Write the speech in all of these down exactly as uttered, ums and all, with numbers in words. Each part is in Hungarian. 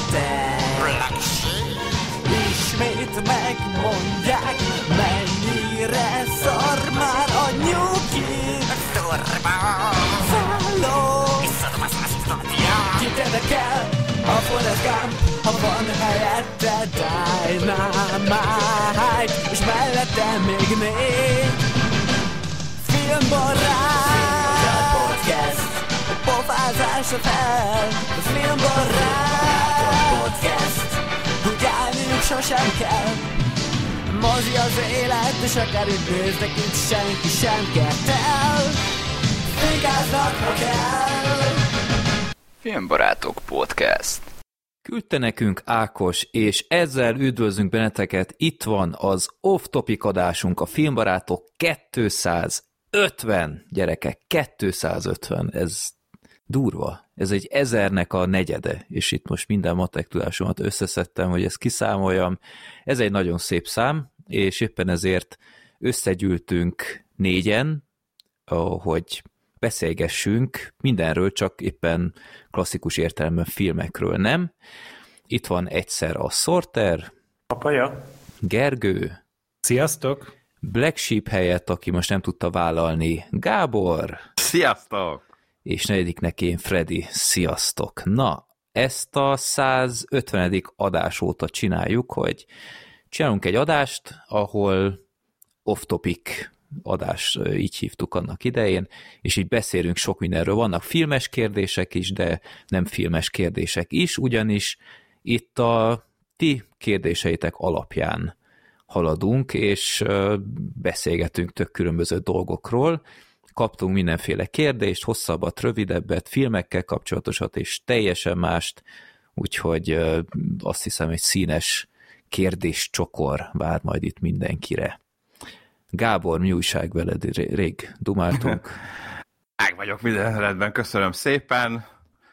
te. Ismét megmondják, mennyire szar már a nyugi. Szálló, kit érdekel a Forrest Gump, ha van helyette Dynamite, és mellette még négy filmbarát podcast, a pofázásra fel, a filmbarát podcast, úgy állniuk sosem kell. Mozi az élet, és akár itt néznek, itt senki sem kettel. Fikáznak, ha kell. Filmbarátok Podcast. Küldte nekünk Ákos, és ezzel üdvözlünk benneteket. Itt van az off-topic adásunk, a Filmbarátok kétszázötven, gyerekek, kétszázötven, ez durva. Ez egy ezernek a negyede, és itt most minden matek tudásomat összeszedtem, hogy ezt kiszámoljam. Ez egy nagyon szép szám, és éppen ezért összegyűltünk négyen, hogy beszélgessünk mindenről, csak éppen klasszikus értelemben filmekről, nem? Itt van egyszer a Sorter, Apaja, Gergő, sziasztok! Black Sheep helyett, aki most nem tudta vállalni, Gábor, sziasztok! És negyediknek én, Freddy, sziasztok! Na, ezt a százötvenedik adás óta csináljuk, hogy csinálunk egy adást, ahol off-topic adás, így hívtuk annak idején, és így beszélünk sok mindenről. Vannak filmes kérdések is, de nem filmes kérdések is, ugyanis itt a ti kérdéseitek alapján haladunk, és beszélgetünk tök különböző dolgokról. Kaptunk mindenféle kérdést, hosszabbat, rövidebbet, filmekkel kapcsolatosat, és teljesen mást, úgyhogy azt hiszem, egy színes kérdéscsokor vár majd itt mindenkire. Gábor, mi újság veled? Rég dumáltunk. Ág vagyok, minden rendben, köszönöm szépen.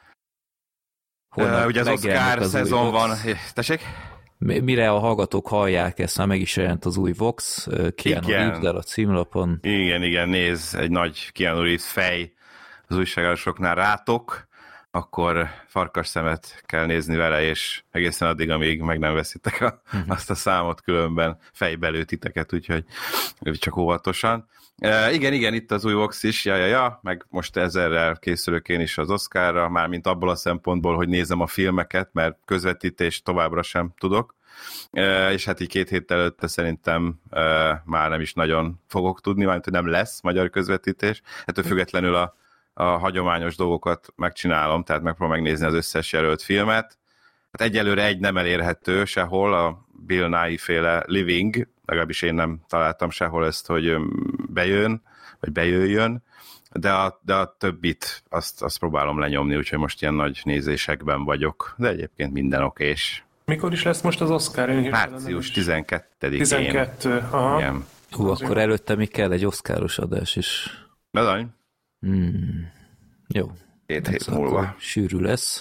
Holnap uh, ugye az Oscar az szezon van. Tessék? Mire a hallgatók hallják ezt, már meg is jelent az új Vox, Keanu Reeves-del a címlapon. Igen, igen, néz, egy nagy Keanu Reeves fej az újságárosoknál rátok, akkor farkas szemet kell nézni vele, és egészen addig, amíg meg nem veszitek a, uh-huh. azt a számot, különben fejbe lő titeket, úgyhogy csak óvatosan. E, igen, igen, itt az új Vox is, ja, ja, ja, meg most ezerrel készülök én is az Oscarra, mármint abból a szempontból, hogy nézem a filmeket, mert közvetítést továbbra sem tudok, e, és hát így két héttel előtte szerintem e, már nem is nagyon fogok tudni, mert hogy nem lesz magyar közvetítés, ettől függetlenül a a hagyományos dolgokat megcsinálom, tehát megpróbálom megnézni az összes jelölt filmet. Hát egyelőre egy nem elérhető sehol, a Bill Nighy féle Living, legalábbis én nem találtam sehol ezt, hogy bejön, vagy bejöjjön, de a, de a többit azt, azt próbálom lenyomni, úgyhogy most ilyen nagy nézésekben vagyok, de egyébként minden okés. Mikor is lesz most az Oscar? március tizenkettedikén. tizenkettő, aha. Igen. Hú, akkor előtte még kell egy oszkáros adás is. Bizony. Hmm. Jó. Két hét múlva. Sűrű lesz,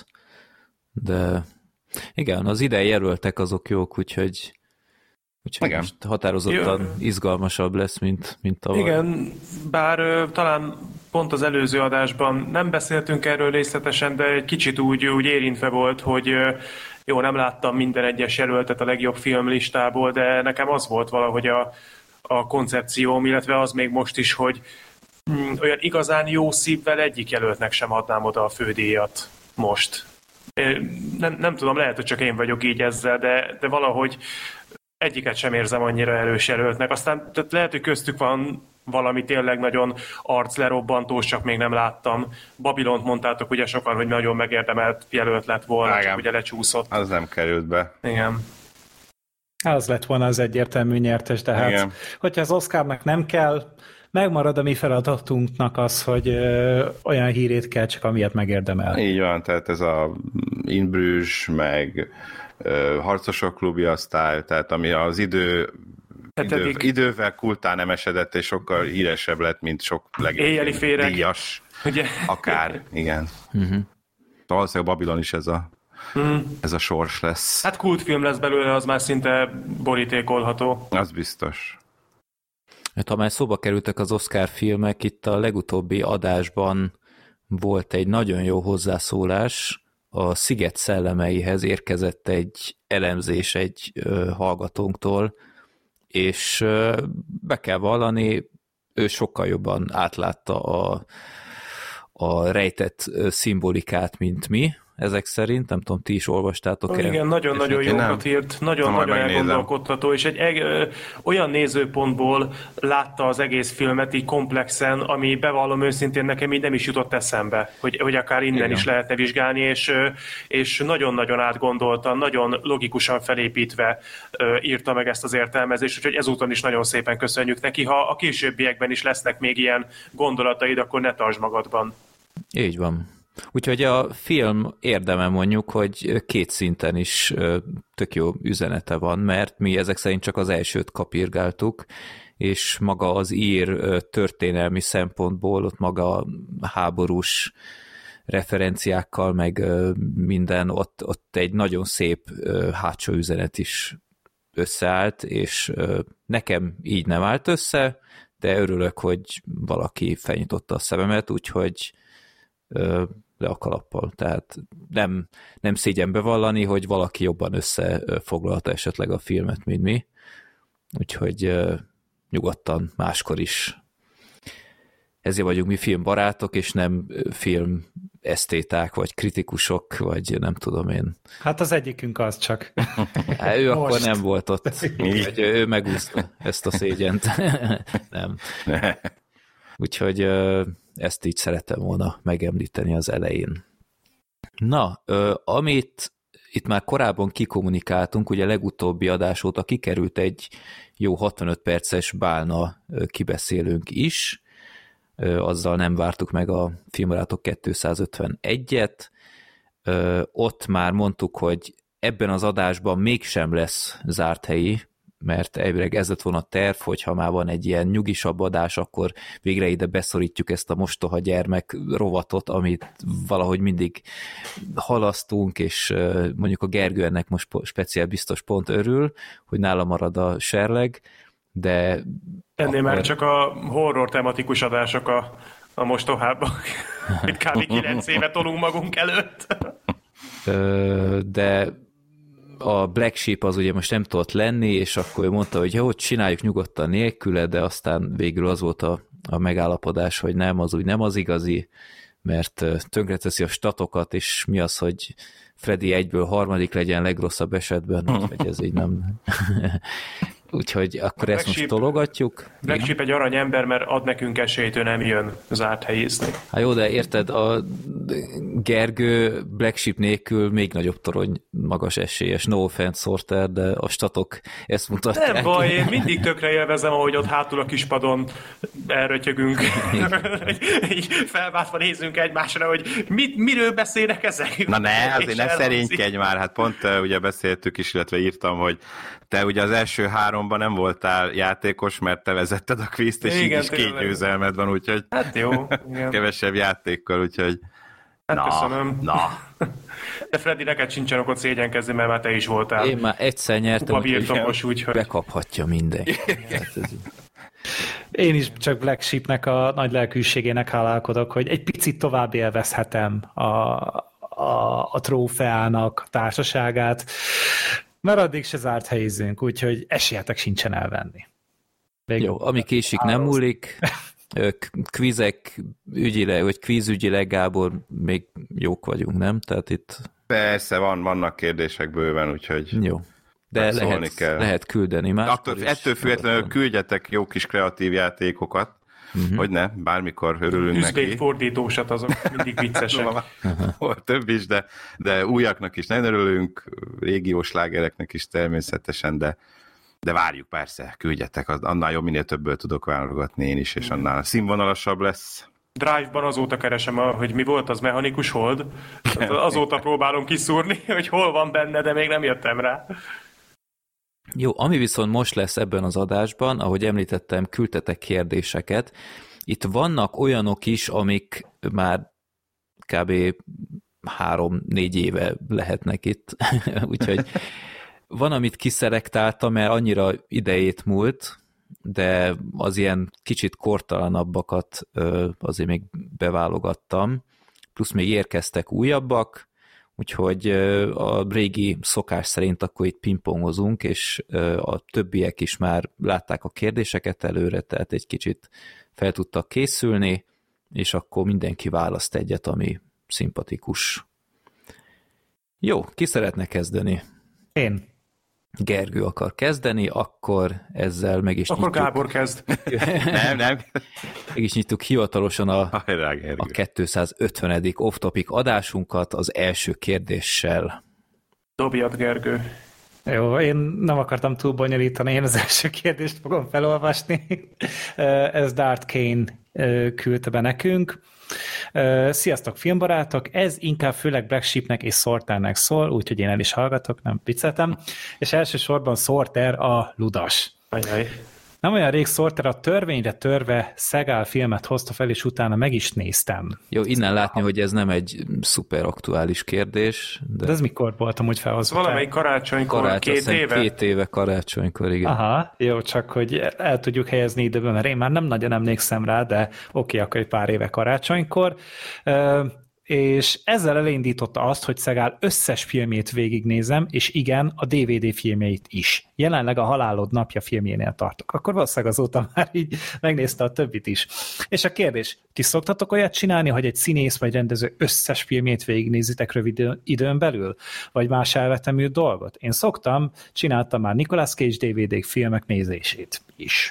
de igen, az ide jelöltek azok jók, úgyhogy, úgyhogy most határozottan Jó. izgalmasabb lesz, mint, mint tavaly. Igen, bár uh, talán pont az előző adásban nem beszéltünk erről részletesen, de egy kicsit úgy, úgy érintve volt, hogy uh, jó, nem láttam minden egyes jelöltet a legjobb filmlistából, de nekem az volt valahogy a, a koncepcióm, illetve az még most is, hogy olyan igazán jó szívvel egyik jelöltnek sem adnám oda a fődíjat most. Nem, nem tudom, lehet, hogy csak én vagyok így ezzel, de, de valahogy egyiket sem érzem annyira erős jelöltnek. Aztán tehát lehet, hogy köztük van valami tényleg nagyon arclerobbantós, csak még nem láttam. Babilont mondtátok ugye sokan, hogy nagyon megérdemelt jelölt lett volna, Ágám. Csak ugye lecsúszott. Az nem került be. Igen. Az lett volna az egyértelmű nyertes, de hát, Igen. hogyha az Oscarnak nem kell, megmarad a mi feladatunknak az, hogy ö, olyan hírét kell, csak amiatt megérdemel. Így van, tehát ez a In Bruges, meg ö, Harcosok klubja sztájl, tehát ami az idő, idő idővel kultán nem esedett, és sokkal híresebb lett, mint sok legjobb díjas. Ugye? Akár, igen. Uh-huh. Valószínűleg Babilon is ez a, uh-huh. ez a sors lesz. Hát kultfilm lesz belőle, az már szinte borítékolható. Az biztos. Ha már szóba kerültek az Oscar filmek, itt a legutóbbi adásban volt egy nagyon jó hozzászólás a Sziget szellemeihez érkezett egy elemzés egy ö, hallgatónktól, és ö, be kell vallani, ő sokkal jobban átlátta a, a rejtett szimbolikát, mint mi, ezek szerint, nem tudom, ti is olvastátok-e? Igen, nagyon-nagyon jókat írt, nagyon-nagyon elgondolkodható, és egy eg, ö, olyan nézőpontból látta az egész filmet így komplexen, ami bevallom őszintén nekem így nem is jutott eszembe, hogy, hogy akár innen igen. is lehetne vizsgálni, és, és nagyon-nagyon átgondoltan, nagyon logikusan felépítve ö, írta meg ezt az értelmezést, úgyhogy ezúton is nagyon szépen köszönjük neki. Ha a későbbiekben is lesznek még ilyen gondolataid, akkor ne tartsd magadban. Így van. Úgyhogy a film érdeme mondjuk, hogy két szinten is tök jó üzenete van, mert mi ezek szerint csak az elsőt kapirgáltuk, és maga az ír történelmi szempontból, ott maga háborús referenciákkal, meg minden, ott, ott egy nagyon szép hátsó üzenet is összeállt, és nekem így nem állt össze, de örülök, hogy valaki felnyitotta a szememet, úgyhogy le a kalappal. Tehát nem, nem szégyen bevallani, hogy valaki jobban összefoglalta esetleg a filmet, mint mi. Úgyhogy uh, nyugodtan máskor is. Ezért vagyunk mi filmbarátok, és nem film esztéták, vagy kritikusok, vagy nem tudom én. Hát az egyikünk az csak. Hát ő Most. Akkor nem volt ott. Vagy ő megúszta ezt a szégyent. Nem. Úgyhogy uh, ezt így szerettem volna megemlíteni az elején. Na, uh, amit itt már korábban kikommunikáltunk, ugye legutóbbi adás óta kikerült egy jó hatvanöt perces bálna uh, kibeszélőnk is, uh, azzal nem vártuk meg a Filmbarátok kétszázötvenegyet. Uh, ott már mondtuk, hogy ebben az adásban mégsem lesz zárt helyi, mert elvileg ez lett volna a terv, hogyha már van egy ilyen nyugisabb adás, akkor végre ide beszorítjuk ezt a mostoha gyermek rovatot, amit valahogy mindig halasztunk, és mondjuk a Gergő ennek most speciál biztos pont örül, hogy nála marad a serleg, de... Ennél akkor... már csak a horror tematikus adások a, a mostohában. Itt kb. kilenc éve tolunk magunk előtt. De... a Black Sheep az ugye most nem tudott lenni, és akkor ő mondta, hogy jó, csináljuk nyugodtan nélküle, de aztán végül az volt a, a megállapodás, hogy nem, az úgy nem az igazi, mert tönkreteszi a statokat, és mi az, hogy Freddy egyből harmadik legyen legrosszabb esetben, úgyhogy ez így nem... Úgyhogy akkor ezt most tologatjuk. Black Sheep egy arany ember, mert ad nekünk esélyt, ő nem jön zárt helyizni. Hát jó, de érted, a Gergő Black Sheep nélkül még nagyobb torony magas esélyes. No offense, Sorter, de a statok ezt mutatják. Nem baj, én mindig tökre élvezem, ahogy ott hátul a kispadon elrötyögünk. Így felváltva nézünk egymásra, hogy mit, miről beszélnek ezek. Na ne, azért ne szerénykedj már. Hát pont uh, ugye beszéltük is, illetve írtam, hogy te ugye az első háromban nem voltál játékos, mert te vezetted a kvízt, és igen, így is két győzelmed van, úgyhogy hát jó, igen. Kevesebb játékkal, úgyhogy hát na, köszönöm. Na. De Freddy, neked sincsen okot szégyenkezni, mert már te is voltál. Én már egyszer nyertem, birtokos, úgy, hogy bekaphatja mindenki. Én is csak Black Sheepnek a nagy lelkűségének hálálkodok, hogy egy picit tovább élvezhetem a, a, a trófeának a társaságát, mert addig se zárt helyizünk, úgyhogy esélyetek sincsen elvenni. Még jó, ami késik nem múlik, kvízek ügyileg, vagy kvízügyileg, Gábor, még jók vagyunk, nem? Tehát itt... Persze, van, vannak kérdések bőven, úgyhogy... Jó. De lehet, kell. lehet küldeni már. Attól, ettől függetlenül küldjetek jó kis kreatív játékokat, uh-huh. hogy ne, bármikor örülünk neki. Üzvédfordítósat, azok mindig viccesek. Volt több is, de, de újaknak is nem örülünk, régiós slágereknek is természetesen, de, de várjuk persze, küldjetek, annál jobb, minél többből tudok válogatni én is, és annál színvonalasabb lesz. Drive-ban azóta keresem, hogy mi volt az mechanikus hold, azóta próbálom kiszúrni, hogy hol van benne, de még nem jöttem rá. Jó, ami viszont most lesz ebben az adásban, ahogy említettem, küldtetek kérdéseket. Itt vannak olyanok is, amik már kb. három-négy éve lehetnek itt, úgyhogy van, amit kiszelektáltam, mert annyira idejét múlt, de az ilyen kicsit kortalanabbakat azért még beválogattam, plusz még érkeztek újabbak, Úgyhogy a régi szokás szerint akkor itt pingpongozunk, és a többiek is már látták a kérdéseket előre, tehát egy kicsit fel tudtak készülni, és akkor mindenki választ egyet, ami szimpatikus. Jó, ki szeretne kezdeni? Én. Gergő akar kezdeni, akkor ezzel meg is akkor nyitjuk. Gábor kezd. nem, nem. Meg is nyitjuk hivatalosan a, Hajrá, a kétszázötvenedik off-topic adásunkat az első kérdéssel. Dobjad, Gergő. Jó, én nem akartam túl bonyolítani, én az első kérdést fogom felolvasni. Ez Dart Kane küldte be nekünk. Sziasztok, filmbarátok! Ez inkább főleg Black Sheepnek és Sorternek szól, úgyhogy én el is hallgatok, nem vicceltem. És elsősorban Sorter a ludas. Ajaj. Nem olyan rég Sorter a Törvényre törve Szegál filmet hozta fel, és utána meg is néztem. Jó, innen látni, hogy ez nem egy szuper aktuális kérdés. De, de ez mikor volt amúgy felhozva? Valamelyik karácsonykor, Karácsony, két éve? Két éve karácsonykor, igen. Aha, jó, csak hogy el tudjuk helyezni időben, mert én már nem nagyon emlékszem rá, de oké, akkor egy pár éve karácsonykor. És ezzel elindította azt, hogy Szegál összes filmjét végignézem, és igen, a dé vé dé filmjeit is. Jelenleg a Halálod napja filmjénél tartok. Akkor valószínűleg azóta már így megnézte a többit is. És a kérdés, ti szoktatok olyat csinálni, hogy egy színész vagy rendező összes filmjét végignézitek rövid időn belül? Vagy más elvetemű dolgot? Én szoktam, csináltam már Nicolas Cage dé vé dé filmek nézését is.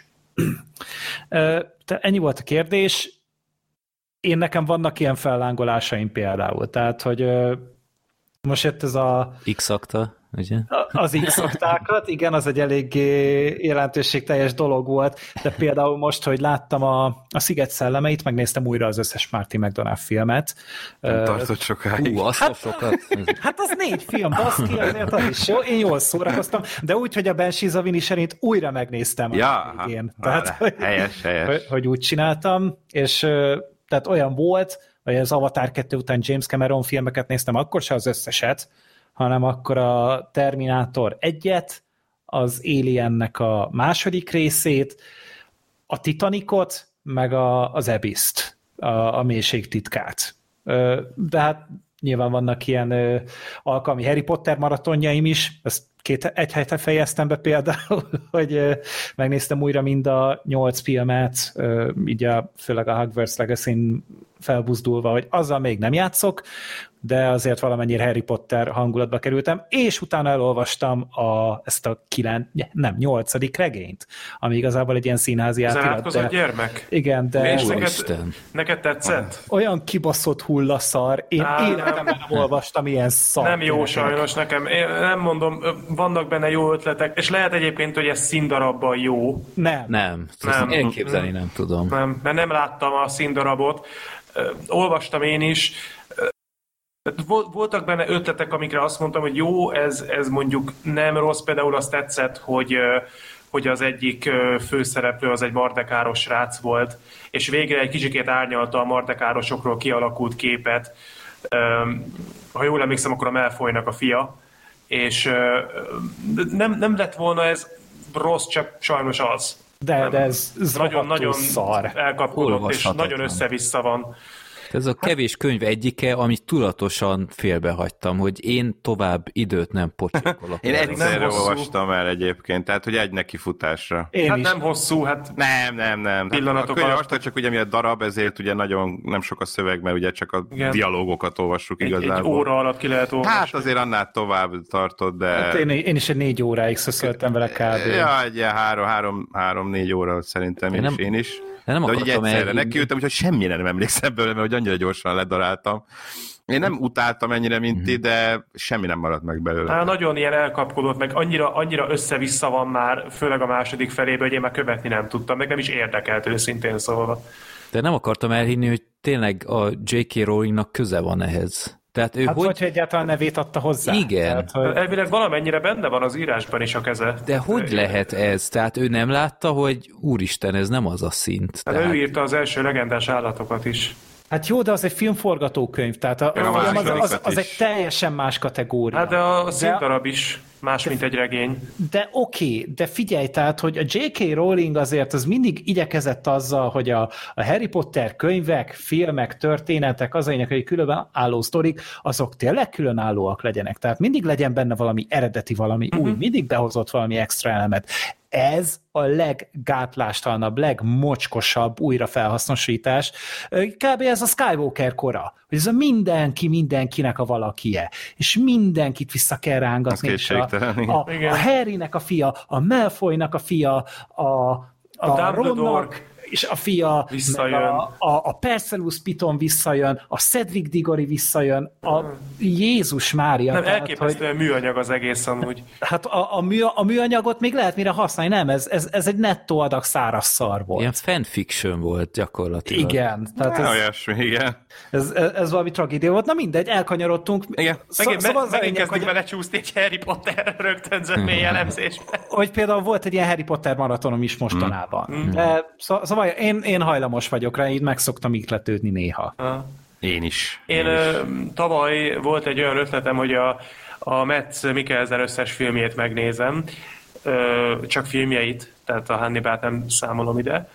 Te ennyi volt a kérdés. Én nekem vannak ilyen fellángolásaim például, tehát, hogy ö, most jött ez a... X-akta, ugye? Az X-aktákat, igen, az egy eléggé jelentőségteljes dolog volt, de például most, hogy láttam a, a Sziget szellemeit, megnéztem újra az összes Marty McDonagh filmet. Nem tartott sokáig. Hú, azt hát, sokat. Hát az négy film, baszki, azért az is jó, én jól szórakoztam, de úgy, hogy a Banshees of Inisherin újra megnéztem ja, a végén. Ha, Tehát, hogy, helyes, helyes. Hogy, hogy úgy csináltam, és tehát olyan volt, hogy az Avatar kettő után James Cameron filmeket néztem, akkor se az összeset, hanem akkor a Terminátor egyet, az Aliennek a második részét, a Titanicot, meg a, az Abyss-t, a, a mélység titkát. De hát nyilván vannak ilyen alkalmi Harry Potter maratonjaim is, ezt két, egy hete fejeztem be például, hogy megnéztem újra mind a nyolc filmet, így a, főleg a Hogwarts Legacy-n felbuzdulva, hogy azzal még nem játszok, de azért valamennyire Harry Potter hangulatba kerültem, és utána elolvastam a, ezt a kilenc, nem, nyolcadik regényt, ami igazából egy ilyen színházi átirat. Az átkozott gyermek? Igen, de... És neked, neked tetszett? Olyan kibaszott hullaszar, én Á, életemben nem olvastam ilyen szar. Nem jó sajnos nekem, én nem mondom, vannak benne jó ötletek, és lehet egyébként, hogy ez színdarabban jó. Nem. Nem, nem. elképzelni nem tudom. Nem, mert nem láttam a színdarabot, olvastam én is, voltak benne ötletek, amikre azt mondtam, hogy jó, ez, ez mondjuk nem rossz, például azt tetszett, hogy, hogy az egyik főszereplő az egy mardekáros srác volt, és végre egy kicsikét árnyalta a mardekárosokról kialakult képet. Ha jól emlékszem, akkor a Malfoynak a fia, és nem, nem lett volna ez rossz, csak sajnos az. De, de ez nagyon-nagyon szar. Elkapkodott, és nagyon össze-vissza van. Ez a kevés könyv egyike, amit tudatosan félbehagytam, hogy én tovább időt nem pocsékolok. Én egyszerre olvastam el egyébként, tehát hogy egy nekifutásra. Én hát is. nem hosszú, hát nem, nem, nem. Pillanatok hát, alatt. csak ugye mi a darab, ezért ugye nagyon nem sok a szöveg, mert ugye csak a igen. dialógokat olvassuk egy, igazából. Egy óra alatt ki lehet olvasni. Hát azért annál tovább tartott, de... Hát én, én is egy négy óráig szöszöltem vele kb. Ja, egy ilyen három, három, három, négy óra szerintem én, én, is, én is. De nem de hogy akartam egyszerre elhinni. nekiültem, úgyhogy semmire nem emlékszem belőle, mert hogy annyira gyorsan ledaráltam. Én nem utáltam ennyire, mint ti, de semmi nem maradt meg belőle. Hát nagyon ilyen elkapkodott, meg annyira, annyira össze-vissza van már, főleg a második felébe, hogy én már követni nem tudtam, meg nem is érdekelt őszintén szólva. De nem akartam elhinni, hogy tényleg a jé ká Rowlingnak köze van ehhez. Tehát ő Hát hogy... vagy, hogy egyáltalán nevét adta hozzá. Igen. Tehát, hogy... Elvileg valamennyire benne van az írásban is a keze. De hogy lehet ez? Tehát ő nem látta, hogy úristen, ez nem az a szint. Hát Tehát... ő írta az első legendás állatokat is. Hát jó, de az egy filmforgatókönyv, tehát a, Ja, a film az, az, az, az egy teljesen más kategória. Hát de a színdarab is más, de, mint egy regény. De oké, okay, de figyelj, tehát, hogy a jé ká. Rowling azért az mindig igyekezett azzal, hogy a, a Harry Potter könyvek, filmek, történetek, az hogy különben álló sztorik, azok tényleg különállóak legyenek. Tehát mindig legyen benne valami eredeti, valami uh-huh. új, mindig behozott valami extra elemet. Ez a leggátlástalabb, legmocskosabb újrafelhasznosítás. Kb. Ez a Skywalker kora, hogy ez a mindenki mindenkinek a valakie, és mindenkit vissza kell rángatni. És a, a, a Harrynek a fia, a Malfoynak a fia, a, a, a Ronnak és a fia, a, a, a Perseus Piton visszajön, a Cedric Diggory visszajön, a Jézus Mária. Nem, elképesztően hogy, műanyag az egész amúgy. Hát a, a, mű, a műanyagot még lehet mire használni, nem? Ez, ez, ez egy nettó adag száraz szar volt. Ilyen fanfiction volt gyakorlatilag. Igen. Tehát ez, olyasmi, igen. Ez, ez, ez valami tragédia volt. Na mindegy, elkanyarodtunk. Igen. Szó, megint szóval megint kezdtük hogy... belecsúszni egy Harry Potter rögtönzött mély elemzésbe. Hogy például volt egy ilyen Harry Potter maratonom is mostanában. Mm. De, szó, szóval én, én hajlamos vagyok rá, így meg szoktam ikletődni néha. Ha. Én is. Én, én is. Tavaly volt egy olyan ötletem, hogy a, a Mads Mikkelsen összes filmjét megnézem, csak filmjeit, tehát a Hannibalt nem számolom ide.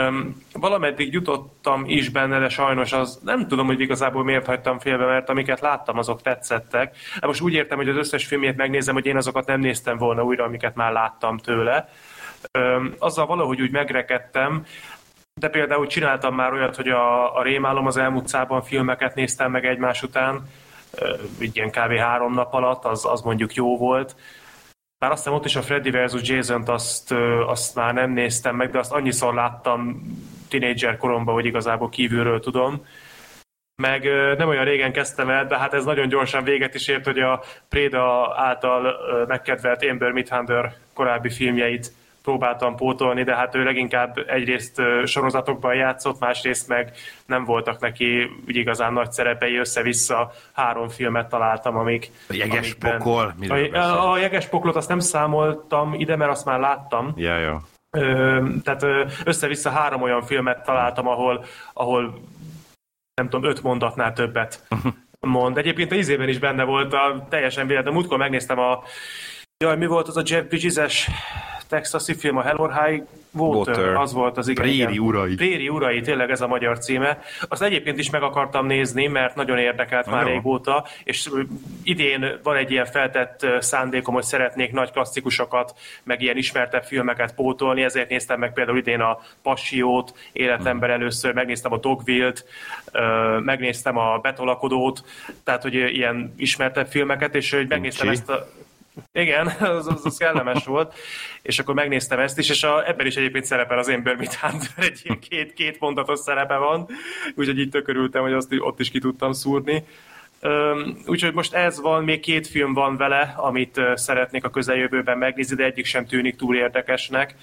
Valameddig jutottam is benne, de sajnos az nem tudom, hogy igazából miért hagytam félbe, mert amiket láttam, azok tetszettek. Most úgy értem, hogy az összes filmjét megnézem, hogy én azokat nem néztem volna újra, amiket már láttam tőle. Azzal valahogy úgy megrekedtem, de például csináltam már olyat, hogy a, a Rémálom az elmúlt szában filmeket néztem meg egymás után, így ilyen kb. három nap alatt, az, az mondjuk jó volt. Bár azt hiszem ott is a Freddy versus. Jason-t azt, azt már nem néztem meg, de azt annyiszor láttam tínédzser koromban, hogy igazából kívülről tudom. Meg nem olyan régen kezdtem el, de hát ez nagyon gyorsan véget is ért, hogy a Préda által megkedvelt Amber Midthunder korábbi filmjeit próbáltam pótolni, de hát ő leginkább egyrészt sorozatokban játszott, másrészt meg nem voltak neki úgy igazán nagy szerepei, össze-vissza három filmet találtam, amik... A Jeges Pokol? A, a Jeges Poklot azt nem számoltam ide, mert azt már láttam. Ja, jó. Ö, tehát össze-vissza három olyan filmet találtam, ahol, ahol nem tudom, öt mondatnál többet mond. Egyébként a izében is benne volt, a teljesen véletlen. Múltkor megnéztem a... Jaj, mi volt az a Jeff Bridges-es texasi film, a Hell or High Water, Water. Az volt az igen. Préri urai. Préri urai, tényleg ez a magyar címe. Azt egyébként is meg akartam nézni, mert nagyon érdekelt már régóta, és idén van egy ilyen feltett szándékom, hogy szeretnék nagy klasszikusokat, meg ilyen ismertebb filmeket pótolni, ezért néztem meg például idén a Passiót, életemben először, megnéztem a Dogville-t, megnéztem a Betolakodót, tehát hogy ilyen ismertebb filmeket, és hogy megnéztem ezt a... Igen, az, az, az kellemes volt, és akkor megnéztem ezt is, és a, ebben is egyébként szerepel az Amber Midthunder, egy ilyen két, két mondatos szerepe van, úgyhogy így tökörültem, hogy azt ott is ki tudtam szúrni. Úgyhogy most ez van, még két film van vele, amit szeretnék a közeljövőben megnézni, de egyik sem tűnik túl érdekesnek.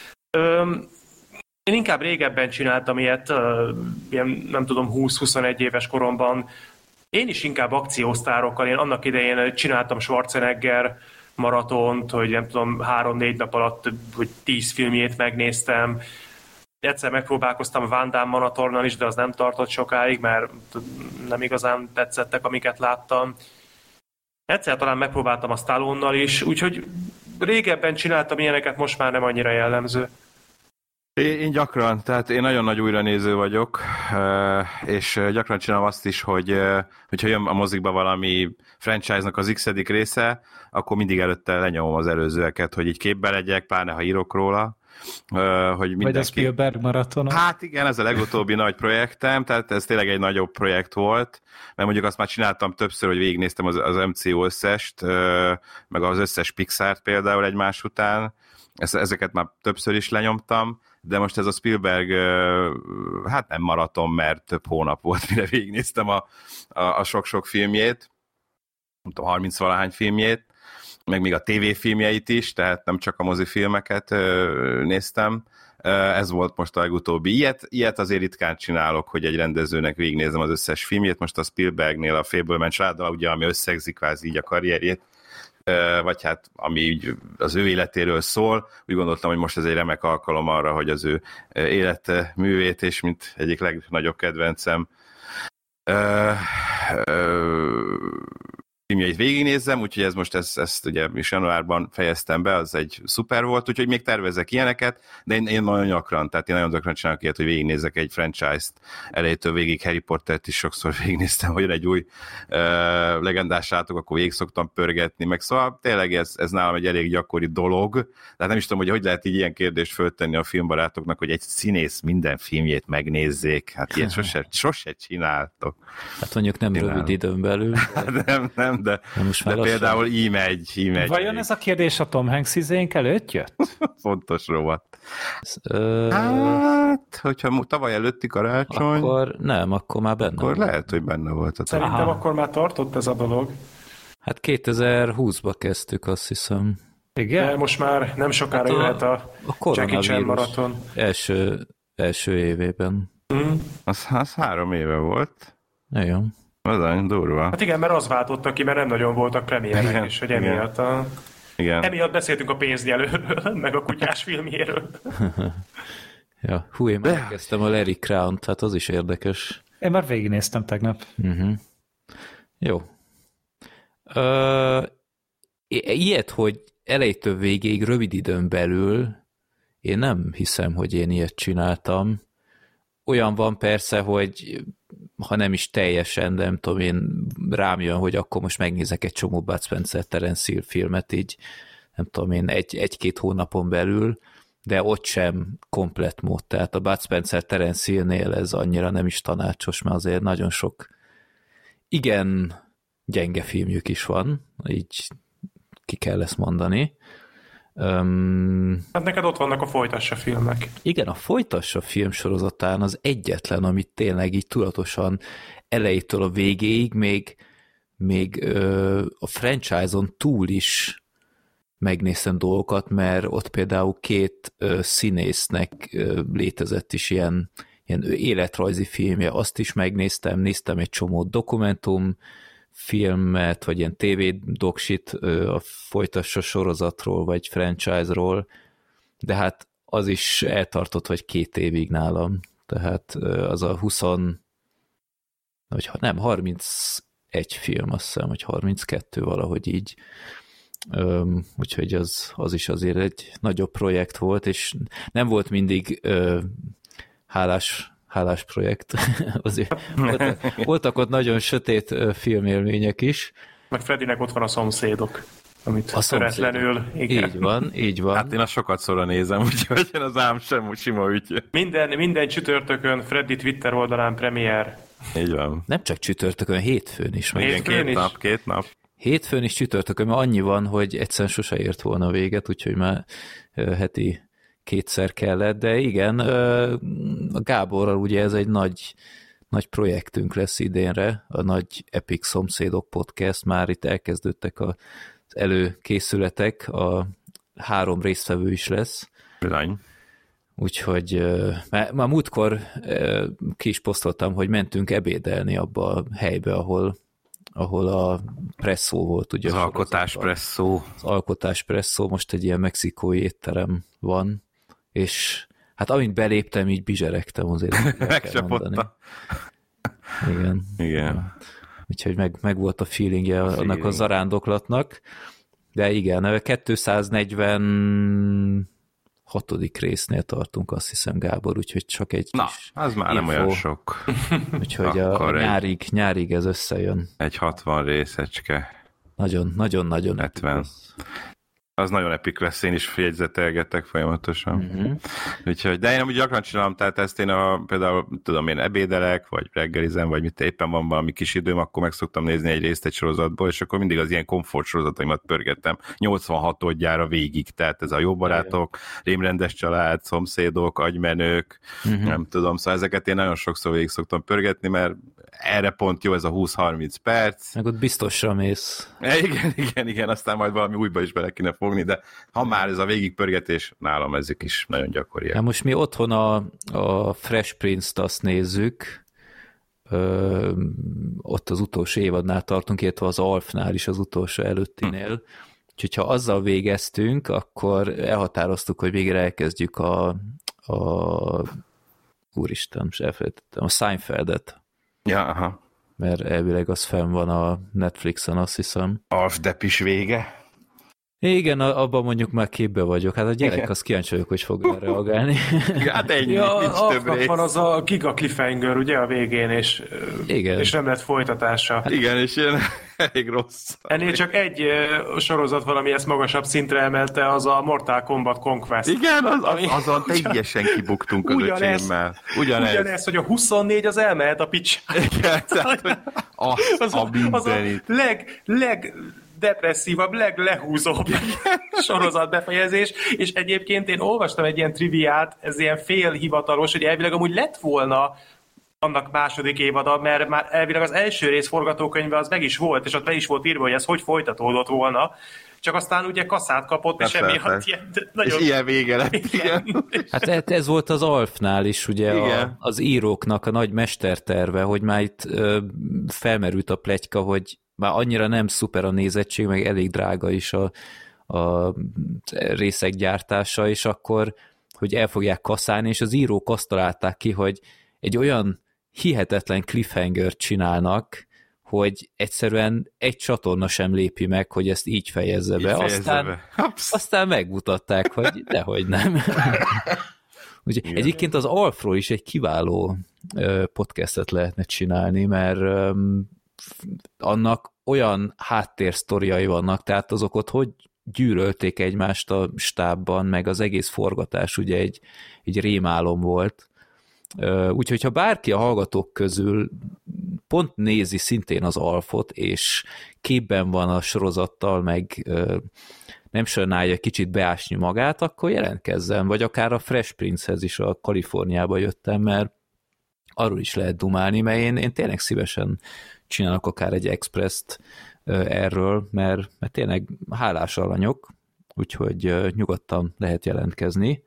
Én inkább régebben csináltam ilyet, ilyen nem tudom, húsz-huszonegy éves koromban. Én is inkább akciósztárokkal, én annak idején csináltam Schwarzenegger maratont, hogy nem tudom, három-négy nap alatt, hogy tíz filmjét megnéztem. Egyszer megpróbálkoztam Van Damme maratonnal is, de az nem tartott sokáig, mert nem igazán tetszettek, amiket láttam. Egyszer talán megpróbáltam a Stallonnal is, úgyhogy régebben csináltam ilyeneket, most már nem annyira jellemző. Én gyakran, tehát én nagyon nagy újranéző vagyok, és gyakran csinálom azt is, hogy hogyha jön a mozikba valami franchise-nak az x-edik része, akkor mindig előtte lenyomom az előzőeket, hogy így képbe legyek, pláne ha írok róla. Hogy mindenki... Vagy a Spielberg maraton. Hát igen, ez a legutóbbi nagy projektem, tehát ez tényleg egy nagyobb projekt volt, mert mondjuk azt már csináltam többször, hogy végignéztem az, az em cé u összest, meg az összes Pixart például egymás után, ezeket már többször is lenyomtam, de most ez a Spielberg, hát nem maraton, mert több hónap volt, mire végignéztem a, a, a sok-sok filmjét, nem tudom, harminc-valahány filmjét, meg még a tévéfilmjeit is, tehát nem csak a mozifilmeket néztem. Ez volt most a legutóbbi. Ilyet, ilyet azért ritkán csinálok, hogy egy rendezőnek végignézem az összes filmjét. Most a Spielbergnél a Fableman családdal, ugye, ami összegzi kvázi így a karrierjét, vagy hát ami így az ő életéről szól. Úgy gondoltam, hogy most ez egy remek alkalom arra, hogy az ő életművét, és mint egyik legnagyobb kedvencem Ö, ö, filmjeit végignézzem, úgyhogy ez most ezt, ezt ugye is januárban fejeztem be, az egy szuper volt, úgyhogy még tervezek ilyeneket, de én, én nagyon gyakran, tehát én nagyon gyakran csinálok ilyet, hogy végignézek egy franchise-t, elejétől végig Harry Pottert is sokszor végignéztem, hogy egy új uh, legendás látok, akkor végig szoktam pörgetni, meg szóval tényleg ez, ez nálam egy elég gyakori dolog, tehát nem is tudom, hogy hogy lehet így ilyen kérdést föltenni a filmbarátoknak, hogy egy színész minden filmjét megnézzék, hát ilyet sose, sose csináltok. Hát mondjuk nem Csinálom. Rövid időn belül. De... nem, nem, de, de, most de például így megy, így megy. Vajon ez a kérdés a Tom Hanks izénk előtt jött? Fontos rovat. Ö... Hát, hogyha tavaly előtti karácsony, akkor nem, akkor már benne akkor volt. lehet, hogy benne volt. A Szerintem Aha. akkor már tartott ez a dolog. Hát kétezer-húszba kezdtük, azt hiszem. Igen? De most már nem sokára Hát a- jöhet a, A Jackie Chan koronavírus maraton. első, első évében. Mm. Az, az három éve volt. Igen. Az nagyon durva. Hát igen, mert az váltotta ki, mert nem nagyon voltak premierek, Igen, és hogy igen. emiatt, a, Igen. emiatt beszéltünk a pénznyelőről, meg a kutyás filmjéről. Ja, hú, én már kezdtem a Larry Crown-t, hát az is érdekes. Én már végignéztem tegnap. Uh-huh. Jó. Ö, i- ilyet, hogy elejétől végéig rövid időn belül én nem hiszem, hogy én ilyet csináltam. Olyan van persze, hogy ha nem is teljesen, de nem tudom, én rám jön, hogy akkor most megnézek egy csomó Bud Spencer Terence Hill filmet így, nem tudom én, egy, egy-két hónapon belül, de ott sem komplett mód. Tehát a Bud Spencer Terence Hill-nél ez annyira nem is tanácsos, mert azért nagyon sok igen gyenge filmjük is van, így ki kell ezt mondani. Um, Hát neked ott vannak a folytassa filmek. igen, a Folytassa filmsorozatán az egyetlen, amit tényleg így tudatosan elejétől a végéig még, még ö, a franchise-on túl is megnéztem dolgokat, mert ott például két ö, színésznek ö, létezett is ilyen, ilyen életrajzi filmje, azt is megnéztem, néztem egy csomó dokumentum filmet, vagy ilyen tévédoksit a Folytassa sorozatról, vagy franchise-ról, de hát az is eltartott, vagy két évig nálam. Tehát az a húsz, vagy nem, harmincegy film, azt hiszem, hogy harminckettő valahogy így. Üm, úgyhogy az, az is azért egy nagyobb projekt volt, és nem volt mindig ö, hálás hálás projekt. Azért voltak, voltak ott nagyon sötét filmélmények is. Meg Fredinek ott van a szomszédok, amit A töretlenül... Igen. Így van, így van. Hát én azt sokat szóra nézem, úgyhogy én az ám sem sima ügy. Minden, minden csütörtökön Freddy Twitter oldalán premier. Így van. Nem csak csütörtökön, hétfőn is. Meg. Igen, Hétfőn két is? nap, két nap. Hétfőn is csütörtökön, mert annyi van, hogy egyszerűen sose ért volna véget, úgyhogy már ö, heti kétszer kellett, de igen, ö, a Gáborral ugye ez egy nagy, nagy projektünk lesz idénre, a nagy Epic Szomszédok Podcast, már itt elkezdődtek az előkészületek, a három résztvevő is lesz. Bizony. Úgyhogy már, már múltkor ki is posztoltam, hogy mentünk ebédelni abba a helybe, ahol, ahol a presszó volt. Ugye Az alkotás presszó. Az alkotás presszó, most egy ilyen mexikói étterem van, és hát amint beléptem, így bizseregtem azért. Megcsapotta. Igen. Igen. Úgyhogy meg, meg volt a feelingje A annak feeling. a zarándoklatnak. De igen, kétszáznegyvenhatodik résznél tartunk, azt hiszem, Gábor, úgyhogy csak egy Na, kis az már info. nem olyan sok. Úgyhogy a, Akkor a egy- nyárig, nyárig ez összejön. Egy hatvan részecske. Nagyon, nagyon, nagyon. hetven. Az nagyon epik lesz, én is jegyzetelgetek folyamatosan. Uh-huh. Úgyhogy, de én amúgy gyakran csinálom, tehát ezt én a, például tudom én ebédelek, vagy reggelizem, vagy mit éppen van valami kis időm, akkor meg szoktam nézni egy részt egy sorozatból, és akkor mindig az ilyen komfort sorozataimat pörgettem nyolcvanhatodjára végig, tehát ez a Jó barátok, Rémrendes család, Szomszédok, Agymenők, uh-huh. nem tudom, szóval ezeket én nagyon sokszor végig szoktam pörgetni, mert erre pont jó ez a húsz-harminc perc. Meg ott biztosra mész. E, igen, igen, igen, aztán majd valami újba is bele kéne fogni, de ha már ez a végigpörgetés, nálam ezek is nagyon gyakoriak. Hát most mi otthon a, a Fresh Prince-t azt nézzük, Ö, ott az utolsó évadnál tartunk, illetve az Alfnál is az utolsó előttinél. Úgyhogy ha azzal végeztünk, akkor elhatároztuk, hogy végre elkezdjük a, a úristen, most elfelejtettem, a Seinfeldet. Ja, aha. mert elvileg az fenn van a Netflixen, azt hiszem. Alfdep is vége. Igen, abban mondjuk már képbe vagyok. Hát a gyerek, igen. Az kíváncsi vagyok, hogy fog reagálni. Hát ennyi, ja, nincs több rész. Van az a giga cliffhanger, ugye, a végén, és, igen. és nem lett folytatása. Hát igen, és ilyen elég rossz. Ennél csak egy sorozat valami ezt magasabb szintre emelte, az a Mortal Kombat Conquest. Igen, az, az, azon teljesen kibuktunk az öcsémmel. Ugyanez. Ugyanez, hogy a huszonnégy az elmehet a pics. Igen, tehát, hogy az, az a mindenit. Az a leg, leg depresszívabb, leglehúzóbb sorozat befejezés, és egyébként én olvastam egy ilyen triviát, ez ilyen félhivatalos, hogy elvileg amúgy lett volna annak második évada, mert már elvileg az első rész forgatókönyve az meg is volt, és ott be is volt írva, hogy ez hogy folytatódott volna, csak aztán ugye kasszát kapott, nem és emiatt ilyen nagyon... És ilyen vége lett, igen. igen. Hát ez volt az Alfnál is, ugye a, az íróknak a nagy mesterterve, hogy már itt ö, felmerült a pletyka, hogy már annyira nem szuper a nézettség, meg elég drága is a, a részek gyártása, és akkor, hogy el fogják kaszálni, és az írók azt találták ki, hogy egy olyan hihetetlen cliffhanger csinálnak, hogy egyszerűen egy csatorna sem lépi meg, hogy ezt így fejezze be. Így fejezze aztán, be. Aztán megmutatták, hogy dehogy nem. Ugye, egyébként az Alfról is egy kiváló podcastet lehetne csinálni, mert annak olyan háttérsztoriai vannak, tehát azok ott hogy gyűrölték egymást a stábban, meg az egész forgatás ugye egy, egy rémálom volt. Úgyhogy ha bárki a hallgatók közül pont nézi szintén az Alfot, és képben van a sorozattal, meg nem sajnálja kicsit beásni magát, akkor jelentkezzen, vagy akár a Fresh Prince-hez is a Kaliforniába jöttem, mert arról is lehet dumálni, mert én, én tényleg szívesen csinálok akár egy express-t erről, mert, mert tényleg hálás alanyok, úgyhogy nyugodtan lehet jelentkezni.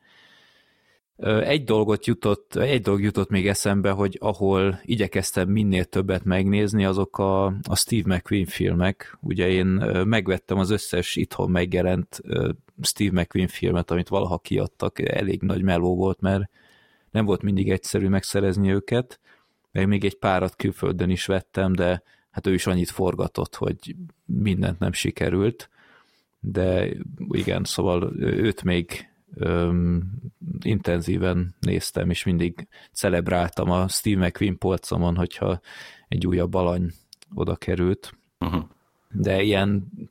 Egy dolgot jutott, egy dolog jutott még eszembe, hogy ahol igyekeztem minél többet megnézni, azok a, a Steve McQueen filmek. Ugye én megvettem az összes itthon megjelent Steve McQueen filmet, amit valaha kiadtak, elég nagy meló volt, mert nem volt mindig egyszerű megszerezni őket, meg még egy párat külföldön is vettem, de hát ő is annyit forgatott, hogy mindent nem sikerült, de igen, szóval őt még öm, intenzíven néztem, és mindig celebráltam a Steve McQueen polcomon, hogyha egy újabb alany oda került. Uh-huh. De ilyen,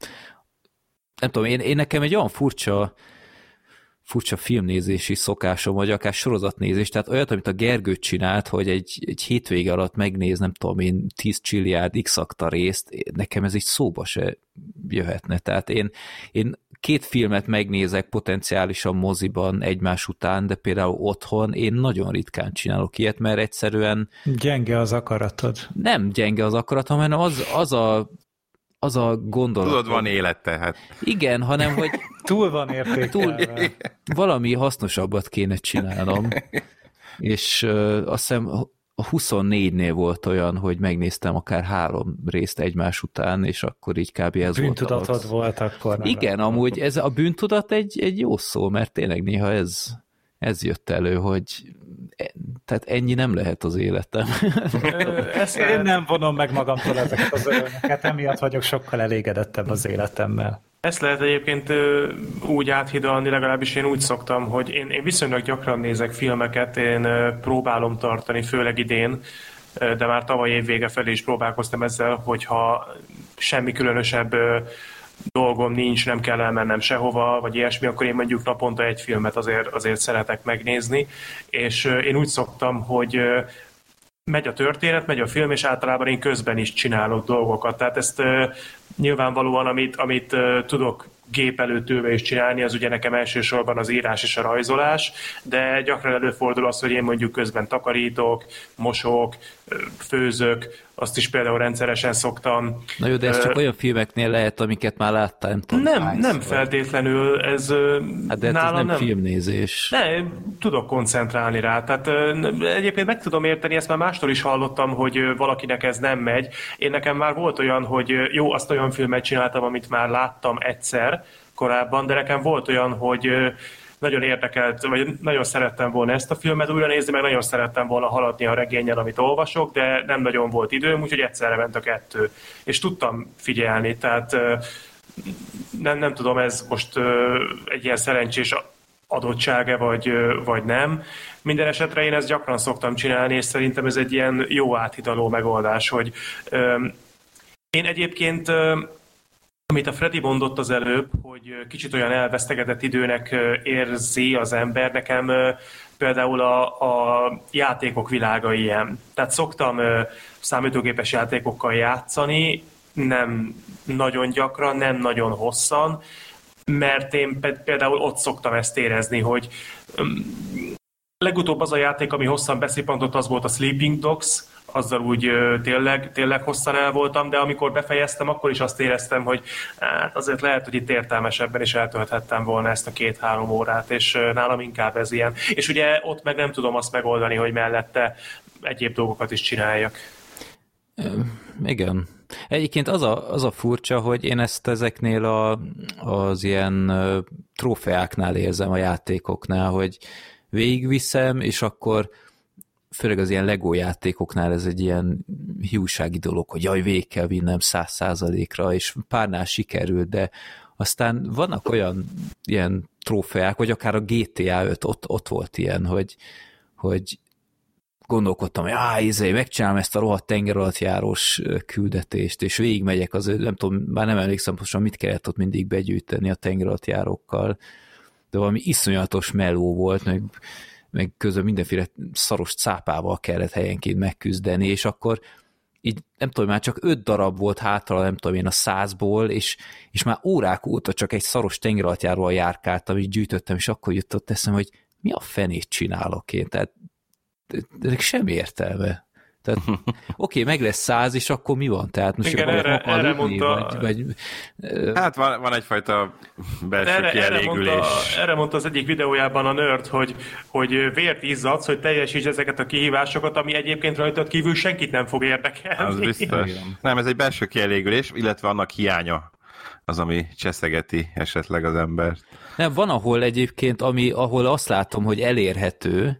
nem tudom, én, én nekem egy olyan furcsa furcsa filmnézési szokásom, vagy akár sorozatnézés, tehát olyat, amit a Gergő csinált, hogy egy, egy hétvége alatt megnéz, nem tudom én, tíz csilliárd x-akta részt, nekem ez így szóba se jöhetne. Tehát én, én két filmet megnézek potenciálisan moziban egymás után, de például otthon én nagyon ritkán csinálok ilyet, mert egyszerűen... Gyenge az akaratod. Nem gyenge az akaratom, hanem az, az a az a gondolat. Tudod, van élete, hát. Igen, hanem, hogy túl van értékelve. Túl, valami hasznosabbat kéne csinálnom. És uh, azt hiszem a huszonnégynél volt olyan, hogy megnéztem akár három részt egymás után, és akkor így kb. Ez bűntudatod volt. volt akkor. Igen, nem amúgy ez, a bűntudat egy, egy jó szó, mert tényleg néha ez, ez jött elő, hogy tehát ennyi nem lehet az életem. Ezt én nem vonom meg magamtól ezeket az örömöket, emiatt vagyok sokkal elégedettebb az életemmel. Ezt lehet egyébként úgy áthidalni, legalábbis én úgy szoktam, hogy én, én viszonylag gyakran nézek filmeket, én próbálom tartani, főleg idén, de már tavaly év vége felé is próbálkoztam ezzel, hogyha semmi különösebb dolgom nincs, nem kell elmennem sehova, vagy ilyesmi, akkor én mondjuk naponta egy filmet azért, azért szeretek megnézni, és én úgy szoktam, hogy megy a történet, megy a film, és általában én közben is csinálok dolgokat. Tehát ezt uh, nyilvánvalóan, amit, amit uh, tudok gép előtt ülve is csinálni, az ugye nekem elsősorban az írás és a rajzolás, de gyakran előfordul az, hogy én mondjuk közben takarítok, mosok, főzök, azt is például rendszeresen szoktam. Na jó, de ez csak olyan filmeknél lehet, amiket már láttál, nem tudom. Nem, nem feltétlenül, ez hát de nálam ez nem, nem filmnézés. Ne, tudok koncentrálni rá, tehát egyébként meg tudom érteni, ezt már mástól is hallottam, hogy valakinek ez nem megy. Én nekem már volt olyan, hogy jó, azt olyan filmet csináltam, amit már láttam egyszer korábban, de nekem volt olyan, hogy nagyon érdekelt, vagy nagyon szerettem volna ezt a filmet újra nézni, meg nagyon szerettem volna haladni a regénnyel, amit olvasok, de nem nagyon volt időm, úgyhogy egyszerre ment a kettő. És tudtam figyelni, tehát nem, nem tudom, ez most egy ilyen szerencsés adottsága, vagy, vagy nem. Minden esetre én ezt gyakran szoktam csinálni, és szerintem ez egy ilyen jó áthidaló megoldás, hogy én egyébként, amit a Freddy mondott az előbb, hogy kicsit olyan elvesztegetett időnek érzi az ember, nekem például a, a játékok világa ilyen. Tehát szoktam számítógépes játékokkal játszani, nem nagyon gyakran, nem nagyon hosszan, mert én például ott szoktam ezt érezni, hogy legutóbb az a játék, ami hosszan beszippantott, az volt a Sleeping Dogs, azzal úgy tényleg, tényleg hosszan el voltam, de amikor befejeztem, akkor is azt éreztem, hogy hát azért lehet, hogy itt értelmesebben is eltölthettem volna ezt a két-három órát, és nálam inkább ez ilyen. És ugye ott meg nem tudom azt megoldani, hogy mellette egyéb dolgokat is csináljak. Igen. Egyébként az a, az a furcsa, hogy én ezt ezeknél a, az ilyen trófeáknál érzem a játékoknál, hogy végigviszem, és akkor főleg az ilyen Lego játékoknál ez egy ilyen hiúsági dolog, hogy jaj, végig kell vinnem száz százalékra, és párnál sikerült, de aztán vannak olyan ilyen trófeák, vagy akár a gé té á öt, ott, ott volt ilyen, hogy, hogy gondolkodtam, hogy áh, izé, megcsinálom ezt a rohadt tengeralattjárós küldetést, és végigmegyek, az, nem tudom, már nem emlékszem pontosan, mit kellett ott mindig begyűjteni a tengeralattjárókkal, de valami iszonyatos meló volt, meg, meg közben mindenféle szaros cápával kellett helyenként megküzdeni, és akkor így nem tudom, már csak öt darab volt hátra, nem tudom én, a százból, és, és már órák óta csak egy szaros tengeralattjáróval járkáltam, így gyűjtöttem, és akkor jutott eszem, hogy mi a fenét csinálok én, tehát ennek semmi értelme. Tehát oké, okay, meg lesz száz, és akkor mi van? Tehát most igen, erre, erre aludni, mondta... Vagy, vagy, hát van, van egyfajta belső erre, kielégülés. Erre mondta, erre mondta az egyik videójában a nerd, hogy, hogy vért izzadsz, hogy teljesíts ezeket a kihívásokat, ami egyébként rajtad kívül senkit nem fog érdekelni. Az biztos. Nem, ez egy belső kielégülés, illetve annak hiánya az, ami cseszegeti esetleg az embert. Nem, van ahol egyébként, ami, ahol azt látom, hogy elérhető,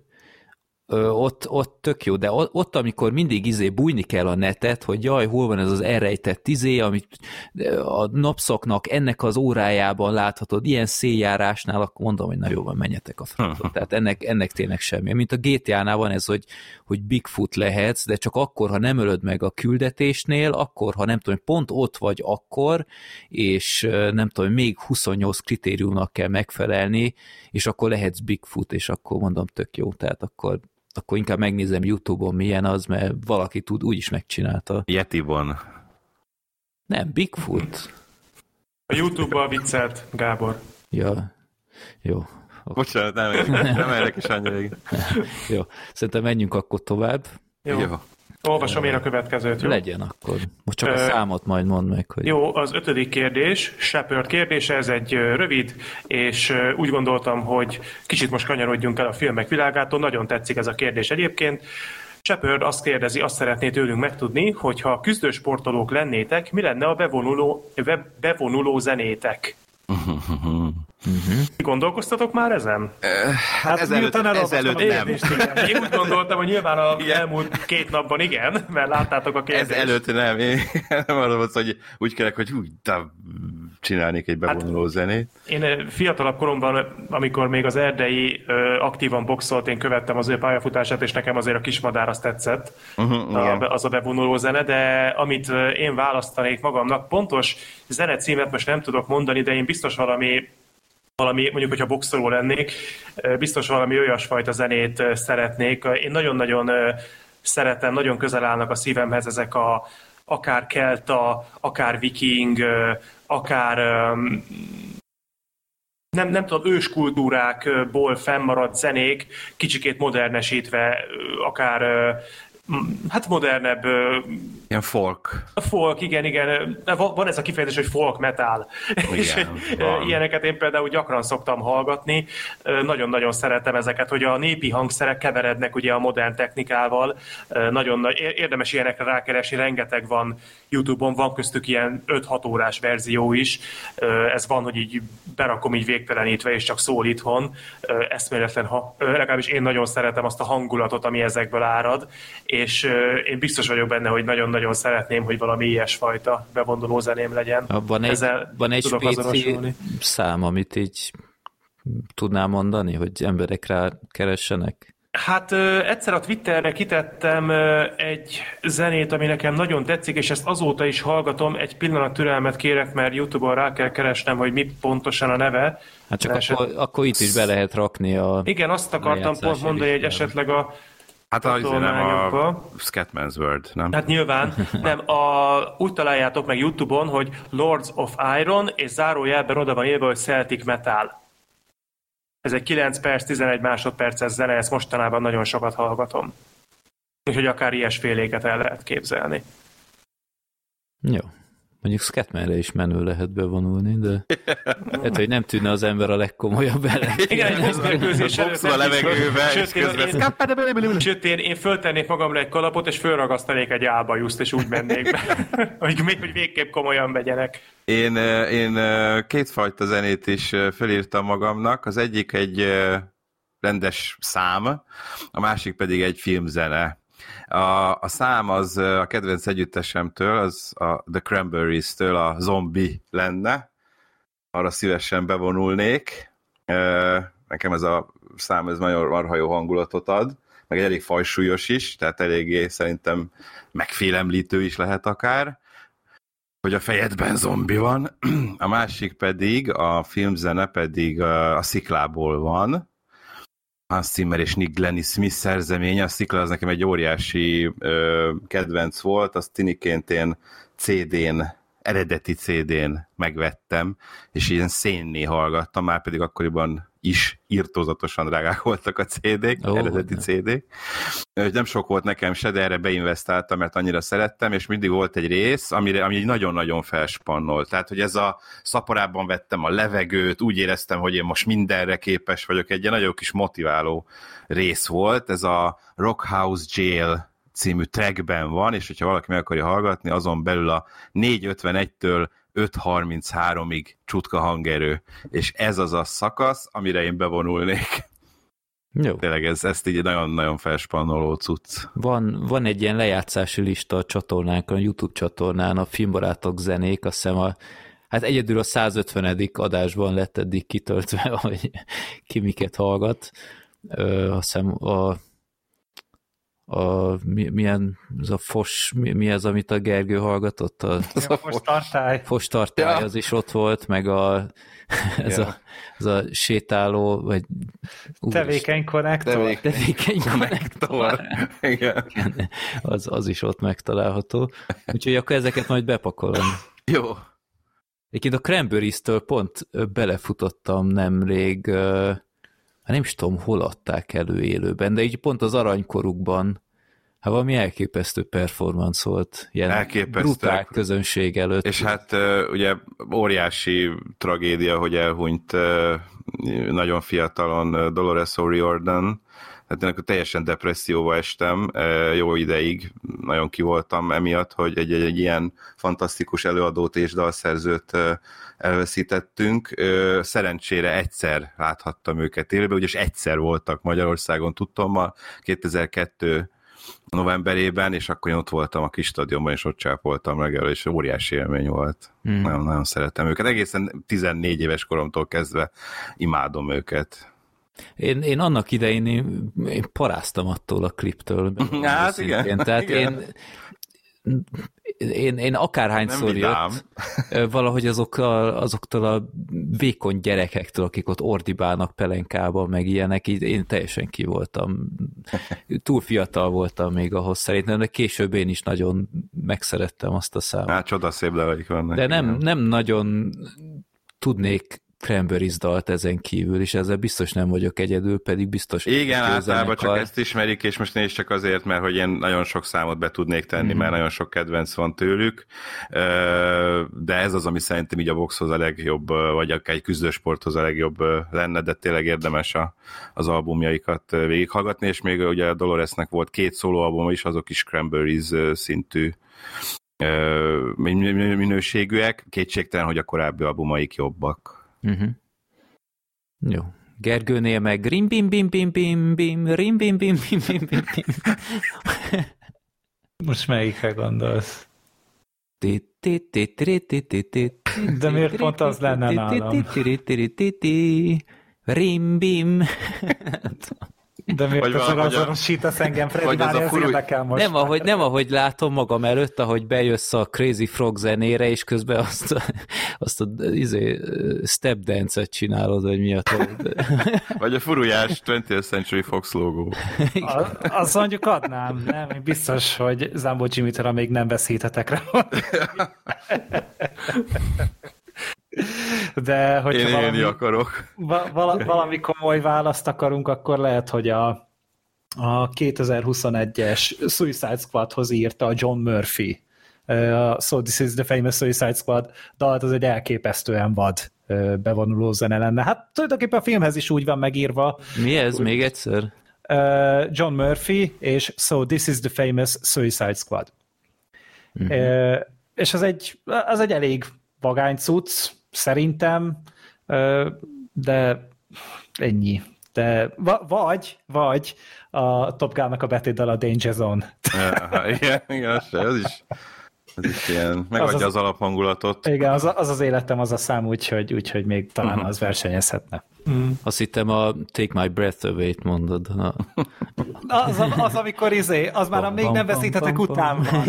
Ott, ott tök jó, de ott, amikor mindig izé bújni kell a netet, hogy jaj, hol van ez az elrejtett izé, amit a napszaknak ennek az órájában láthatod, ilyen széljárásnál, akkor mondom, hogy na jó van, menjetek a francba. Tehát ennek, ennek tényleg semmi. Mint a gé té á-nál van ez, hogy, hogy Bigfoot lehetsz, de csak akkor, ha nem ölöd meg a küldetésnél, akkor, ha nem tudom, pont ott vagy akkor, és nem tudom, még huszonnyolc kritériumnak kell megfelelni, és akkor lehetsz Bigfoot, és akkor mondom, tök jó, tehát akkor akkor inkább megnézem YouTube-on milyen az, mert valaki tud, úgyis megcsinálta. Yeti-bon. Nem, Bigfoot. A YouTube-ban viccelt, Gábor. Ja, jó. Bocsánat, nem, nem érdekes annyira. Jó, szerintem menjünk akkor tovább. Jó. jó. Olvasom én a következőt, jó? Legyen akkor. Most csak a számot majd mondd meg, hogy... Jó, az ötödik kérdés, Shepard kérdése, ez egy rövid, és úgy gondoltam, hogy kicsit most kanyarodjunk el a filmek világától, nagyon tetszik ez a kérdés egyébként. Shepard azt kérdezi, azt szeretné tőlünk megtudni, hogy ha küzdősportolók lennétek, mi lenne a bevonuló, bevonuló zenétek? Uh-huh. Gondolkoztatok már ezen? Uh, hát ezelőtt, ezelőtt nem. Én úgy gondoltam, hogy nyilván a igen. elmúlt két napban igen, mert láttátok a kérdést. Ezelőtt nem. Én nem arra volt, hogy úgy kellek, hogy úgy csinálnék egy bevonuló hát, zenét. Én fiatalabb koromban, amikor még az Erdei aktívan boxolt, én követtem az ő pályafutását, és nekem azért a Kismadár azt tetszett, uh-huh, a, az a bevonuló zene, de amit én választanék magamnak, pontos zenecímet most nem tudok mondani, de én biztos valami valami, mondjuk, hogyha boxoló lennék, biztos valami olyasfajta zenét szeretnék. Én nagyon-nagyon szeretem, nagyon közel állnak a szívemhez ezek a akár kelta, akár viking, akár nem, nem tudom, őskultúrákból fennmaradt zenék, kicsikét modernesítve, akár hát modernebb... Ilyen folk. Folk, igen, igen. Van ez a kifejezés, hogy folk metal. Igen, és ilyeneket én például gyakran szoktam hallgatni. Nagyon-nagyon szeretem ezeket, hogy a népi hangszerek keverednek ugye a modern technikával. Nagyon érdemes ilyenekre rákeresni, rengeteg van YouTube-on, van köztük ilyen öt-hat órás verzió is. Ez van, hogy így berakom így végtelenítve, és csak szól itthon. Eszméletlen, ha, legalábbis én nagyon szeretem azt a hangulatot, ami ezekből árad, és én biztos vagyok benne, hogy nagyon-nagyon szeretném, hogy valami ilyesfajta bevonuló zeném legyen. Van egy, van egy spéci szám, amit így tudnám mondani, hogy emberek rá keressenek? Hát egyszer a Twitterre kitettem egy zenét, ami nekem nagyon tetszik, és ezt azóta is hallgatom. Egy pillanat türelmet kérek, mert YouTube-on rá kell keresnem, hogy mi pontosan a neve. Hát csak eset... akkor, akkor itt is be lehet rakni a... Igen, azt akartam pont mondani, hogy esetleg a Hát az nem a Scatman's World, nem? Hát nyilván, nem. A, úgy találjátok meg YouTube-on, hogy Lords of Iron, és zárójelben oda van írva, hogy Celtic Metal. Ez egy kilenc perc, tizenegy másodperces zene, ezt mostanában nagyon sokat hallgatom. Úgyhogy akár ilyesféléket el lehet képzelni. Jó. Mondjuk Scatmanre is menő lehet bevonulni, de hát, hogy nem tűnne az ember a legkomolyabb ellen. Igen, egy hozmérkőzés előtt a levegőbe, sőt, én, sőt, én, én föltennék magamra egy kalapot, és fölragasztanék egy álbajuszt, és úgy mennék be, hogy, hogy végképp komolyan vegyenek. Én, én kétfajta zenét is felírtam magamnak. Az egyik egy rendes szám, a másik pedig egy filmzene. A, a szám az a kedvenc együttesemtől, az a The Cranberries-től a Zombie lenne. Arra szívesen bevonulnék. Nekem ez a szám ez nagyon marha jó hangulatot ad, meg egy elég fajsúlyos is, tehát eléggé szerintem megfélemlítő is lehet akár, hogy a fejedben zombi van. A másik pedig, a filmzene pedig a Sziklából van, Hans Zimmer és Nick Glennie Smith szerzeménye. A Szikla az nekem egy óriási ö, kedvenc volt, azt tiniként én cé dén, eredeti cé dén megvettem, és ilyen szénné hallgattam, már pedig akkoriban is irtózatosan drágák voltak a cé dék, oh, eredeti cé dék. Nem sok volt nekem se, de erre beinvestáltam, mert annyira szerettem, és mindig volt egy rész, amire, ami nagyon-nagyon felspannolt. Tehát, hogy ez a szaporában vettem a levegőt, úgy éreztem, hogy én most mindenre képes vagyok, egy ilyen nagyon kis motiváló rész volt. Ez a Rockhouse Jail című trackben van, és hogyha valaki meg akarja hallgatni, azon belül a négy ötvenegytől öt harminchárom-ig csutka hangerő, és ez az a szakasz, amire én bevonulnék. Jó. Tényleg ez, ezt így nagyon-nagyon felspannoló cucc. Van, van egy ilyen lejátszási lista a csatornánkon, a YouTube csatornán, a Filmbarátok zenék, azt hiszem a, hát egyedül a százötvenedik adásban lett eddig kitöltve, hogy ki miket hallgat. Ö, azt hiszem a a, mi, milyen, ez a fos, mi, mi az, amit a Gergő hallgatott? A, a fostartály. Fostartály, ja. Az is ott volt, meg a, ez, ja. a, ez a sétáló, vagy... Tevékeny konnektor. Tevékeny, Tevékeny konnektor. Igen. Igen. Az, az is ott megtalálható. Úgyhogy akkor ezeket majd bepakolom. Jó. Egyébként a Cranberries-től pont belefutottam nemrég, hát nem is tudom, hol adták elő élőben, de így pont az aranykorukban, hát valami elképesztő performance volt, ilyen brutál közönség előtt. És hát ugye óriási tragédia, hogy elhunyt nagyon fiatalon Dolores O'Riordan, hát én akkor teljesen depresszióba estem, jó ideig, nagyon kivoltam emiatt, hogy egy, egy, egy ilyen fantasztikus előadót és dalszerzőt elveszítettünk. Szerencsére egyszer láthattam őket élőben, úgyis egyszer voltak Magyarországon, tudtam, ma kétezer-kettő novemberében, és akkor én ott voltam a kis stadionban, és ott csápoltam reggel, és óriási élmény volt. Mm. Nagyon, nagyon szeretem őket. Egészen tizennégy éves koromtól kezdve imádom őket. Én, én annak idején én, én paráztam attól a kliptől. Hát igen. Tehát igen. én Én, én akárhányszor jött, valahogy azoktól, azoktól a vékony gyerekektől, akik ott ordibálnak pelenkában, meg ilyenek, így én teljesen ki voltam. Túl fiatal voltam még ahhoz szerintem, de később én is nagyon megszerettem azt a számot. Hát csodaszép leveik vannak. De nem, nem nagyon tudnék Cranberries dalt ezen kívül, és ezzel biztos nem vagyok egyedül, pedig biztos... Igen, általában csak ezt ismerik, és most én is csak azért, mert hogy én nagyon sok számot be tudnék tenni, mm-hmm. mert nagyon sok kedvenc van tőlük, de ez az, ami szerintem így a boxhoz a legjobb, vagy akár egy küzdősporthoz a legjobb lenne, de tényleg érdemes a, az albumjaikat végighallgatni, és még ugye a Doloresnek volt két szólóalbuma is, azok is Cranberries szintű minőségűek, kétségtelen, hogy a korábbi albumaik jobbak. Uh-huh. Jó. Gergőnél meg rim bim bim bim bim bim rim bim bim bim bim bim bim. Most melyikre gondolsz? De miért pont az lenne nálam? Rim bim. De miért te azonosítasz engem, Freddy? Már ez furú... érdekel most. Nem ahogy, nem ahogy látom magam előtt, ahogy bejössz a Crazy Frog zenére, és közben azt a, azt a izé, step dance-et csinálod, vagy mi a tovább. Vagy a furujás twentieth Century Fox logó. Az, azt mondjuk adnám, nem? Én biztos, hogy Zambó Jimmy-től még nem veszíthetek rá. De hogyha én valami, akarok. Val- valami komoly választ akarunk, akkor lehet, hogy a, a kétezer-huszonegyes Suicide Squadhoz írta a John Murphy. Uh, so This is the Famous Suicide Squad dalt, az egy elképesztően vad uh, bevonuló zene lenne. Hát tulajdonképpen a filmhez is úgy van megírva. Mi ez? Úgy, még egyszer? Uh, John Murphy és So This is the Famous Suicide Squad. Uh-huh. Uh, és az egy, az egy elég vagány cucc, szerintem, de ennyi. De vagy, vagy a Top Gun-nak a betétdal a Danger Zone. Ja, igen, igen, az is, az is ilyen, megadja az, az, az alaphangulatot. Igen, az, az az életem, az a szám, úgyhogy, úgyhogy még talán uh-huh. az versenyezhetne. Mm. Azt hittem a Take My Breath Away-t mondod. Na. Az, az, amikor izé, az már a még nem veszíthetek után van.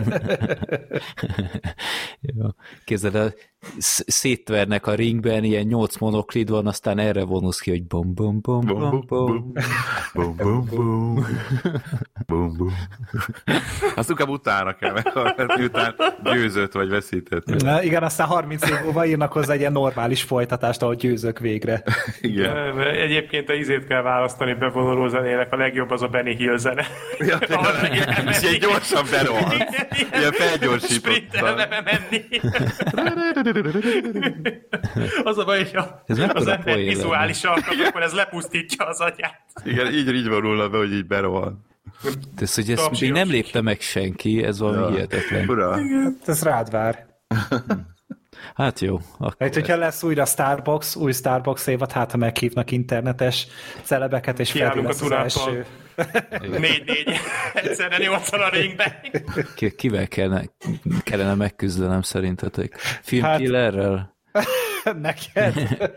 Jó. Képzeld, szétvernek a ringben, ilyen nyolc monoklid van, aztán erre vonulsz ki, hogy bom bom bom bom bom bom bom bom bom bom. Azt inkább utána kell meghallgatni, miután győzött vagy veszített. Na, igen, aztán harminc év múlva írnak hozzá egy ilyen normális folytatást, ahogy győzök végre. Igen. Egyébként a izét kell választani bevonuló zenének, a legjobb az a Benny Hill zene. Ja, és ilyen gyorsan berohan. Ilyen felgyorsított. Sprintelve menni. Az a baj, hogy az ember vizuális alkat, akkor ez lepusztítja az agyát. Igen, így, így vonulna be, hogy így berohan. De ez, hogy ezt még nem lépte meg senki, ez valami ja, hihetetlen. Ura. Hát ez rád vár. Hát jó. Hát, hogyha lesz újra Starbucks, új Starbucks évad, hát ha meghívnak internetes celebeket, és Freddy lesz az első. négy-négy. Egyszerre nyolcvan a ringben. Kivel kellene, kellene megküzdenem szerintetek? Filmkillerrel? Hát, neked?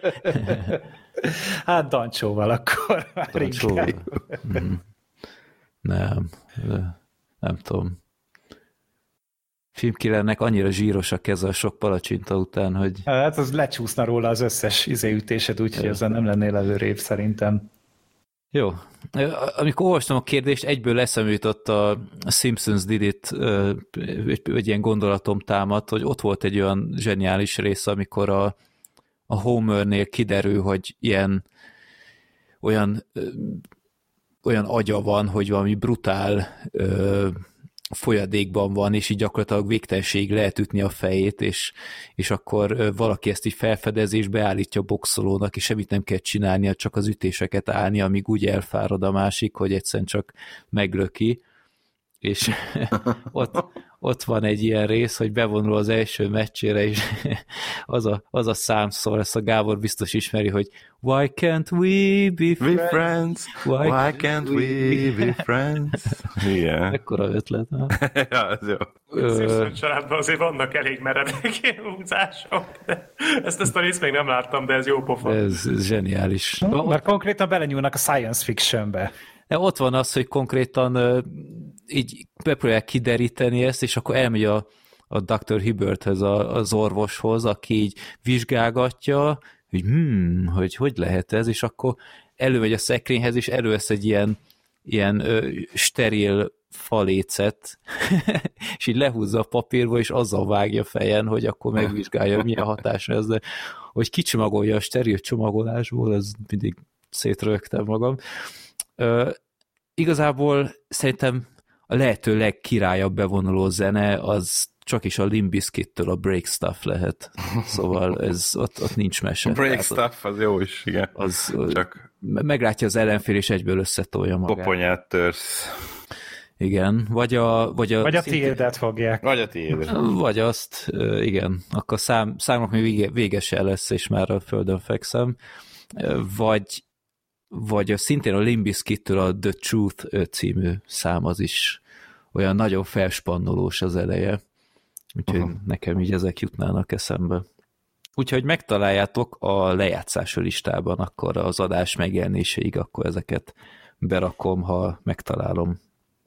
Hát Dancsóval akkor. Dancsóval? Mm. Nem. Nem tudom. Filmkillernek annyira zsíros a keze a sok palacsinta után, hogy... Hát az lecsúszna róla az összes izéütésed, úgyhogy ezzel nem lennél előrébb szerintem. Jó. Amikor olvastam a kérdést, egyből eszembe jutott a Simpsons Did It, egy ilyen gondolatom támadt, hogy ott volt egy olyan zseniális rész, amikor a, a Homernél kiderül, hogy ilyen olyan, olyan agya van, hogy valami brutál folyadékban van, és így gyakorlatilag végtelenség lehet ütni a fejét, és, és akkor valaki ezt így felfedezi, és beállítja a boxolónak, és semmit nem kell csinálnia, csak az ütéseket állni, amíg úgy elfárad a másik, hogy egyszerűen csak meglöki, és ott, ott van egy ilyen rész, hogy bevonul az első meccsére, és az a, az a számszor, ezt a Gábor biztos ismeri, hogy why can't we be friends? Be friends? Why, why can't we be friends? Igen. Ekkora ötlet. Ja, ez jó. Simpson családban azért vannak elég meredek húzások. Ezt, ezt a részt még nem láttam, de ez jó pofa. Ez, ez zseniális. Mert konkrétan belenyúlnak a science fictionbe. Ott van az, hogy konkrétan uh, így bepróbálják kideríteni ezt, és akkor elmegy a, a doktor Hibberthez, a, az orvoshoz, aki így vizsgálgatja, hogy hmm, hogy hogy lehet ez, és akkor előmegy a szekrényhez, és elővesz egy ilyen, ilyen ö, steril falécet, és így lehúzza a papírba, és azzal vágja fejen, hogy akkor megvizsgálja, milyen hatása ez, de hogy kicsomagolja a steril csomagolásból, ez mindig szétrögtem magam. Ö, igazából szerintem a lehető legkirályabb bevonuló zene az csak is a Limp Bizkittől a Break Stuff lehet. Szóval ez, ott, ott nincs mese. Break Stuff, az jó is, igen. Az, csak meglátja az ellenfél, és egyből összetolja magát. Poponyát törsz. Igen, vagy a... Vagy a, vagy a szintén, tiédet fogják. Vagy a tiédet. Vagy azt, igen. Akkor szám, számok még vége, végese lesz, és már a földön fekszem. Vagy, vagy a, szintén a Limp Bizkittől a The Truth című szám, az is olyan nagyon felspannolós az eleje. Úgyhogy uh-huh. nekem így ezek jutnának eszembe. Úgyhogy megtaláljátok a lejátszási listában, akkor az adás megjelenéséig, akkor ezeket berakom, ha megtalálom.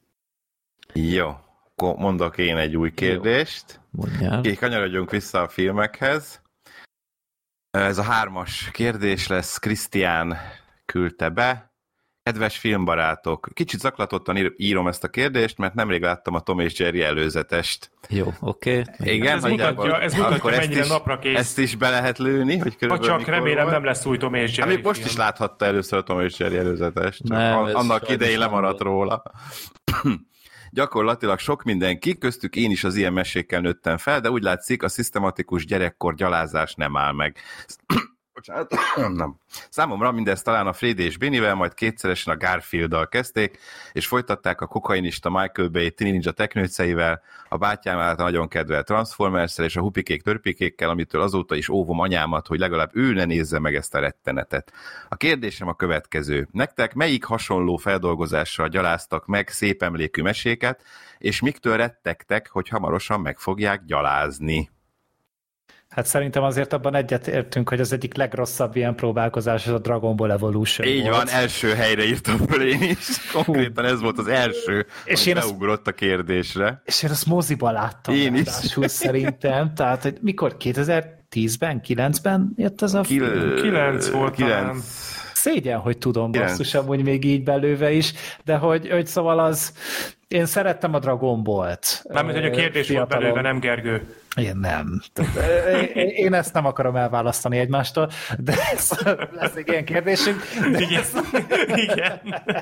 Jó, akkor mondok én egy új kérdést. Mondjál. Kanyarodjunk vissza a filmekhez. Ez a hármas kérdés lesz, Krisztián küldte be. Kedves filmbarátok, kicsit zaklatottan írom ezt a kérdést, mert nemrég láttam a Tom és Jerry előzetest. Jó, oké. Okay. Igen, ez mutatja, ez mutatja mennyire is, napra kész. Ezt is be lehet lőni, hogy körülbelül ha csak remélem volt. Nem lesz új Tom és Jerry. Hát most is láthatta először a Tom és Jerry előzetest, csak nem, annak idején lemaradt róla. Gyakorlatilag sok mindenki, köztük én is az ilyen mesékkel nőttem fel, de úgy látszik, a szisztematikus gyerekkor gyalázás nem áll meg. Bocsánat, nem. Számomra mindezt talán a Freddy és Bennyvel, majd kétszeresen a Garfield-dal kezdték, és folytatták a kokainista Michael Bay Tini Ninja teknőceivel, a bátyám által nagyon kedvelt Transformers-szel és a hupikék törpikékkel, amitől azóta is óvom anyámat, hogy legalább ő ne nézze meg ezt a rettenetet. A kérdésem a következő. Nektek melyik hasonló feldolgozással gyaláztak meg szép emlékű meséket, és miktől rettegtek, hogy hamarosan meg fogják gyalázni? Hát szerintem azért abban egyetértünk, hogy az egyik legrosszabb ilyen próbálkozás az a Dragon Ball Evolution Így volt. van, első helyre írtam föl én is. Konkrétan ez volt az első, és hogy beugrott a kérdésre. És én azt moziba láttam. Én is. Szerintem, tehát hogy mikor kétezer-tízben, kilencben jött ez a film? kilenc volt kilenc. Szégyen, hogy tudom, basszus, amúgy még így belőve is, de hogy, hogy szóval az... Én szerettem a Dragon Ballt. Nem, hogy a kérdés fiatalom. Volt belőle, nem Gergő. Én nem. Én ezt nem akarom elválasztani egymástól, de lesz egy ilyen kérdésünk. De, igen. igen.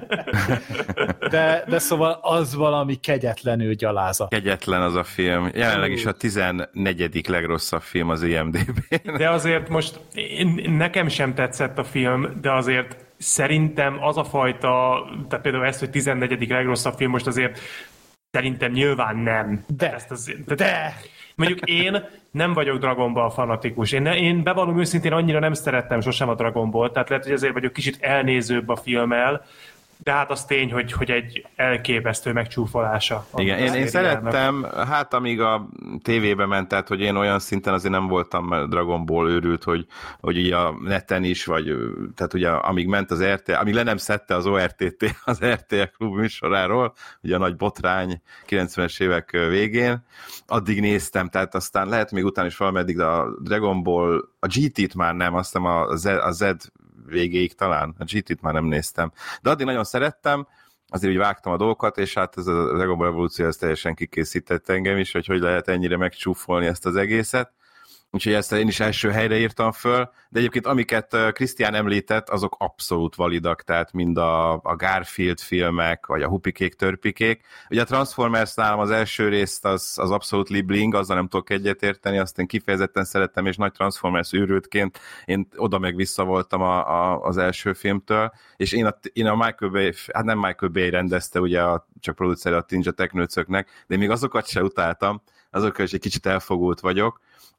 De, de szóval az valami kegyetlenül gyalázat. Kegyetlen az a film. Jelenleg is a tizennegyedik legrosszabb film az I M D B-n. De azért most én, nekem sem tetszett a film, de azért szerintem az a fajta, tehát például ezt, hogy tizennegyedik legrosszabb film, most azért szerintem nyilván nem. De, ezt az, de, de. Mondjuk én nem vagyok Dragon Ball fanatikus. Én, ne, én bevallom őszintén annyira nem szerettem sosem a Dragon Ball, tehát lehet, hogy ezért vagyok kicsit elnézőbb a filmmel, de hát az tény, hogy, hogy egy elképesztő megcsúfolása. Igen, én, én szerettem, hát amíg a tévébe ment, tehát hogy én olyan szinten azért nem voltam Dragon Ball őrült, hogy, hogy ugye a neten is, vagy tehát ugye amíg ment az er té el, amíg le nem szedte az o er té té az er té el klub műsoráról, ugye a nagy botrány kilencvenes évek végén, addig néztem, tehát aztán lehet még utána is valameddig, de a Dragon Ball, a gé té-t már nem, azt hiszem a Z, a Z végéig talán, a gé té-t már nem néztem. De addig nagyon szerettem, azért úgy vágtam a dolgokat, és hát ez a Dragon Ball Evolúció ez teljesen kikészített engem is, hogy hogy lehet ennyire megcsúfolni ezt az egészet. Úgyhogy ezt én is első helyre írtam föl, de egyébként amiket Krisztián említett, azok abszolút validak, tehát mind a, a Garfield filmek, vagy a hupikék, törpikék. Ugye a Transformers nálam az első részt az, az abszolút libling, azzal nem tudok egyetérteni, azt én kifejezetten szerettem, és nagy Transformers őrültként én oda meg vissza voltam a, a, az első filmtől, és én a, én a Michael Bay, hát nem Michael Bay rendezte, ugye a, csak producere a Ninja Teknőcöknek, de még azokat se utáltam, azokkal is egy kicsit elfogult vagyok.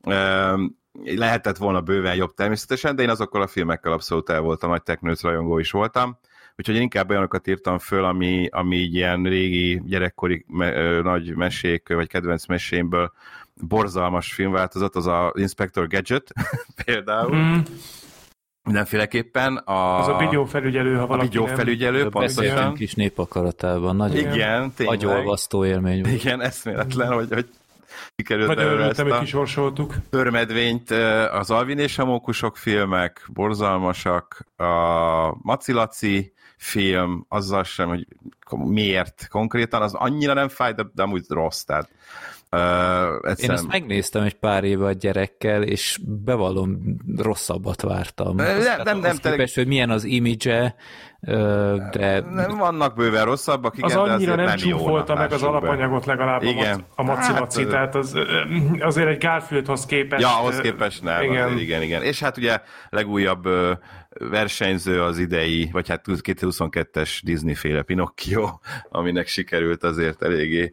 Lehetett volna bőven jobb természetesen, de én azokkal a filmekkel abszolút el voltam, nagy Teknőc rajongó is voltam, úgyhogy én inkább olyanokat írtam föl, ami, ami ilyen régi gyerekkori me, nagy mesék, vagy kedvenc mesémből borzalmas filmváltozat, az a Inspector Gadget például. Mm. Mindenféleképpen. A, az a videófelügyelő, ha valaki a videófelügyelő, pontosan. Kis népakaratában. Nagyon igen, tényleg. agyolvasztó élmény volt. Igen, eszméletlen, hogy, hogy sikerült Nagyon belőle ezt örültem, hogy a kisorsoltuk. törmedvényt. Az Alvin és a mókusok filmek, borzalmasak, a Macilaci film, azzal sem, hogy miért konkrétan, az annyira nem fáj, de, de amúgy rossz, tehát Uh, egyszerűen... Én ezt megnéztem egy pár éve a gyerekkel, és bevallom, rosszabbat vártam. Nem, Azt, nem, nem. Az képest, hogy milyen az image, de... Nem, vannak bőven rosszabbak, igen, az de annyira azért nem, nem csúfolta meg az alapanyagot legalább igen. a Maci-Maci, hát, tehát az, azért egy Garfieldhoz képest... Ja, ahhoz képest nem, igen. Azért, igen, igen. És hát ugye legújabb versenyző az idei, vagy hát kétezer-huszonkettes Disney-féle Pinocchio, aminek sikerült azért eléggé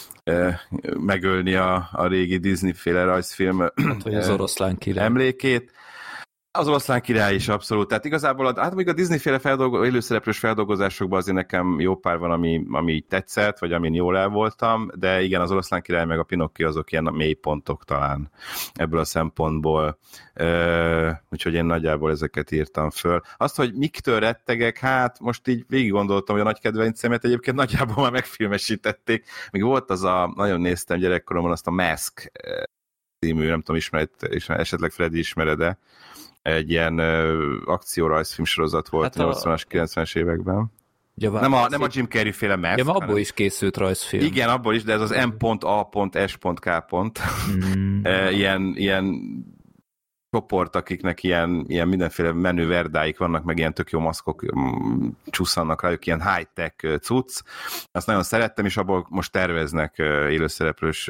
megölni a, a régi Disney-féle rajzfilm hát, hogy az oroszlán király emlékét. Az oroszlán király is abszolút. Tehát igazából, hát még a Disney-féle feldolgo- élőszereplős feldolgozásokban azért nekem jó pár van, ami, ami tetszett, vagy amin jól el voltam, de igen, az oroszlán király meg a Pinocchio azok ilyen mélypontok talán ebből a szempontból. Uh, úgyhogy én nagyjából ezeket írtam föl. Azt, hogy miktől rettegek, hát most így végig gondoltam, hogy a nagy kedvencemet egyébként nagyjából már megfilmesítették. Még volt az a, nagyon néztem gyerekkoromban azt a Mask című, nem tudom, ismered, esetleg Freddy ismered-e, egy ilyen uh, akciórajzfilm sorozat volt hát a nyolcvanas, kilencvenes években. Ja, nem, a, nem a Jim Carrey féle Mask. Ja, abból hanem... is készült rajzfilm. Igen, abból is, de ez az M A S K. Mm. ilyen, ilyen csoport, akiknek ilyen, ilyen mindenféle menő verdáik vannak, meg ilyen tök jó maszkok csúszannak rájuk, ilyen high-tech cucc. Azt nagyon szerettem, és abból most terveznek élőszereplős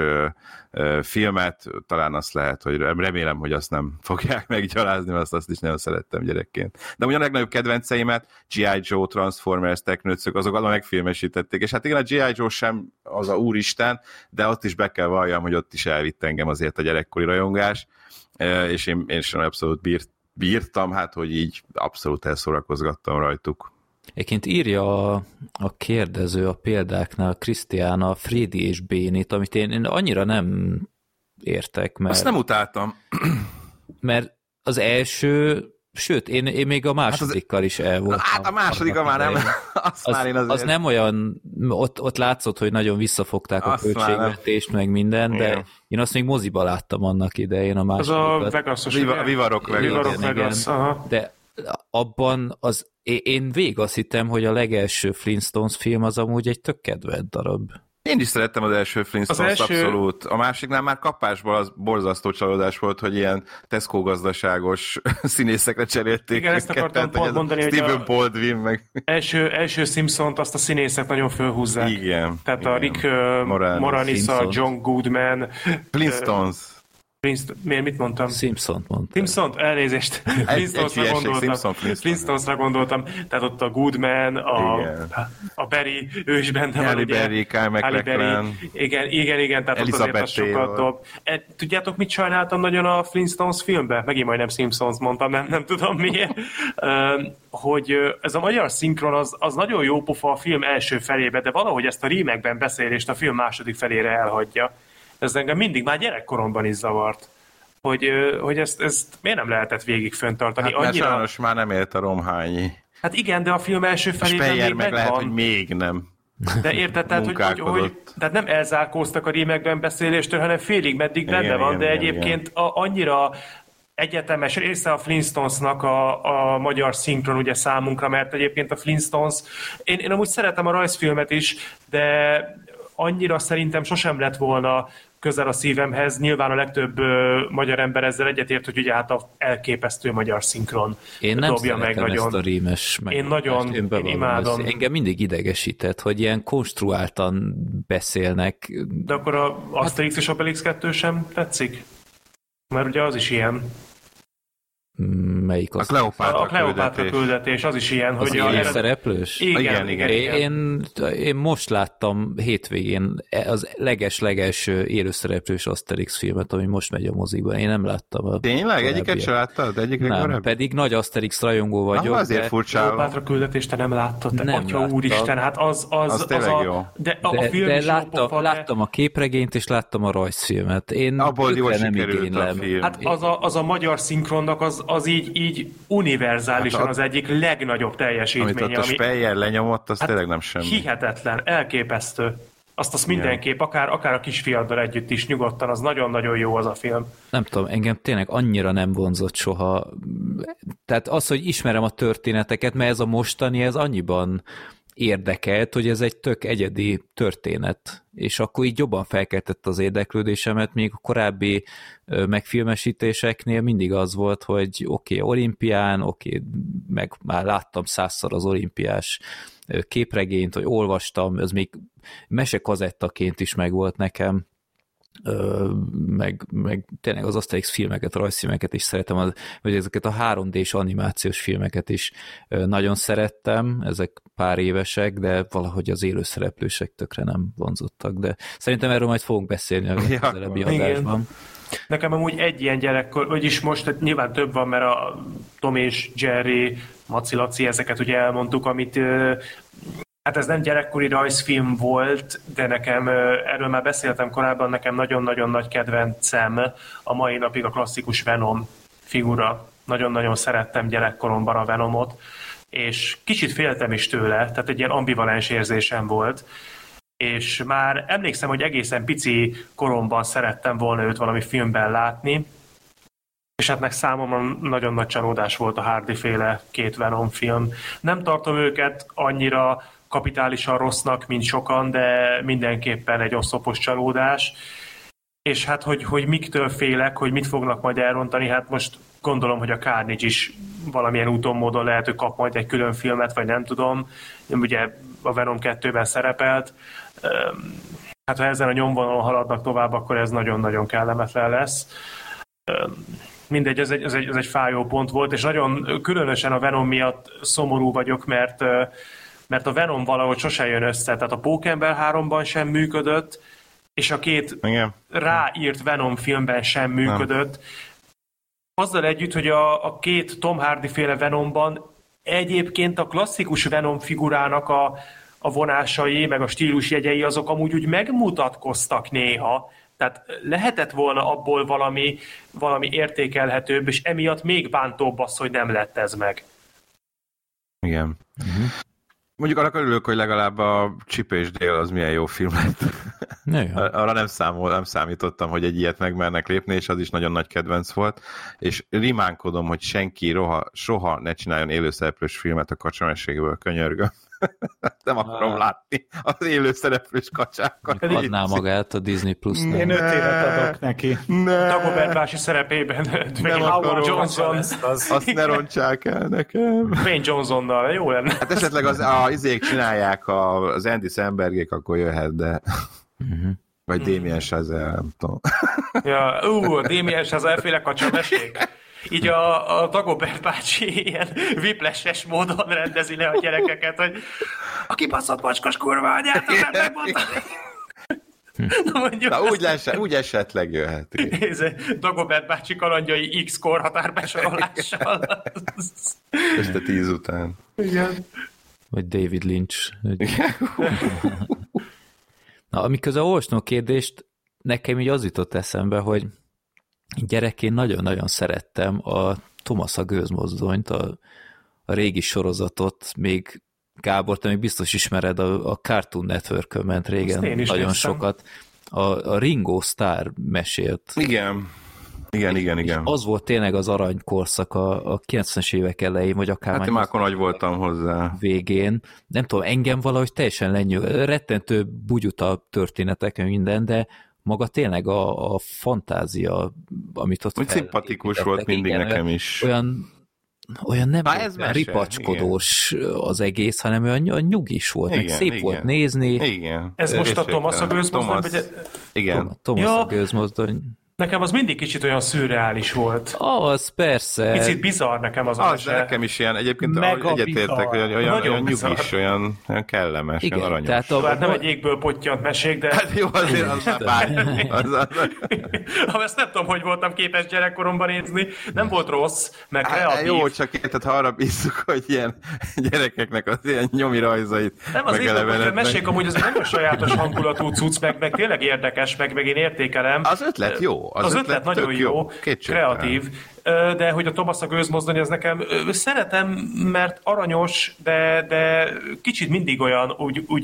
filmet, talán azt lehet, hogy remélem, hogy azt nem fogják meggyalázni, mert azt, azt is nagyon szerettem gyerekként. De ugye a legnagyobb kedvenceimet, G I. Joe, Transformers, Teknőcök, azok azon megfilmesítették, és hát igen, a G I. Joe sem az a úristen, de ott is be kell valljam, hogy ott is elvitt engem azért a gyerekkori rajongás, és én, én sem abszolút bírt, bírtam, hát hogy így abszolút elszórakozgattam rajtuk. Egyébként írja a, a kérdező a példáknál, Krisztiána, Freddy és Bénit, amit én, én annyira nem értek, mert... Azt nem utáltam. Mert az első, sőt, én, én még a másodikkal is el voltam. Hát a másodikkal már nem. Azt az, már én azért... az nem olyan, ott, ott látszott, hogy nagyon visszafogták azt a költségvetést, meg minden, de igen. Én azt még moziba láttam annak idején a másodikat. Az a Vegas-os. Viva, Viva Rock Vegas. Viva Rock Vegas. De abban az, én végig azt hittem, hogy a legelső Flintstones film az amúgy egy tök kedvelt darab. Én is szerettem az első Flintstones, az első... abszolút. A másiknál már kapásból az borzasztó csalódás volt, hogy ilyen Tesco gazdaságos színészekre cserélték. Igen, ezt akartam pont mondani, hogy Stephen Baldwin meg... Első, első Simpsont azt a színészek nagyon fölhúzzák. Igen. Tehát igen. a Rick uh, Moranis, Moranis a John Goodman. Flintstones. Uh, Miért, mit mondtam? Simpsont mondtam. Simpsont, elnézést. Flintstonesra gondoltam. Flintstonesra gondoltam. Tehát ott a Goodman, a, a Barry, ő is benne van. Halle Berry, Kyle MacLachlan. Igen, igen, igen, tehát Elizabeth ott azért az sokat dob. E, tudjátok, mit sajnáltam nagyon a Flintstones filmben? Megint majdnem Simpsons mondtam, nem, nem tudom miért. Uh, hogy ez a magyar szinkron az, az nagyon jó pofa a film első felébe, de valahogy ezt a remake-ben beszélést a film második felére elhagyja. Ez engem mindig már gyerekkoromban is zavart, hogy, hogy ezt, ezt miért nem lehetett végig föntartani. Hát mert sajnos már nem élt a Romhányi. Hát igen, de a film első felében még meg megvan. lehet, hogy még nem. De érted, tehát, hogy, hogy, hogy tehát nem elzárkóztak a remake-ben beszéléstől, hanem félig meddig benne igen, van, igen, de igen, egyébként igen. A, annyira egyetemes része a Flintstonesnak a, a magyar szinkron ugye számunkra, mert egyébként a Flintstones, én, én amúgy szeretem a rajzfilmet is, de annyira szerintem sosem lett volna közel a szívemhez. Nyilván a legtöbb ö, magyar ember ezzel egyetért, hogy ugye hát a elképesztő magyar szinkron én nem dobja meg nagyon. Ezt a rímes én nagyon, én, én imádom. Ezt. Engem mindig idegesített, hogy ilyen konstruáltan beszélnek. De akkor a Asterix és Obelix kettő sem tetszik? Mert ugye az is ilyen. Melyik az? A Kleopátra, a Kleopátra küldetés, az is ilyen, az hogy a ered... szereplős? Igen, igen, igen, igen. Én, én most láttam hétvégén az leges-legelső élőszereplős Asterix filmet, ami most megy a mozikban. Én nem láttam. A Tényleg? Egyiket sem láttad? Egyik nem, pedig nagy Asterix rajongó vagyok. Ah, azért de... furcsálom. Kleopátra küldetést te nem láttad? Te nem atya úristen, hát az az, az, az a... jó. De, a, de, a film de is láttam, pofa, láttam a képregényt, és láttam a rajzfilmet. Én abból jól nem sikerült a film. Hát az a, az a magyar szinkronnak az, az így, így univerzálisan hát a, az egyik legnagyobb teljesítménye. Amit ott a Speyer lenyomott, az hát tényleg nem semmi. Hihetetlen, elképesztő. Azt azt mindenképp, akár, akár a kisfiaddal együtt is nyugodtan, az nagyon-nagyon jó az a film. Nem tudom, engem tényleg annyira nem vonzott soha. Tehát az, hogy ismerem a történeteket, mert ez a mostani, ez annyiban érdekelt, hogy ez egy tök egyedi történet, és akkor így jobban felkeltett az érdeklődésemet, még a korábbi megfilmesítéseknél mindig az volt, hogy oké, okay, olimpián, oké, okay, meg már láttam százszor az olimpiás képregényt, hogy olvastam, ez még mesekazettaként is megvolt nekem, meg, meg tényleg az Asterix filmeket, rajzfilmeket is szeretem, az, vagy ezeket a három dés animációs filmeket is nagyon szerettem, ezek pár évesek, de valahogy az élőszereplősek tökre nem vonzottak, de szerintem erről majd fogunk beszélni a ja, közelebbi adásban. Nekem amúgy egy ilyen gyerekkor, vagyis most hát nyilván több van, mert a Tom és Jerry, Maci Laci, ezeket ugye elmondtuk, amit hát ez nem gyerekkori rajzfilm volt, de nekem, erről már beszéltem korábban, nekem nagyon-nagyon nagy kedvencem a mai napig a klasszikus Venom figura. Nagyon-nagyon szerettem gyerekkoromban a Venomot, és kicsit féltem is tőle, tehát egy ilyen ambivalens érzésem volt, és már emlékszem, hogy egészen pici koromban szerettem volna őt valami filmben látni, és hát meg számomra nagyon nagy csalódás volt a Hardy-féle két Venom film. Nem tartom őket annyira kapitálisan rossznak, mint sokan, de mindenképpen egy oszlopos csalódás. És hát, hogy, hogy miktől félek, hogy mit fognak majd elrontani, hát most gondolom, hogy a Carnage is valamilyen úton, módon lehet, hogy kap majd egy külön filmet, vagy nem tudom. Ugye a Venom kettőben szerepelt. Hát ha ezen a nyomvonalon haladnak tovább, akkor ez nagyon-nagyon kellemetlen lesz. Mindegy, ez egy, ez, egy, ez egy fájó pont volt, és nagyon különösen a Venom miatt szomorú vagyok, mert, mert a Venom valahogy sose jön össze. Tehát a Pókember háromban sem működött, és a két Igen. ráírt Venom filmben sem működött. Nem. Azzal együtt, hogy a, a két Tom Hardy-féle Venomban egyébként a klasszikus Venom figurának a, a vonásai, meg a stílusjegyei azok amúgy úgy megmutatkoztak néha, tehát lehetett volna abból valami, valami értékelhetőbb, és emiatt még bántóbb az, hogy nem lett ez meg. Igen. Uh-huh. Mondjuk arra örülök, hogy legalább a Chip és Dale az milyen jó film lett. Arra nem, számol, nem számítottam, hogy egy ilyet megmernek lépni, és az is nagyon nagy kedvenc volt. És rimánkodom, hogy senki roha, soha ne csináljon élőszereplős filmet a kacsameségből, könyörgöm. Nem akarom ah. látni az élőszereplős kacsákat. Adná magát a Disney Plus-nál. Én öt évet adok neki. Dagobert bácsi szerepében. Nem akarom. Johnson. Azt, azt ne rontsák el nekem. Wayne Johnsonnal, jó lenne. Hát esetleg az, a izék csinálják a, az Andy Sambergék, akkor jöhet, de... Uh-huh. Vagy Damien Chazelle, nem tudom. Ja, ú, a Damien Chazelle-féle kacsamesék. Így a, a Dagobert bácsi ilyen whiplash-es módon rendezi le a gyerekeket, hogy a kibaszott macskos kurva anyát, az nem megmondani. Na, mondjuk, Na úgy, lesz, úgy esetleg jöhet. Dagobert bácsi kalandjai X korhatár besorolással. Este tíz után. Igen. Vagy David Lynch. Na, amikor olvasnom a kérdést, nekem így az jutott eszembe, hogy gyerekként nagyon-nagyon szerettem a Thomas a gőzmozdonyt, a, a régi sorozatot, még Gábor, te még biztos ismered, a, a Cartoon Network-ön ment régen nagyon néztem. sokat. A, a Ringo Starr mesélt. Igen, igen, igen, igen. Az volt tényleg az aranykorszak a, a kilencvenes évek elején, vagy akár hát én már akkor nagy voltam hozzá. Végén. Nem tudom, engem valahogy teljesen lenyűgözött. Rettentő bugyuta történetek, minden, de maga tényleg a, a fantázia, amit ott... Úgy szimpatikus volt mindig igen, nekem is. Olyan, olyan nem Há, ez ripacskodós igen. az egész, hanem olyan nyugis volt, igen, meg szép igen. volt nézni. Igen. Ez ez most a Thomas a gőzmozdony? Thomas, vagy... Igen. Thomas ja. a gőzmozdony. Nekem az mindig kicsit olyan szürreális volt. Az persze. Picit bizarr nekem az. Az, nekem is ilyen. Egyébként egyetértek, hogy olyan, olyan, olyan nyugis, olyan, olyan kellemes, igen, olyan aranyos. Tehát a, hát nem egy égből pottyant mesék, de... Hát jó, azért az már bármi. Az, az... Ha ezt nem tudom, hogy voltam képes gyerekkoromban nézni, nem volt rossz, meg kreatív. Hát, jó, csak érted, ha arra bízzuk, hogy ilyen gyerekeknek az ilyen nyomi rajzait nem az égből mesék, amúgy az nagyon sajátos hangulatú cucc, meg, meg tényleg érdekes, meg, meg én értékelem. Az ötlet jó. Az, az ötlet, ötlet nagyon jó, jó kreatív, de hogy a Thomas a gőzmozdony, az nekem szeretem, mert aranyos, de, de kicsit mindig olyan úgy, úgy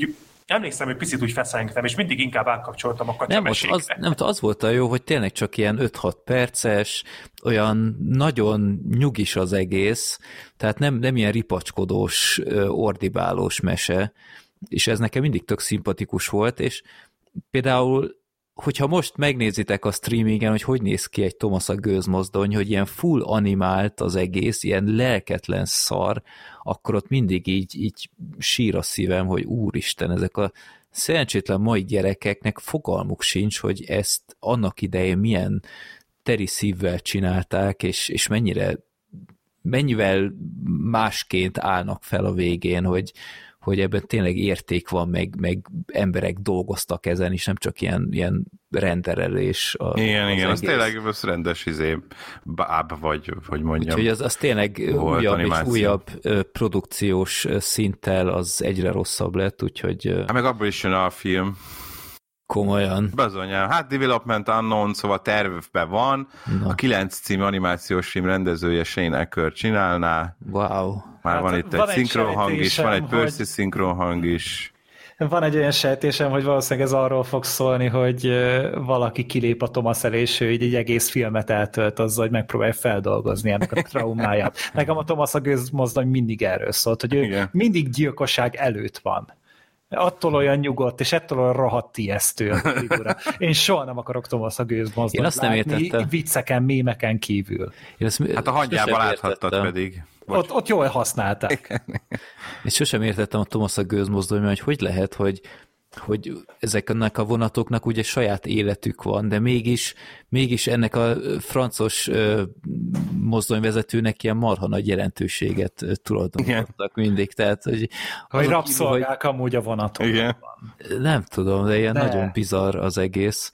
emlékszem, hogy picit úgy feszengtem, és mindig inkább átkapcsoltam a Nem, az, az, nem, az volt a jó, hogy tényleg csak ilyen öt-hat perces, olyan nagyon nyugis az egész, tehát nem, nem ilyen ripacskodós, ordibálós mese, és ez nekem mindig tök szimpatikus volt, és például hogyha most megnézitek a streamingen, hogy hogy néz ki egy Thomas a gőzmozdony, hogy ilyen full animált az egész, ilyen lelketlen szar, akkor ott mindig így, így sír a szívem, hogy úristen, ezek a szerencsétlen mai gyerekeknek fogalmuk sincs, hogy ezt annak idején milyen teri szívvel csinálták, és, és mennyire, mennyivel másként állnak fel a végén, hogy hogy ebben tényleg érték van, meg, meg emberek dolgoztak ezen is, nem csak ilyen, ilyen renderelés. A, igen, az igen, egész. az tényleg az rendes izé, báb, vagy hogy mondjam. Úgyhogy az, az tényleg újabb animáció. És újabb produkciós szinttel az egyre rosszabb lett, úgyhogy... Hát meg abból is jön a film. Komolyan. Bizonyám. Hát Development Unknown, szóval tervben van. Na. A kilenc című animációs film rendezője Shane Acker csinálná. Wow. Már hát van itt egy, egy szinkronhang is, van egy Percy hogy... szinkronhang is. Van egy olyan sejtésem, hogy valószínűleg ez arról fog szólni, hogy valaki kilép a Thomas elé, és ő így egy egész filmet eltölt azzal, hogy megpróbálja feldolgozni ennek a traumáját. Nekem a Thomas a gőzmozdony mindig erről szólt, hogy ő igen. mindig gyilkosság előtt van. Attól olyan nyugodt, és ettől olyan rohadt ijesztő a figura. Én soha nem akarok Thomas a gőzmozdonyt Én azt nem értettem. Vicceken, mémeken kívül. Én azt, hát a hangyában láthattad pedig. Ott, ott jól használták. Én sosem értettem a Thomas a gőzmozdonyban, hogy hogy lehet, hogy hogy ezeknek a vonatoknak ugye saját életük van, de mégis, mégis ennek a francos uh, mozdonyvezetőnek ilyen marha nagy jelentőséget uh, tulajdonítottak mindig, tehát hogy... Hogy rabszolgák hogy... amúgy a vonatokban. Nem tudom, de ilyen de. nagyon bizarr az egész,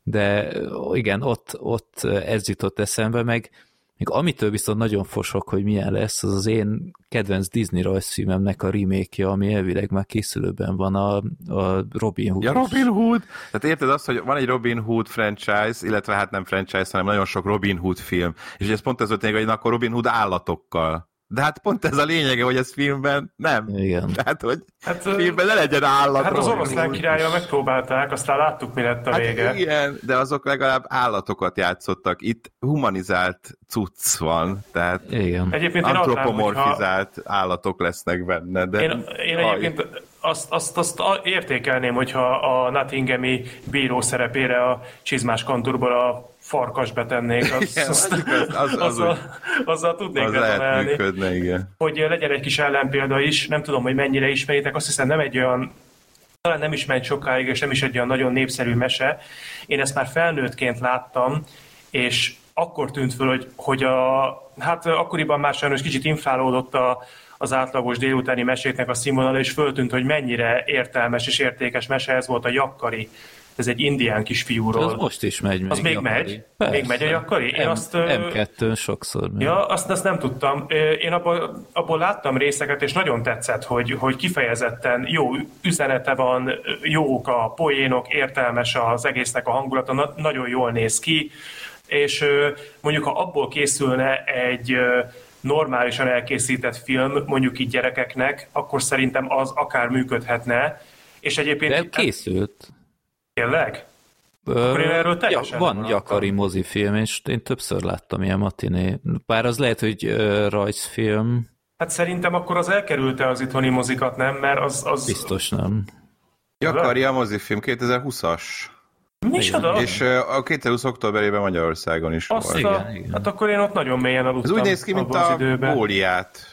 de igen, ott, ott ez jutott eszembe, meg még amitől viszont nagyon fosok, hogy milyen lesz, az az én kedvenc Disney rajzfilmemnek a remake-je, ami elvileg már készülőben van, a, a Robin Hood. Ja, Robin Hood! Tehát érted azt, hogy van egy Robin Hood franchise, illetve hát nem franchise, hanem nagyon sok Robin Hood film. És ugye ez pont ez volt tényleg, hogy akkor Robin Hood állatokkal. De hát pont ez a lényege, hogy ez filmben nem. Igen. Tehát, hogy hát, filmben ne legyen állat. Hát az Oroszlán királlyal megpróbálták, aztán láttuk, mi lett a hát vége. Igen, de azok legalább állatokat játszottak. Itt humanizált cucc van, tehát igen. Egyébként antropomorfizált hogyha... állatok lesznek benne. De én, én egyébként azt, azt, azt értékelném, hogyha a Nottinghami bíró szerepére a csizmás kantorból a farkas betennék, az, igen, azt, az, az, az, azzal, úgy, azzal tudnék az lehet működne, igen. Hogy legyen egy kis ellenpélda is, nem tudom, hogy mennyire ismeritek, azt hiszem nem egy olyan, talán nem is ment sokáig, és nem is egy olyan nagyon népszerű mese. Én ezt már felnőttként láttam, és akkor tűnt föl, hogy, hogy a, hát akkoriban már sajnos kicsit inflálódott a, az átlagos délutáni meséknek a színvonala, és föltűnt, hogy mennyire értelmes és értékes mese ez volt a Jakkari. Ez egy indián kisfiúról. Az most is megy. Az még Jakkari. megy? Persze. Még megy a Jakkari? Én M- azt, em kettőn sokszor megy. Ja, azt, azt nem tudtam. Én abból, abból láttam részeket, és nagyon tetszett, hogy, hogy kifejezetten jó üzenete van, jók a poénok, értelmes az egésznek a hangulata, na, nagyon jól néz ki, és mondjuk, ha abból készülne egy normálisan elkészített film, mondjuk így gyerekeknek, akkor szerintem az akár működhetne. És egyébként... De készült. Tényleg? Akkor én erről teljesen ja, van Jakkari mozifilm, és én többször láttam ilyen matiné. Bár az lehet, hogy uh, rajzfilm. Hát szerintem akkor az elkerülte az itthoni mozikat, nem? Mert az... az... Biztos nem. Jakkari a mozifilm, kétezer-húszas. Micsoda? És a kétezer-húsz októberében Magyarországon is Azt volt. A... Igen, igen. Hát akkor én ott nagyon mélyen aludtam. Ez úgy néz ki, mint a Góliát.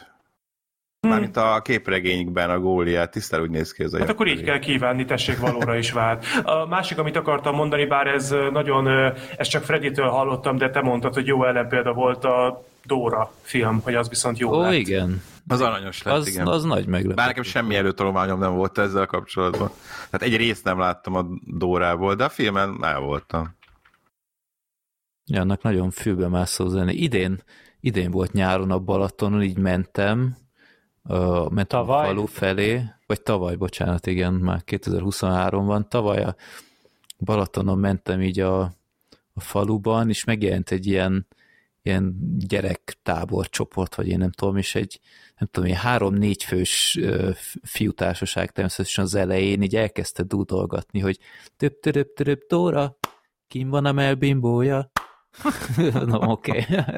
Mármint a képregényükben a Góliát, tisztán úgy néz ki ez a Hát akkor így kell kívánni, tessék, valóra is vált. A másik, amit akartam mondani, bár ez nagyon, ezt csak Freddytől hallottam, de te mondtad, hogy jó ellenpélda volt a Dóra film, hogy az viszont jó Ó, lett. igen. Az aranyos lett, az, igen. Az nagy meglepetés. Bár nekem semmi előtolományom nem volt ezzel kapcsolatban. Tehát egy részt nem láttam a Dórából, de a filmen el voltam. Ja, annak nagyon fülbe mászó zene. Idén, idén volt nyáron a Balatonon, így mentem, Uh, mentem a falu felé, vagy tavaly, bocsánat, igen, már kétezer-huszonhárom van, tavaly a Balatonon mentem így a, a faluban, és megjelent egy ilyen, ilyen gyerektábor csoport, vagy én nem tudom, és egy nem tudom, ilyen három-négy fős fiútársaság természetesen az elején így elkezdte dúdolgatni, hogy több-több-több Dóra, kim van a melbimbója? No, oké. Okay.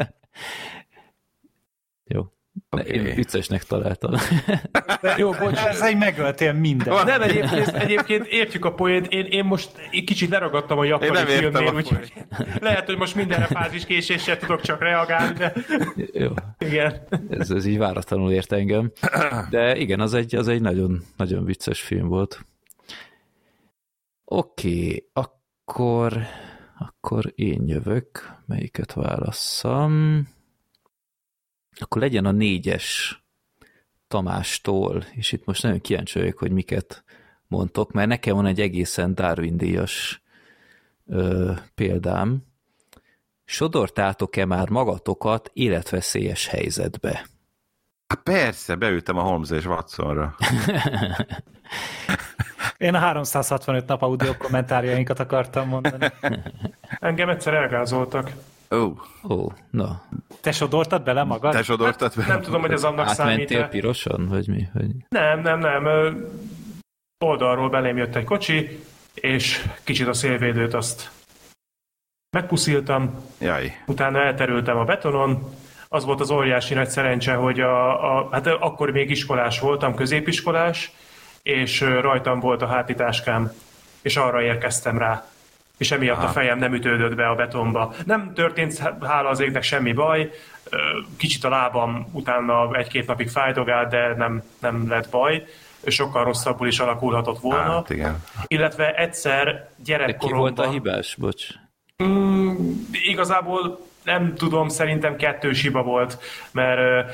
Jó. Okay. Én viccesnek találtam. Jó, bocs, ez egy megöltél minden. Nem, egyébként, egyébként értjük a poént, én, én most egy kicsit leragadtam a japani filmnél, úgyhogy lehet, hogy most mindenre fáziskéséssel tudok csak reagálni, de jó. Igen. Ez, ez így váratlanul ért engem. De igen, az egy, az egy nagyon, nagyon vicces film volt. Oké, okay, akkor, akkor én jövök. Melyiket válasszam? Akkor legyen a négyes Tamástól, és itt most nagyon kíváncsi vagyok, hogy miket mondtok, mert nekem van egy egészen Darwin-díjas ö, példám. Sodortátok-e már magatokat életveszélyes helyzetbe? Hát persze, beültem a Holmes és Watsonra. Én a háromszázhatvanöt nap audio kommentárjainkat akartam mondani. Engem egyszer elgázoltak. Ó. Oh. Oh, na. Te sodortad bele magad? Te sodortad bele? Nem tudom, hogy ez annak számít. Átmentél pirosan, vagy mi? Hogy... Nem, nem, nem. Oldalról belém jött egy kocsi, és kicsit a szélvédőt azt megpusziltam. Jaj. Utána elterültem a betonon. Az volt az óriási nagy szerencse, hogy a, a, hát akkor még iskolás voltam, középiskolás, és rajtam volt a hátitáskám, és arra érkeztem rá. És emiatt Aha. a fejem nem ütődött be a betonba. Nem történt, hála az égnek, semmi baj. Kicsit a lábam utána egy-két napig fájdogált, de nem, nem lett baj. Sokkal rosszabbul is alakulhatott volna. Hát, igen. Illetve egyszer gyerekkoromban... De ki volt a hibás? Bocs. Mm, igazából nem tudom, szerintem kettős hiba volt, mert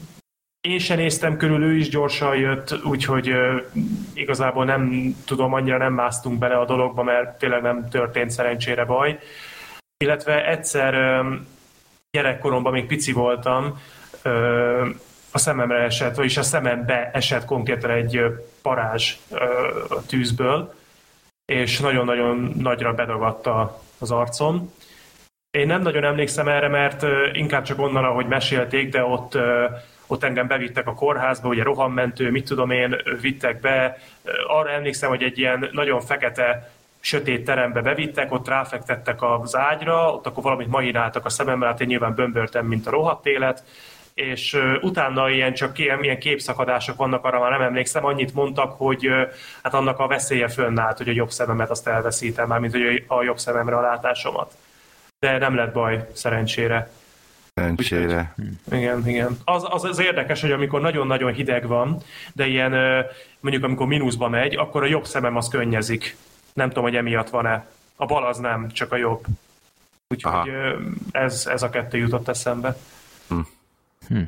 én sem néztem körül, ő is gyorsan jött, úgyhogy uh, igazából nem tudom, annyira nem másztunk bele a dologba, mert tényleg nem történt szerencsére baj. Illetve egyszer uh, gyerekkoromban, még pici voltam, uh, a szememre esett, vagyis a szemembe esett konkrétan egy uh, parázs uh, a tűzből, és nagyon-nagyon nagyra bedagadta az arcom. Én nem nagyon emlékszem erre, mert uh, inkább csak onnan, ahogy mesélték, de ott uh, ott engem bevittek a kórházba, ugye rohammentő, mit tudom én, vittek be. Arra emlékszem, hogy egy ilyen nagyon fekete, sötét terembe bevittek, ott ráfektettek az ágyra, ott akkor valamit mahináltak a szememmel, hát én nyilván bömböltem, mint a rohadt élet, és utána ilyen csak ilyen, ilyen képszakadások vannak, arra már nem emlékszem, annyit mondtak, hogy hát annak a veszélye fönnállt, hogy a jobb szememet azt elveszítem, már mint hogy a jobb szememre a látásomat. De nem lett baj, szerencsére. Szerencsére. Igen, igen. Az, az, az érdekes, hogy amikor nagyon-nagyon hideg van, de ilyen, mondjuk amikor mínuszba megy, akkor a jobb szemem az könnyezik. Nem tudom, hogy emiatt van-e. A bal az nem, csak a jobb. Úgyhogy ez, ez a kettő jutott eszembe. Hm. Hm.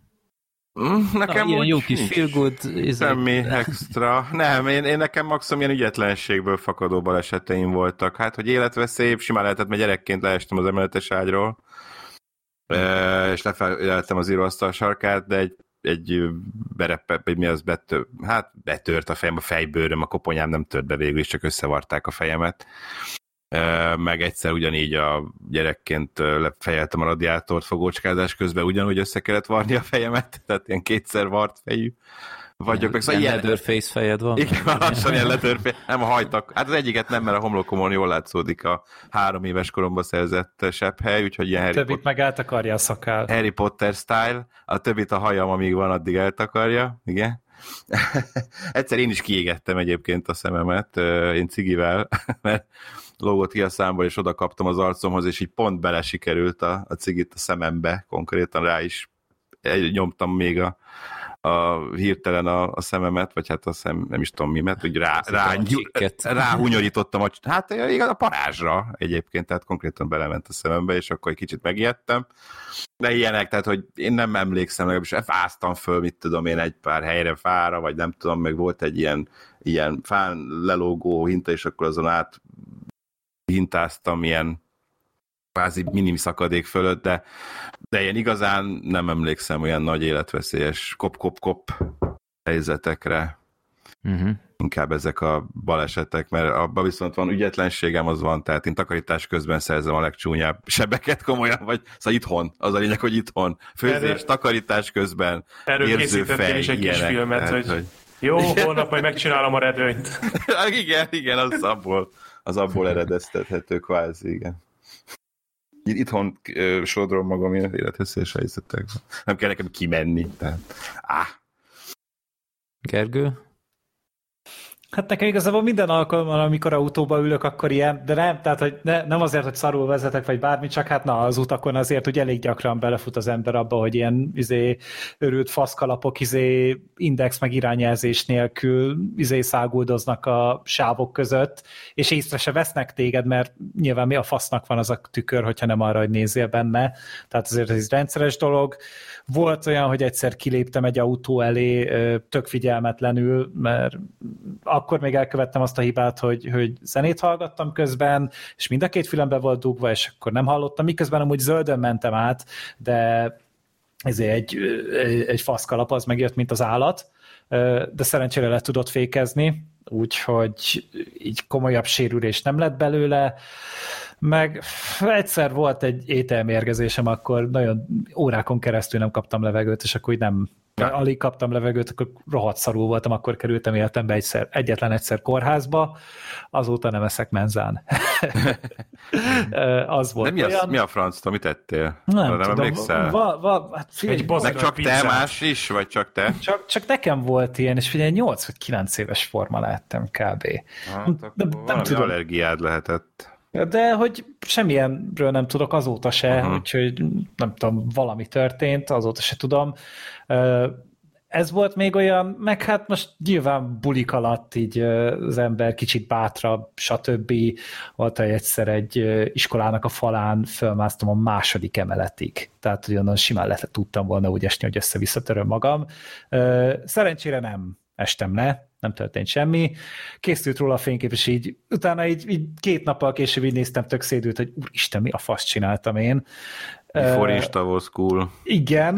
Nekem Na, ilyen jó kis feel good. Semmi extra. Nem, én, én nekem maximum ilyen ügyetlenségből fakadó baleseteim voltak. Hát, hogy életveszély, simán lehetett, mert gyerekként leestem az emeletes ágyról, és lefeleltem az íróasztal sarkát, de egy, egy bereppe, mi az betör, hát betört a fejem, a fejbőröm, a koponyám nem tört be végül, és csak összevarták a fejemet. Meg egyszer ugyanígy a gyerekként lefejeltem a radiátort fogócskázás közben, ugyanúgy össze kellett varni a fejemet, tehát ilyen kétszer vart fejű vagyok. Meg, szóval ilyen leatherface fejed van? Igen, lassan ilyen leatherface. Nem a hajtak. Hát az egyiket nem, mert a homlokomon jól látszódik a három éves koromban szerzett sebhely, úgyhogy ilyen Harry többit Potter, meg eltakarja a szakál. Harry Potter style, a többit a hajam, amíg van, addig eltakarja. Igen. Egyszer én is kiégettem egyébként a szememet, én cigivel, mert lógott ki a számból, és oda kaptam az arcomhoz, és így pont bele sikerült a, a cigit a szemembe, konkrétan rá is nyomtam még a, a hirtelen a, a szememet, vagy hát a szem, nem is tudom mimet, hogy rá, rá, rá hunyorítottam, a, hát igaz, a parázsra egyébként, tehát konkrétan belement a szemembe, és akkor egy kicsit megijedtem. De ilyenek, tehát, hogy én nem emlékszem, legalábbis fáztam föl, mit tudom én, egy pár helyre fára, vagy nem tudom, meg volt egy ilyen, ilyen fán lelógó hinta, és akkor azon át hintáztam ilyen kvázi minim szakadék fölött, de, de ilyen igazán nem emlékszem olyan nagy életveszélyes kop-kop-kop helyzetekre. Uh-huh. Inkább ezek a balesetek, mert abban viszont van ügyetlenségem, az van, tehát én takarítás közben szerzem a legcsúnyább sebeket komolyan, vagy szóval itthon, az a lényeg, hogy itthon. Főzés, erről, takarítás közben, erről készítettél is egy kis ilyenek, filmet, tehát, hogy, hogy jó, holnap majd megcsinálom a redőnyt. igen, igen, az abból, az abból eredeztethető kvázi, igen. Itthon uh, sodrom magam ilyen életveszélyes helyzetekben. Nem kell nekem kimenni, tehát áh. Gergő? Hát nekem igazából minden alkalommal, amikor autóba ülök, akkor ilyen, de nem, tehát hogy ne, nem azért, hogy szarul vezetek, vagy bármi, csak hát na, az utakon azért, hogy elég gyakran belefut az ember abba, hogy ilyen izé, örült faszkalapok, izé, index meg irányjelzés nélkül izé száguldoznak a sávok között, és észre se vesznek téged, mert nyilván mi a fasznak van az a tükör, hogyha nem arra, hogy nézzél benne. Tehát azért ez egy rendszeres dolog. Volt olyan, hogy egyszer kiléptem egy autó elé tök figyelmetlenül, mert akkor még elkövettem azt a hibát, hogy, hogy zenét hallgattam közben, és mind a két fülembe volt dugva, és akkor nem hallottam, miközben amúgy zöldön mentem át, de ezért egy, egy faszkalap az megjött, mint az állat, de szerencsére le tudott fékezni, úgyhogy így komolyabb sérülés nem lett belőle, meg egyszer volt egy ételmérgezésem, akkor nagyon órákon keresztül nem kaptam levegőt, és akkor így nem, alig kaptam levegőt, akkor rohadt szarul voltam, akkor kerültem életembe egyszer, egyetlen egyszer kórházba, azóta nem eszek menzán. Az volt. De mi, az, olyan... mi a franctól, mit ettél? Nem, nem tudom. emlékszel? Va, va, hát figyelj, meg csak pizzát. Te más is, vagy csak te? Csak, csak nekem volt ilyen, és figyelj, nyolc vagy kilenc éves forma lettem kb. Hát, de, nem tudom. Allergiád lehetett. De hogy semmilyenről nem tudok azóta se, uh-huh. úgyhogy nem tudom, valami történt, azóta se tudom. Ez volt még olyan, meg hát most nyilván bulik alatt így az ember kicsit bátrabb, stb. Volt, hogy egyszer egy iskolának a falán fölmásztam a második emeletig. Tehát, hogy onnan simán le tudtam volna úgy esni, hogy össze-visszatöröm magam. Szerencsére nem estem le, nem történt semmi. Készült róla a fénykép, és így utána így, így két nappal később így néztem tök szédült, hogy úristen, mi a fasz csináltam én. Forista was cool. Igen,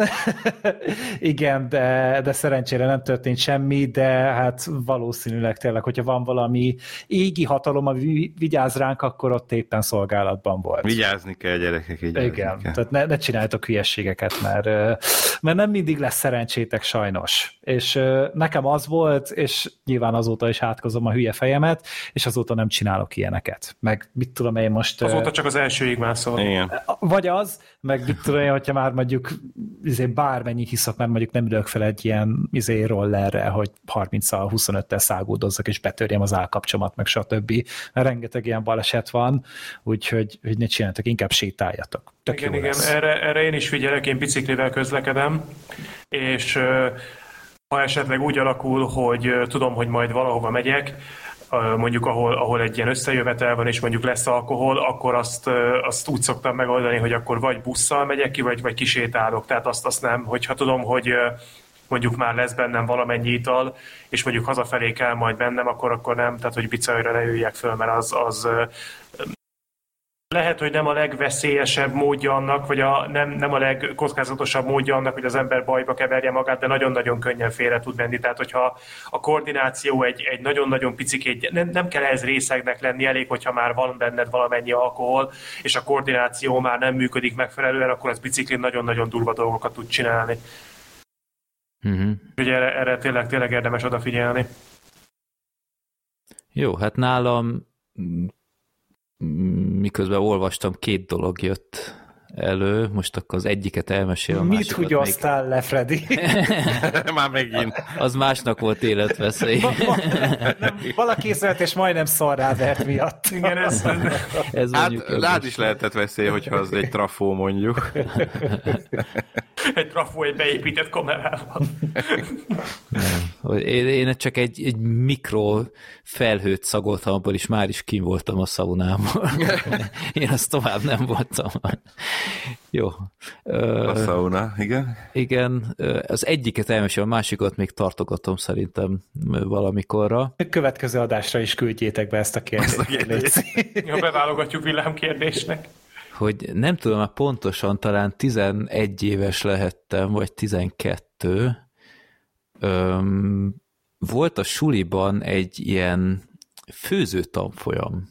igen, de, de szerencsére nem történt semmi, de hát valószínűleg tényleg, hogyha van valami égi hatalom, ami vigyáz ránk, akkor ott éppen szolgálatban volt. Vigyázni kell, gyerekek, vigyázni Igen, kell. tehát ne, ne csináljatok hülyeségeket, mert, mert nem mindig lesz szerencsétek sajnos. És nekem az volt, és nyilván azóta is átkozom a hülye fejemet, és azóta nem csinálok ilyeneket. Meg mit tudom én most... Azóta csak az elsőig mászol. Igen. Vagy az, meg mit tudom én, hogyha már mondjuk izé, bármennyi hiszak, mert mondjuk nem ülök fel egy ilyen izé, rollerre, hogy harminccal, huszonöttel száguldozzak, és betörjem az állkapcsomat, meg stb. Mert rengeteg ilyen baleset van, úgyhogy hogy ne csináljatok, inkább sétáljatok. Tök igen, jó igen, erre, erre én is figyelek, én biciklivel közlekedem, és ha esetleg úgy alakul, hogy tudom, hogy majd valahova megyek, mondjuk ahol, ahol egy ilyen összejövetel van, és mondjuk lesz alkohol, akkor azt, azt úgy szoktam megoldani, hogy akkor vagy busszal megyek ki, vagy, vagy kisétálok. Tehát azt, azt nem, hogyha tudom, hogy mondjuk már lesz bennem valamennyi ital, és mondjuk hazafelé kell majd bennem, akkor, akkor nem, tehát hogy bicajra ne üljek föl, mert az, az lehet, hogy nem a legveszélyesebb módja annak, vagy a, nem, nem a legkockázatosabb módja annak, hogy az ember bajba keverje magát, de nagyon-nagyon könnyen félre tud menni. Tehát, hogyha a koordináció egy, egy nagyon-nagyon picikét, nem, nem kell ehhez részegnek lenni, elég, hogyha már van benned valamennyi alkohol, és a koordináció már nem működik megfelelően, akkor az biciklin nagyon-nagyon durva dolgokat tud csinálni. Uh-huh. Úgyhogy erre, erre tényleg, tényleg érdemes odafigyelni. Jó, hát nálam miközben olvastam, két dolog jött elő, most akkor az egyiket elmesélem. A Mit húgyoztál még... le, Freddy? Már megint. Az másnak volt életveszély. Valaki észrevett, és majdnem szar rávert miatt. Igen, ez, ez hát rád is lehetett veszély, hogyha az egy trafó, mondjuk. Egy trafó, egy beépített kamerával. Én, én csak egy, egy mikro felhőt szagoltam, abból is már is kim voltam a szaunámból. Én azt tovább nem voltam. Jó. A szauna, igen. Igen, az egyiket elmesélem, a másikat még tartogatom szerintem valamikorra. A következő adásra is küldjétek be ezt a kérdést. Ja, beválogatjuk villámkérdésnek. Hogy nem tudom, már pontosan talán tizenegy éves lehettem, vagy tizenkettő, Öm, volt a suliban egy ilyen főző tanfolyam,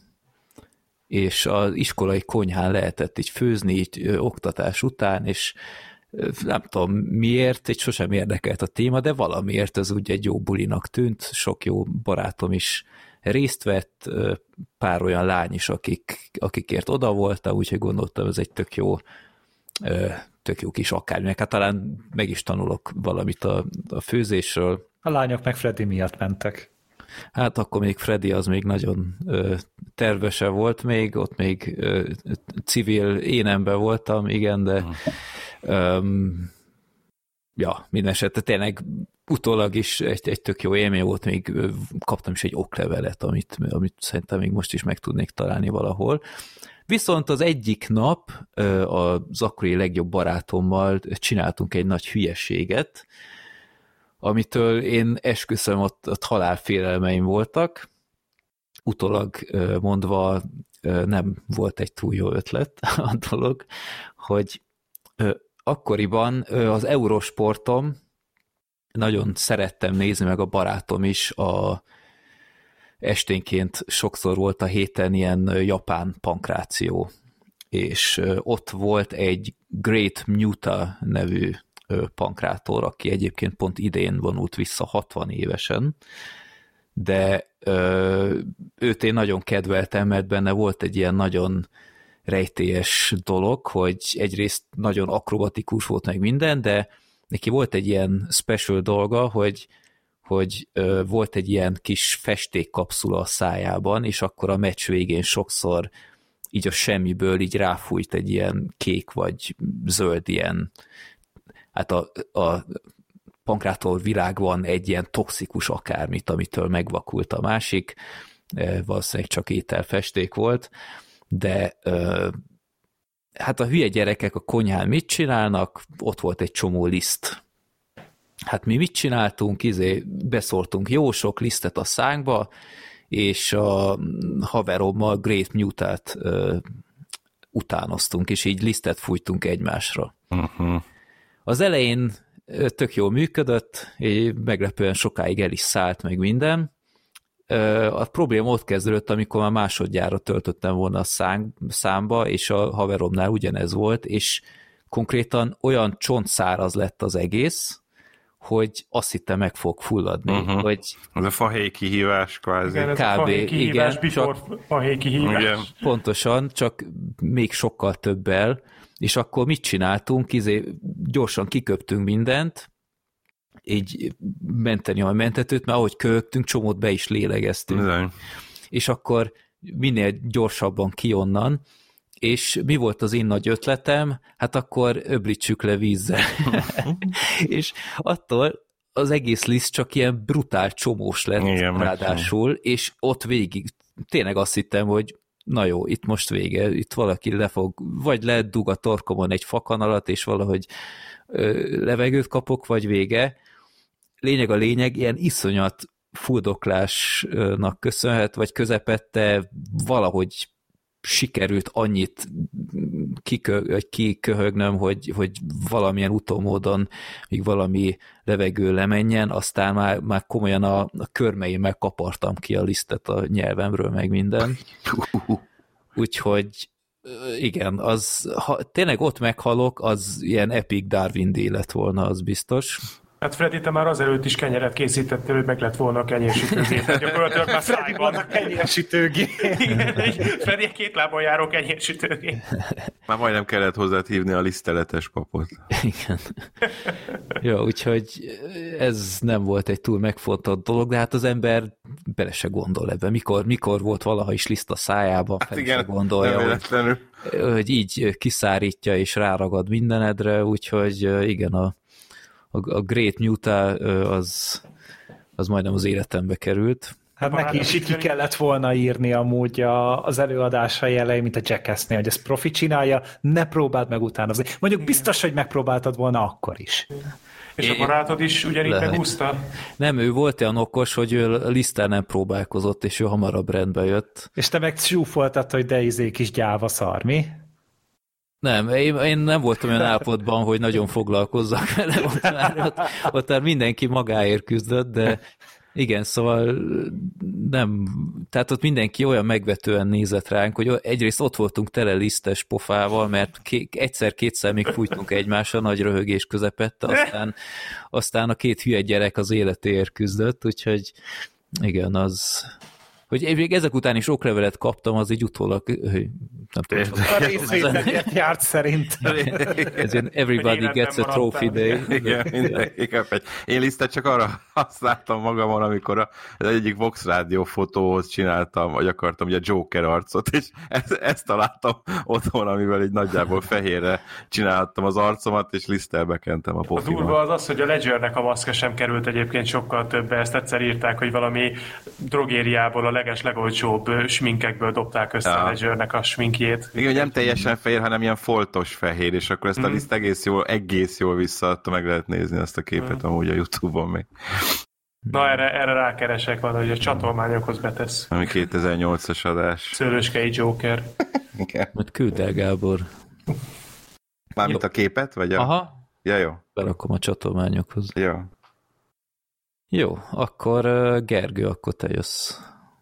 és az iskolai konyhán lehetett így főzni így ö, oktatás után, és ö, nem tudom miért, egy sosem érdekelt a téma, de valamiért ez úgy egy jó bulinak tűnt, sok jó barátom is részt vett, ö, pár olyan lány is, akik, akikért oda voltam, úgyhogy gondoltam, ez egy tök jó, ö, tök jó kis akármi, hát talán meg is tanulok valamit a, a főzésről. A lányok meg Freddy miatt mentek. Hát akkor még Freddy az még nagyon ö, tervese volt még, ott még ö, civil énemben voltam, igen, de öm, ja, minden esetre tényleg utólag is egy, egy tök jó élmény volt, még ö, kaptam is egy oklevelet, amit, amit szerintem még most is meg tudnék találni valahol. Viszont az egyik nap ö, az akkori legjobb barátommal csináltunk egy nagy hülyeséget, amitől én esküszöm, ott, ott halálfélelmeim voltak. Utólag mondva nem volt egy túl jó ötlet a dolog, hogy akkoriban az Eurosportom nagyon szerettem nézni, meg a barátom is, a esténként sokszor volt a héten ilyen japán pankráció, és ott volt egy Great Muta nevű pankrátor, aki egyébként pont idén vonult vissza hatvan évesen, de ö, őt én nagyon kedveltem, mert benne volt egy ilyen nagyon rejtélyes dolog, hogy egyrészt nagyon akrobatikus volt meg minden, de neki volt egy ilyen special dolga, hogy, hogy ö, volt egy ilyen kis festékkapszula a szájában, és akkor a meccs végén sokszor így a semmiből így ráfújt egy ilyen kék vagy zöld ilyen, hát a, a pankrátor világban egy ilyen toxikus akármit, amitől megvakult a másik, valószínűleg csak ételfesték volt, de hát a hülye gyerekek a konyhán mit csinálnak? Ott volt egy csomó liszt. Hát mi mit csináltunk? Izé, beszórtunk jó sok lisztet a szánkba, és a haverommal Great Mutat utánoztunk, és így lisztet fújtunk egymásra. Uh-huh. Az elején tök jól működött, meglepően sokáig el is szállt meg minden. A probléma ott kezdődött, amikor már másodjára töltöttem volna a szám, számba, és a haveromnál ugyanez volt, és konkrétan olyan csontszáraz lett az egész, hogy azt hittem meg fog fulladni. Uh-huh. Hogy ez a fahéj kihívás kvázi. Igen, ez kb. A fahéj kihívás, Igen, csak fahéj kihívás. Igen. Pontosan, csak még sokkal többel, és akkor mit csináltunk? Izé, gyorsan kiköptünk mindent, így menteni a mentetőt, mert ahogy köhögtünk, csomót be is lélegeztünk. Bizony. És akkor minél gyorsabban ki onnan, és mi volt az én nagy ötletem? Hát akkor öblítsük le vízzel. És attól az egész liszt csak ilyen brutál csomós lett, igen, ráadásul, meg. És ott végig tényleg azt hittem, hogy na jó, itt most vége, itt valaki le fog, vagy ledug a torkomon egy fakanalat, és valahogy ö, levegőt kapok, vagy vége. Lényeg a lényeg, ilyen iszonyat fuldoklásnak köszönhet, vagy közepette valahogy sikerült annyit kikö, kiköhögnöm, hogy, hogy valamilyen utómódon még valami levegő lemenjen, aztán már, már komolyan a, a körmeimmel kapartam ki a lisztet a nyelvemről, meg minden. Úgyhogy igen, az, ha tényleg ott meghalok, az ilyen epic Darwin díj lett volna, az biztos. Hát Freddy, te már azelőtt is kenyeret készítettél, hogy meg lett volna a kenyérsütőgép. Gyakorlatilag már szájban. a kenyérsütőgép. Igen, Freddy két lábon járó kenyérsütőgép. Már majdnem kellett hozzá hívni a liszteletes papot. Igen. Jó, úgyhogy ez nem volt egy túl megfontolt dolog, de hát az ember bele se gondol ebbe. Mikor, mikor volt valaha is liszt a szájában, hát fel igen, se gondolja, hogy, hogy így kiszárítja és ráragad mindenedre, úgyhogy igen, a a Great Muta az, az majdnem az életembe került. Hát neki is így ki kellett volna írni amúgy az előadásai elején, mint a Jackassnél, hogy ezt profi csinálja, ne próbáld meg utánozni. Mondjuk biztos, hogy megpróbáltad volna akkor is. És a barátod is ugyanígy megúszta? Nem, ő volt olyan okos, hogy ő lisztán nem próbálkozott, és ő hamarabb rendbe jött. És te meg csúfoltad, hogy de izé kis gyáva szar, mi? Nem, én, én nem voltam olyan állapotban, hogy nagyon foglalkozzak vele, ott már, ott, ott már mindenki magáért küzdött, de Igen, szóval nem, tehát ott mindenki olyan megvetően nézett ránk, hogy egyrészt ott voltunk tele lisztes pofával, mert egyszer-kétszer még fújtunk egymásra nagy röhögés közepette, aztán, aztán a két hülye gyerek az életéért küzdött, úgyhogy igen, az... Hogy még ezek után is oklevelet kaptam, az így utólag, hogy nem tudom. A részvételért járt szerint. Ez ilyen everybody gets a trophy day. Igen, mindenki kap egy. Én lisztet csak arra használtam magamon, amikor az egyik Vox Rádió fotóhoz csináltam, vagy akartam ugye a Joker arcot, és ezt, ezt találtam otthon, amivel így nagyjából fehérre csináltam az arcomat, és liszttel bekentem a pofimat. A durva az az, hogy a Ledgernek a maszka sem került egyébként sokkal többe. Ezt egyszer írták, hogy valami drogériából a leges legolcsóbb sminkekből dobták össze ja. a Ledgernek a sminkjét. Igen, hogy nem teljesen fehér, hanem ilyen foltos fehér, és akkor ezt mm. a liszt egész jól, egész jól visszaadta, meg lehet nézni azt a képet mm. amúgy a YouTube-on még. Na, erre, erre rákeresek valahogy, a csatolmányokhoz betesz. Ami kétezer-nyolcas adás. Szőlőskei Joker. Igen. Majd küld el, Gábor. Mármint a képet? Vagy a... Aha. Ja, jó. Berakom a csatolmányokhoz. Jó. Jó, akkor uh, Gergő, akkor te jössz.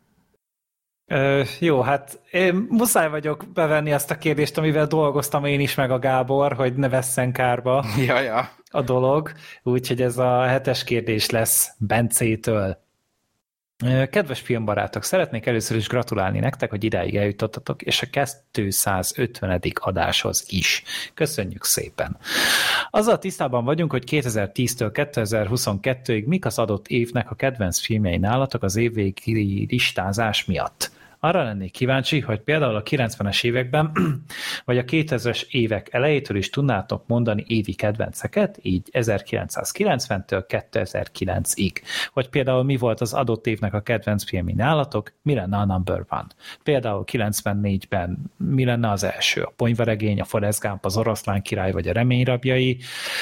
Ö, jó, hát én muszáj vagyok bevenni azt a kérdést, amivel dolgoztam én is, meg a Gábor, hogy ne vesszen kárba ja, ja. a dolog, úgyhogy ez a hetes kérdés lesz Bencétől. Kedves filmbarátok, szeretnék először is gratulálni nektek, hogy idáig eljutottatok, és a kétszázötvenedik adáshoz is. Köszönjük szépen! Azzal tisztában vagyunk, hogy kétezer-tíztől kétezer-huszonkettőig mik az adott évnek a kedvenc filmjei nálatok az évvégi listázás miatt. Arra lennék kíváncsi, hogy például a kilencvenes években, vagy a kétezres évek elejétől is tudnátok mondani évi kedvenceket, így ezerkilencszázkilencventől kétezer-kilencig. Hogy például mi volt az adott évnek a kedvenc filmi nálatok, mi lenne a number one. Például kilencvennégyben mi lenne az első, a Ponyvaregény, a Forrest Gump, az Oroszlán király, vagy a Reményrabjai.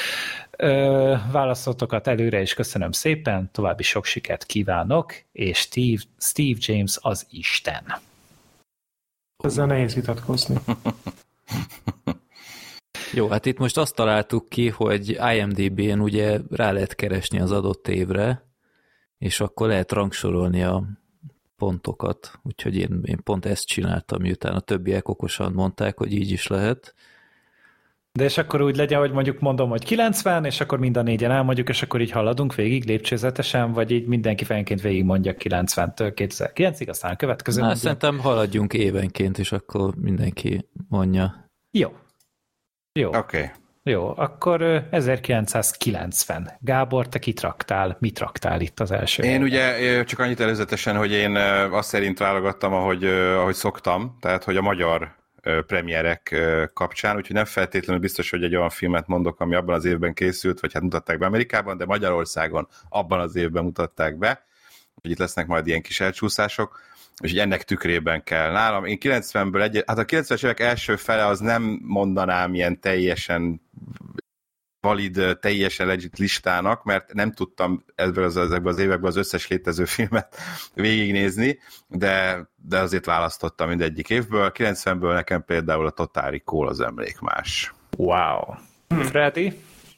Ö, választotokat előre is köszönöm szépen, további sok sikert kívánok, és Steve, Steve James az Isten. Ezzel nehéz vitatkozni. Jó, hát itt most azt találtuk ki, hogy IMDb-n ugye rá lehet keresni az adott évre, és akkor lehet rangsorolni a pontokat, úgyhogy én, én pont ezt csináltam, miután a többiek okosan mondták, hogy így is lehet. De és akkor úgy legyen, hogy mondjuk mondom, hogy kilencven, és akkor mind a négyen elmondjuk, és akkor így haladunk végig lépcsőzetesen, vagy így mindenki fejenként végig mondja kilencventől kétezer-kilencig, aztán a következő. Na, szerintem haladjunk évenként, és akkor mindenki mondja. Jó. Jó. Oké. Okay. Jó, akkor ezerkilencszázkilencven. Gábor, te kit raktál? Mit raktál itt az első? Én ugye csak annyit előzetesen, hogy én azt szerint válogattam, ahogy, ahogy szoktam, tehát hogy a magyar premierek kapcsán, úgyhogy nem feltétlenül biztos, hogy egy olyan filmet mondok, ami abban az évben készült, vagy hát mutatták be Amerikában, de Magyarországon abban az évben mutatták be, hogy itt lesznek majd ilyen kis elcsúszások, és ennek tükrében kell nálam. Én kilencvenből egy, hát a kilencvenes évek első fele az nem mondanám ilyen teljesen valid, teljesen legit listának, mert nem tudtam ezekben az, ezekben az években az összes létező filmet végignézni, de, de azért választottam mindegyik évből. kilencvenből nekem például a Total Recall az emlékmás. Wow. Hmm. Freddy?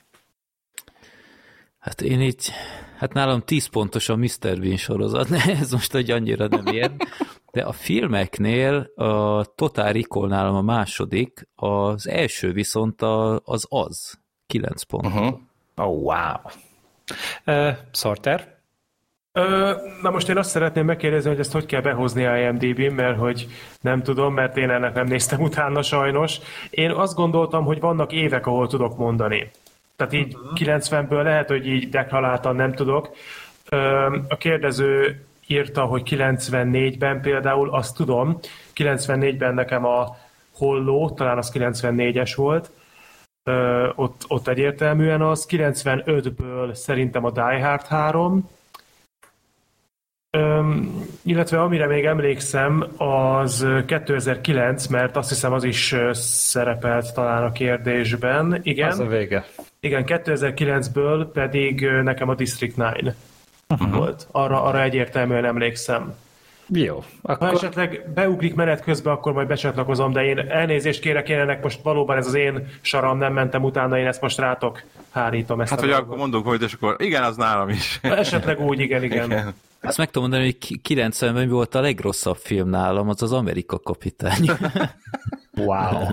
Hát én így, hát nálam tíz pontos a miszter Bean sorozat, ez most, hogy annyira nem ér, de a filmeknél a Total Recall nálam a második, az első viszont a, az az. kilenc pont. Uh-huh. Oh, wow. Uh, Sorter? Uh, na most én azt szeretném megkérdezni, hogy ezt hogy kell behozni a IMDb-n, mert hogy nem tudom, mert én ennek nem néztem utána sajnos. Én azt gondoltam, hogy vannak évek, ahol tudok mondani. Tehát így uh-huh. kilencvenből lehet, hogy így deklaráltan nem tudok. Uh, a kérdező írta, hogy kilencvennégyben például, azt tudom. kilencvennégyben nekem a Holló, talán az kilencvennégyes volt. Ö, ott, ott egyértelműen az. kilencvenötből szerintem a Die Hard három. Ö, illetve amire még emlékszem, az kétezer-kilenc, mert azt hiszem az is szerepelt talán a kérdésben. Igen. Az a vége. Igen, kétezer-kilencből pedig nekem a District kilenc uh-huh. volt. Arra, arra egyértelműen emlékszem. Jó. Akkor... Ha esetleg beugrik menet közben, akkor majd becsatlakozom, de én elnézést kérek, én ennek most valóban ez az én saram, nem mentem utána, én ezt most rátok hárítom. Ezt hát, hogy akkor mondunk, hogy és akkor igen, az nálam is. Esetleg úgy, igen, igen. igen. Azt meg tudom mondani, hogy kilencvenben mi volt a legrosszabb film nálam, az az Amerika kapitány. Wow.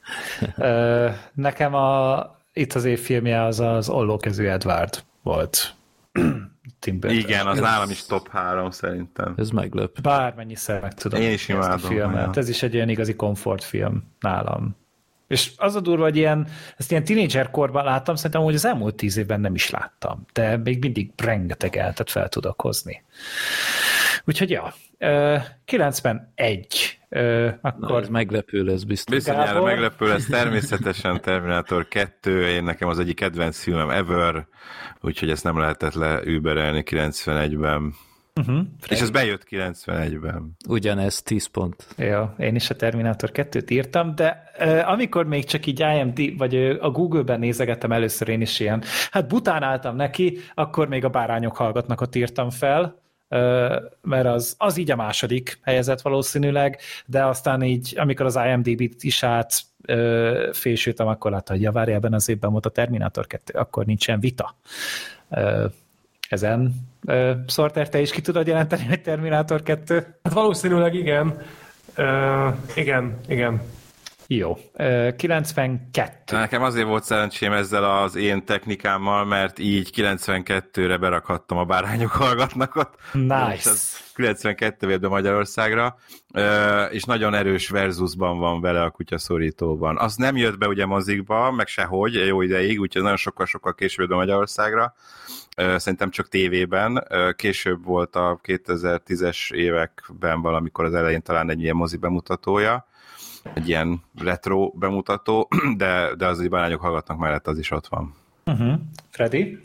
Ö, nekem a, itt az év filmje az az Ollókezű Edward volt. Tim Burton. Igen, az nálam is top három szerintem. Ez meglep. Bármennyiszer meg tudom. Én is imádom. Ezt a filmet. Ez is egy ilyen igazi komfortfilm nálam. És az a durva, hogy ilyen, ezt ilyen tínédzser korban láttam, szerintem, hogy az elmúlt tíz évben nem is láttam, de még mindig rengeteg eltet fel tudok hozni. Úgyhogy ja, kilencvenegy. Akkor... Na, ez meglepő lesz biztos. Bizonyára meglepő lesz, természetesen Terminator kettő, én nekem az egyik kedvenc filmem ever, úgyhogy ezt nem lehetett leüberelni kilencvenegyben. Uh-huh. És ez bejött kilencvenegyben. Ugyanez, tíz pont. Jó, én is a Terminator kettőt írtam, de uh, amikor még csak így I M D, vagy uh, a Google-ben nézegettem először én is ilyen, hát bután álltam neki, akkor még a Bárányok hallgatnak, írtam fel, uh, mert az, az így a második helyezett valószínűleg, de aztán így, amikor az I M D B-t is át uh, fésültem, akkor látta, hogy javárja, ebben az évben volt a Terminator kettő, akkor nincsen vita. Uh, Ezen uh, Sorter, te is ki tudod jelenteni, hogy Terminator kettő? Hát valószínűleg igen. Uh, igen, igen. Jó. Uh, kilencvenkettő. Nekem azért volt szerencsém ezzel az én technikámmal, mert így kilencvenkettőre berakhattam a Bárányok hallgatnak. Nice. kilencvenkettő évben Magyarországra, és nagyon erős versusban van vele a Kutyaszorítóban. Az nem jött be ugye mozikba, meg sehogy, jó ideig, úgyhogy nagyon sokkal-sokkal később jött be Magyarországra. Szerintem csak tévében. Később volt a kétezer-tízes években valamikor az elején talán egy ilyen mozi bemutatója, egy ilyen retro bemutató, de, de az, hogy Bárányok hallgatnak mellett, az is ott van. Uh-huh. Freddy?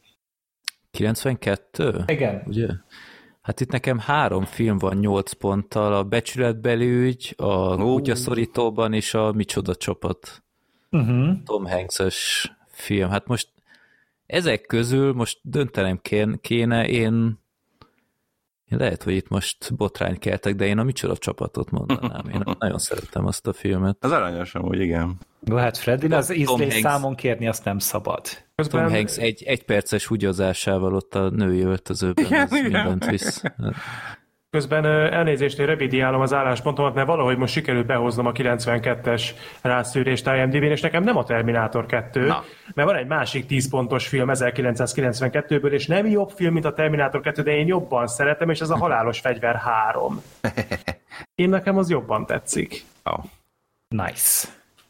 kilencvenkettő? Igen. Ugye? Hát itt nekem három film van nyolc ponttal, a Becsületbeli ügy, a oh. Kutyaszorítóban és a Micsoda csapat. Uh-huh. Tom Hanks-es film. Hát most ezek közül most döntenem kéne, én, én lehet, hogy itt most botrány keltek, de én a Micsoda csapatot mondanám. Én nagyon szerettem azt a filmet. Az aranyos amúgy, igen. Jó, hát Freddy, az ízlés számon kérni azt nem szabad. Tom Hanks egy, egy perces húgyozásával ott a női öltözőben, igen, az igen. mindent visz. Közben elnézést, én revidiálom az álláspontomat, mert valahogy most sikerült behoznom a kilencvenkettes rászűrést I M D B-n, és nekem nem a Terminator kettő, na. Mert van egy másik tíz pontos film ezerkilencszázkilencvenkettőből, és nem jobb film, mint a Terminator kettő, de én jobban szeretem, és ez a Halálos fegyver három. Én nekem az jobban tetszik. Oh. Nice.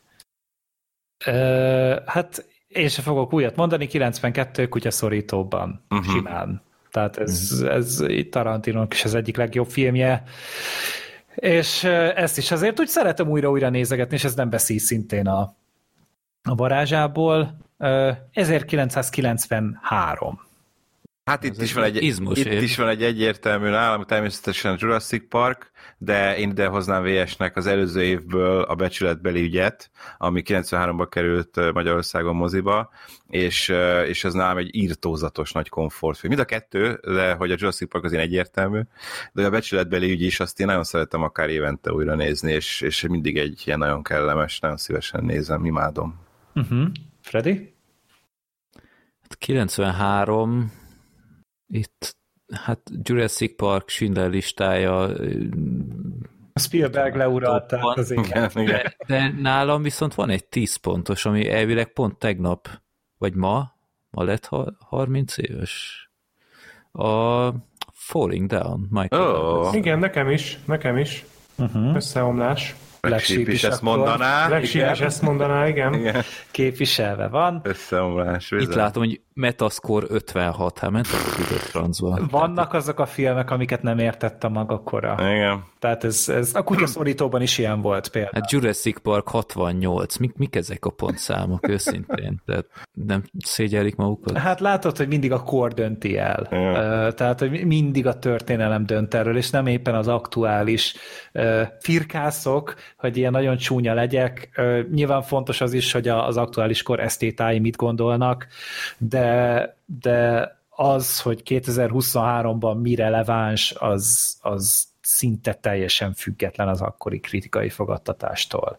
Uh, hát én sem fogok újat mondani, kilencvenkettő Kutyaszorítóban, uh-huh. simán. Tehát ez, uh-huh. ez Tarantinónak is az egyik legjobb filmje, és ezt is azért úgy szeretem újra-újra nézegetni, és ez nem veszi szintén a, a varázsából. ezerkilencszázkilencvenhárom. Hát itt, is van, egy, izmus, itt is van egy egyértelmű nálam, természetesen Jurassic Park, de én ide hoznám vé esnek az előző évből a Becsületbeli ügyet, ami kilencvenháromban került Magyarországon moziba, és, és ez nálam egy írtózatos nagy komfortfilm. Mind a kettő, de hogy a Jurassic Park az én egyértelmű, de a Becsületbeli ügy is, azt én nagyon szeretem akár évente újra nézni, és, és mindig egy ilyen nagyon kellemes, nagyon szívesen nézem, imádom. Uh-huh. Freddy? kilencvenhárom itt, hát Jurassic Park, Schindler listája. A Spielberg leuralták az igen. De, de nálam viszont van egy tíz pontos, ami elvileg pont tegnap, vagy ma, ma lett harminc éves. A Falling Down, Michael. Oh. Igen, nekem is, nekem is. Uh-huh. Összeomlás. Black Sheep is ezt mondaná. Black Sheep is ezt mondaná, igen. igen. Képviselve van. Összeomlás. Itt látom, hogy Metascore ötvenhat, hát ment a tudott francba. Vannak azok a filmek, amiket nem értett a maga kora. Igen. Tehát ez, ez a Kutyaszorítóban is ilyen volt például. Hát Jurassic Park hatvannyolc. Mik, mik ezek a pontszámok őszintén? Tehát nem szégyelik magukat? Hát látod, hogy mindig a kor dönti el. Igen. Tehát, hogy mindig a történelem dönt erről, és nem éppen az aktuális firkászok, hogy ilyen nagyon csúnya legyek. Nyilván fontos az is, hogy az aktuális kor esztétái mit gondolnak, de, de az, hogy kétezer-huszonháromban mi releváns, az, az szinte teljesen független az akkori kritikai fogadtatástól.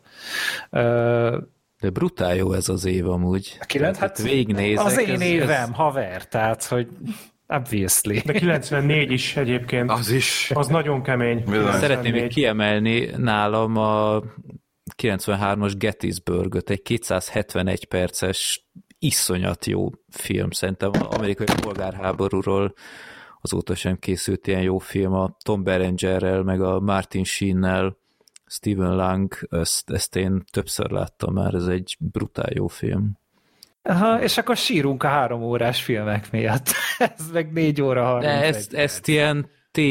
De brutál jó ez az év amúgy. kilenc, hát végignézek. Az én ez, évem, ez... haver, tehát, hogy obviously. De kilencvennégy is egyébként. Az is. Az nagyon kemény. Szeretném még kiemelni nálam a kilencvenhármas Gettysburg-öt, egy kétszázhetvenegy perces iszonyat jó film, szerintem az amerikai polgárháborúról azóta sem készült ilyen jó film, a Tom Berengerrel, meg a Martin Sheen-nel, Stephen Lang, ezt, ezt én többször láttam már, ez egy brutál jó film. Aha, és akkor sírunk a három órás filmek miatt. Ez meg négy óra harminc. De ezt, ezt ilyen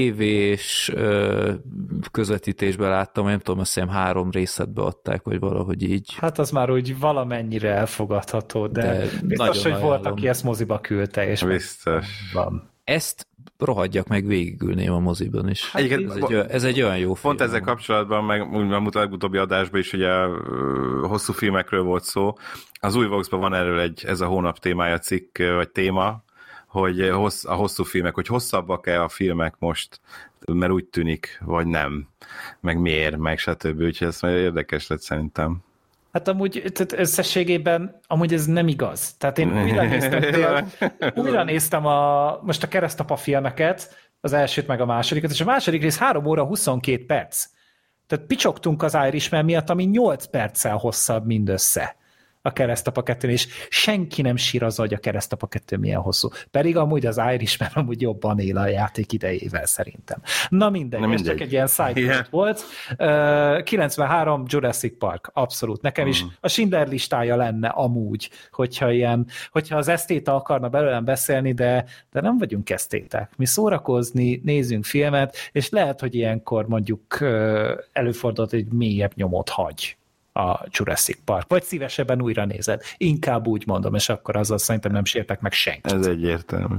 tévés ö, közvetítésben láttam, nem tudom, azt hiszem három részletbe adták, vagy valahogy így. Hát az már úgy valamennyire elfogadható, de, de biztos, hogy volt, aki ezt moziba küldte, és biztos. Van. Ezt rohadjak meg, végigülném a moziban is. Hát ez, egy, ez egy olyan jó film. Pont ezzel kapcsolatban, meg úgy a legutóbbi adásban is ugye hosszú filmekről volt szó. Az új Vox-ban van erről egy, ez a hónap témája cikk, vagy téma, hogy hossz, a hosszú filmek, hogy hosszabbak-e a filmek most, mert úgy tűnik, vagy nem, meg miért, meg stb. Úgyhogy ez már érdekes lett szerintem. Hát amúgy tehát összességében amúgy ez nem igaz. Tehát én újra néztem, tél, újra néztem a, most a Keresztapa filmeket, az elsőt meg a másodikat, és a második rész három óra huszonkét perc. Tehát picsogtunk az Irishman miatt, ami nyolc perccel hosszabb mindössze a Keresztapa kettőn, és senki nem sír azzal, hogy a Keresztapa kettő milyen hosszú. Pedig amúgy az Irishman amúgy jobban él a játék idejével szerintem. Na mindegy, ez csak egy ilyen side volt. Uh, kilencvenhárom Jurassic Park, abszolút. Nekem mm. is a Schindler listája lenne amúgy, hogyha ilyen, hogyha az esztéta akarna belőlem beszélni, de, de nem vagyunk esztéták. Mi szórakozni, nézzünk filmet, és lehet, hogy ilyenkor mondjuk uh, előfordult, hogy mélyebb nyomot hagy a Jurassic Park, vagy szívesebben újra nézed. Inkább úgy mondom, és akkor azzal szerintem nem sértek meg senkit. Ez egyértelmű.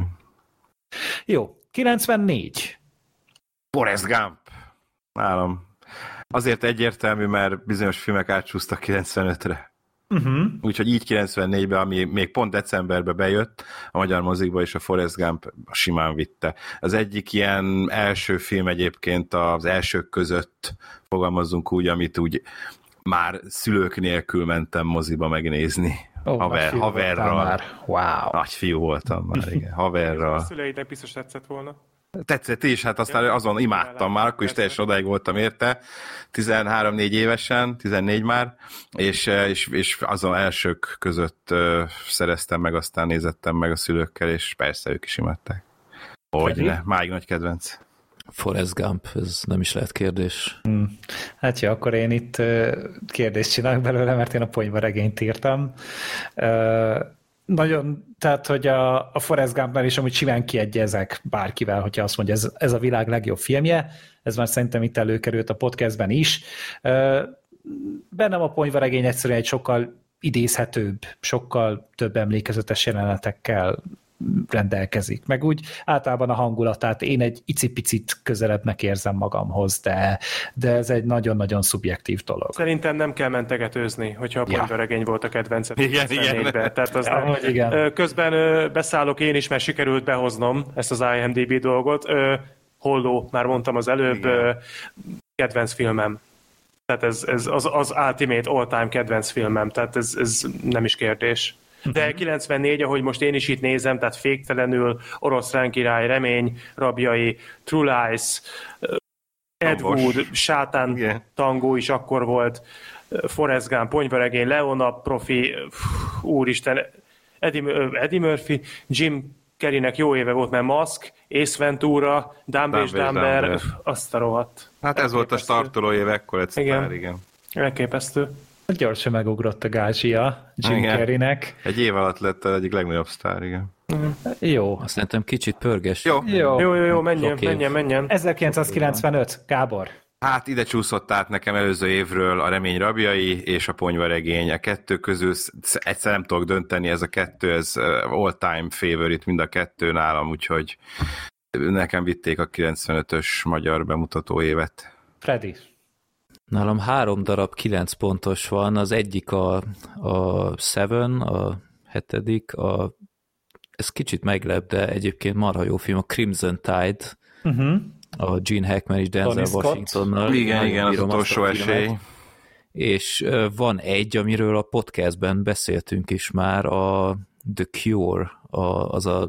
Jó, kilencvennégy. Forrest Gump. Nálam. Azért egyértelmű, mert bizonyos filmek átsúsztak kilencvenötre. Uh-huh. Úgyhogy így kilencvennégyben, ami még pont decemberben bejött a magyar mozikba, és a Forrest Gump simán vitte. Az egyik ilyen első film egyébként az elsők között, fogalmazzunk úgy, amit úgy már szülők nélkül mentem moziba megnézni. Oh, Haver, haverral. Már. Wow. Nagy fiú voltam már, igen. Haverral. A szüleidnek biztos tetszett volna. Tetszett is, hát aztán azon imádtam már, akkor is teljesen odáig voltam érte, tizenhárom-négy évesen, tizennégy már, és, és, és azon elsők között szereztem meg, aztán nézettem meg a szülőkkel, és persze ők is imádták. Hogyne, máig nagy kedvenc. Forrest Gump, ez nem is lehet kérdés. Hmm. Hát jó, akkor én itt kérdést csinálok belőle, mert én a ponyvaregényt írtam. Uh, nagyon, tehát, hogy a, a Forrest Gumpnál is amúgy simán kiegyezek bárkivel, hogyha azt mondja, ez, ez a világ legjobb filmje, ez már szerintem itt előkerült a podcastben is. Uh, bennem a ponyvaregény egyszerűen egy sokkal idézhetőbb, sokkal több emlékezetes jelenetekkel rendelkezik. Meg úgy általában a hangulatát én egy icipicit közelebbnek érzem magamhoz, de, de ez egy nagyon-nagyon szubjektív dolog. Szerintem nem kell mentegetőzni, hogyha a Ja. ponyvaregény volt a kedvenced. Igen, igen. Tehát az Ja, nem. igen. Közben beszállok én is, mert sikerült behoznom ezt az IMDb dolgot. Holló, már mondtam az előbb, Igen. kedvenc filmem. Tehát ez, ez az, az ultimate all-time kedvenc filmem, tehát ez, ez nem is kérdés. De kilencvennégy, ahogy most én is itt nézem, tehát féktelenül, Oroszlán király, Remény rabjai, True Lies, Ed Wood, Sátán Igen. tangó is akkor volt, Forrest Gump, Ponyvaregény, Leona, profi, úristen, Eddie, Eddie Murphy, Jim Carreynek jó éve volt, mert Mask, Ace Ventura, Dumb és Dumber, Dumber. azt a rohadt. Hát ez volt a startoló év, ekkor egy sztár, igen. Elképesztő. Gyorsan megugrott a gázsia Jim Igen. Carreynek. Egy év alatt lett az egyik legnagyobb sztár, igen. Jó. Azt szerintem kicsit pörges. Jó. Jó. Jó, jó, jó, menjen, Oké. menjen, menjen. ezerkilencszázkilencvenöt, Gábor. Hát ide csúszott át nekem előző évről a Remény rabjai és a Ponyvaregény. A kettő közül egyszer nem tudok dönteni, ez a kettő, ez all-time favorite, mind a kettő nálam, úgyhogy nekem vitték a kilencvenötös magyar bemutató évet. Freddy. Nálam három darab kilenc pontos van, az egyik a, a Seven, a hetedik, a, ez kicsit meglep, de egyébként marha jó film, a Crimson Tide, Uh-huh. a Gene Hackman és Denzel Washingtonnal. Igen, igen, az utolsó esély. És van egy, amiről a podcastben beszéltünk is már, a The Cure, a, az a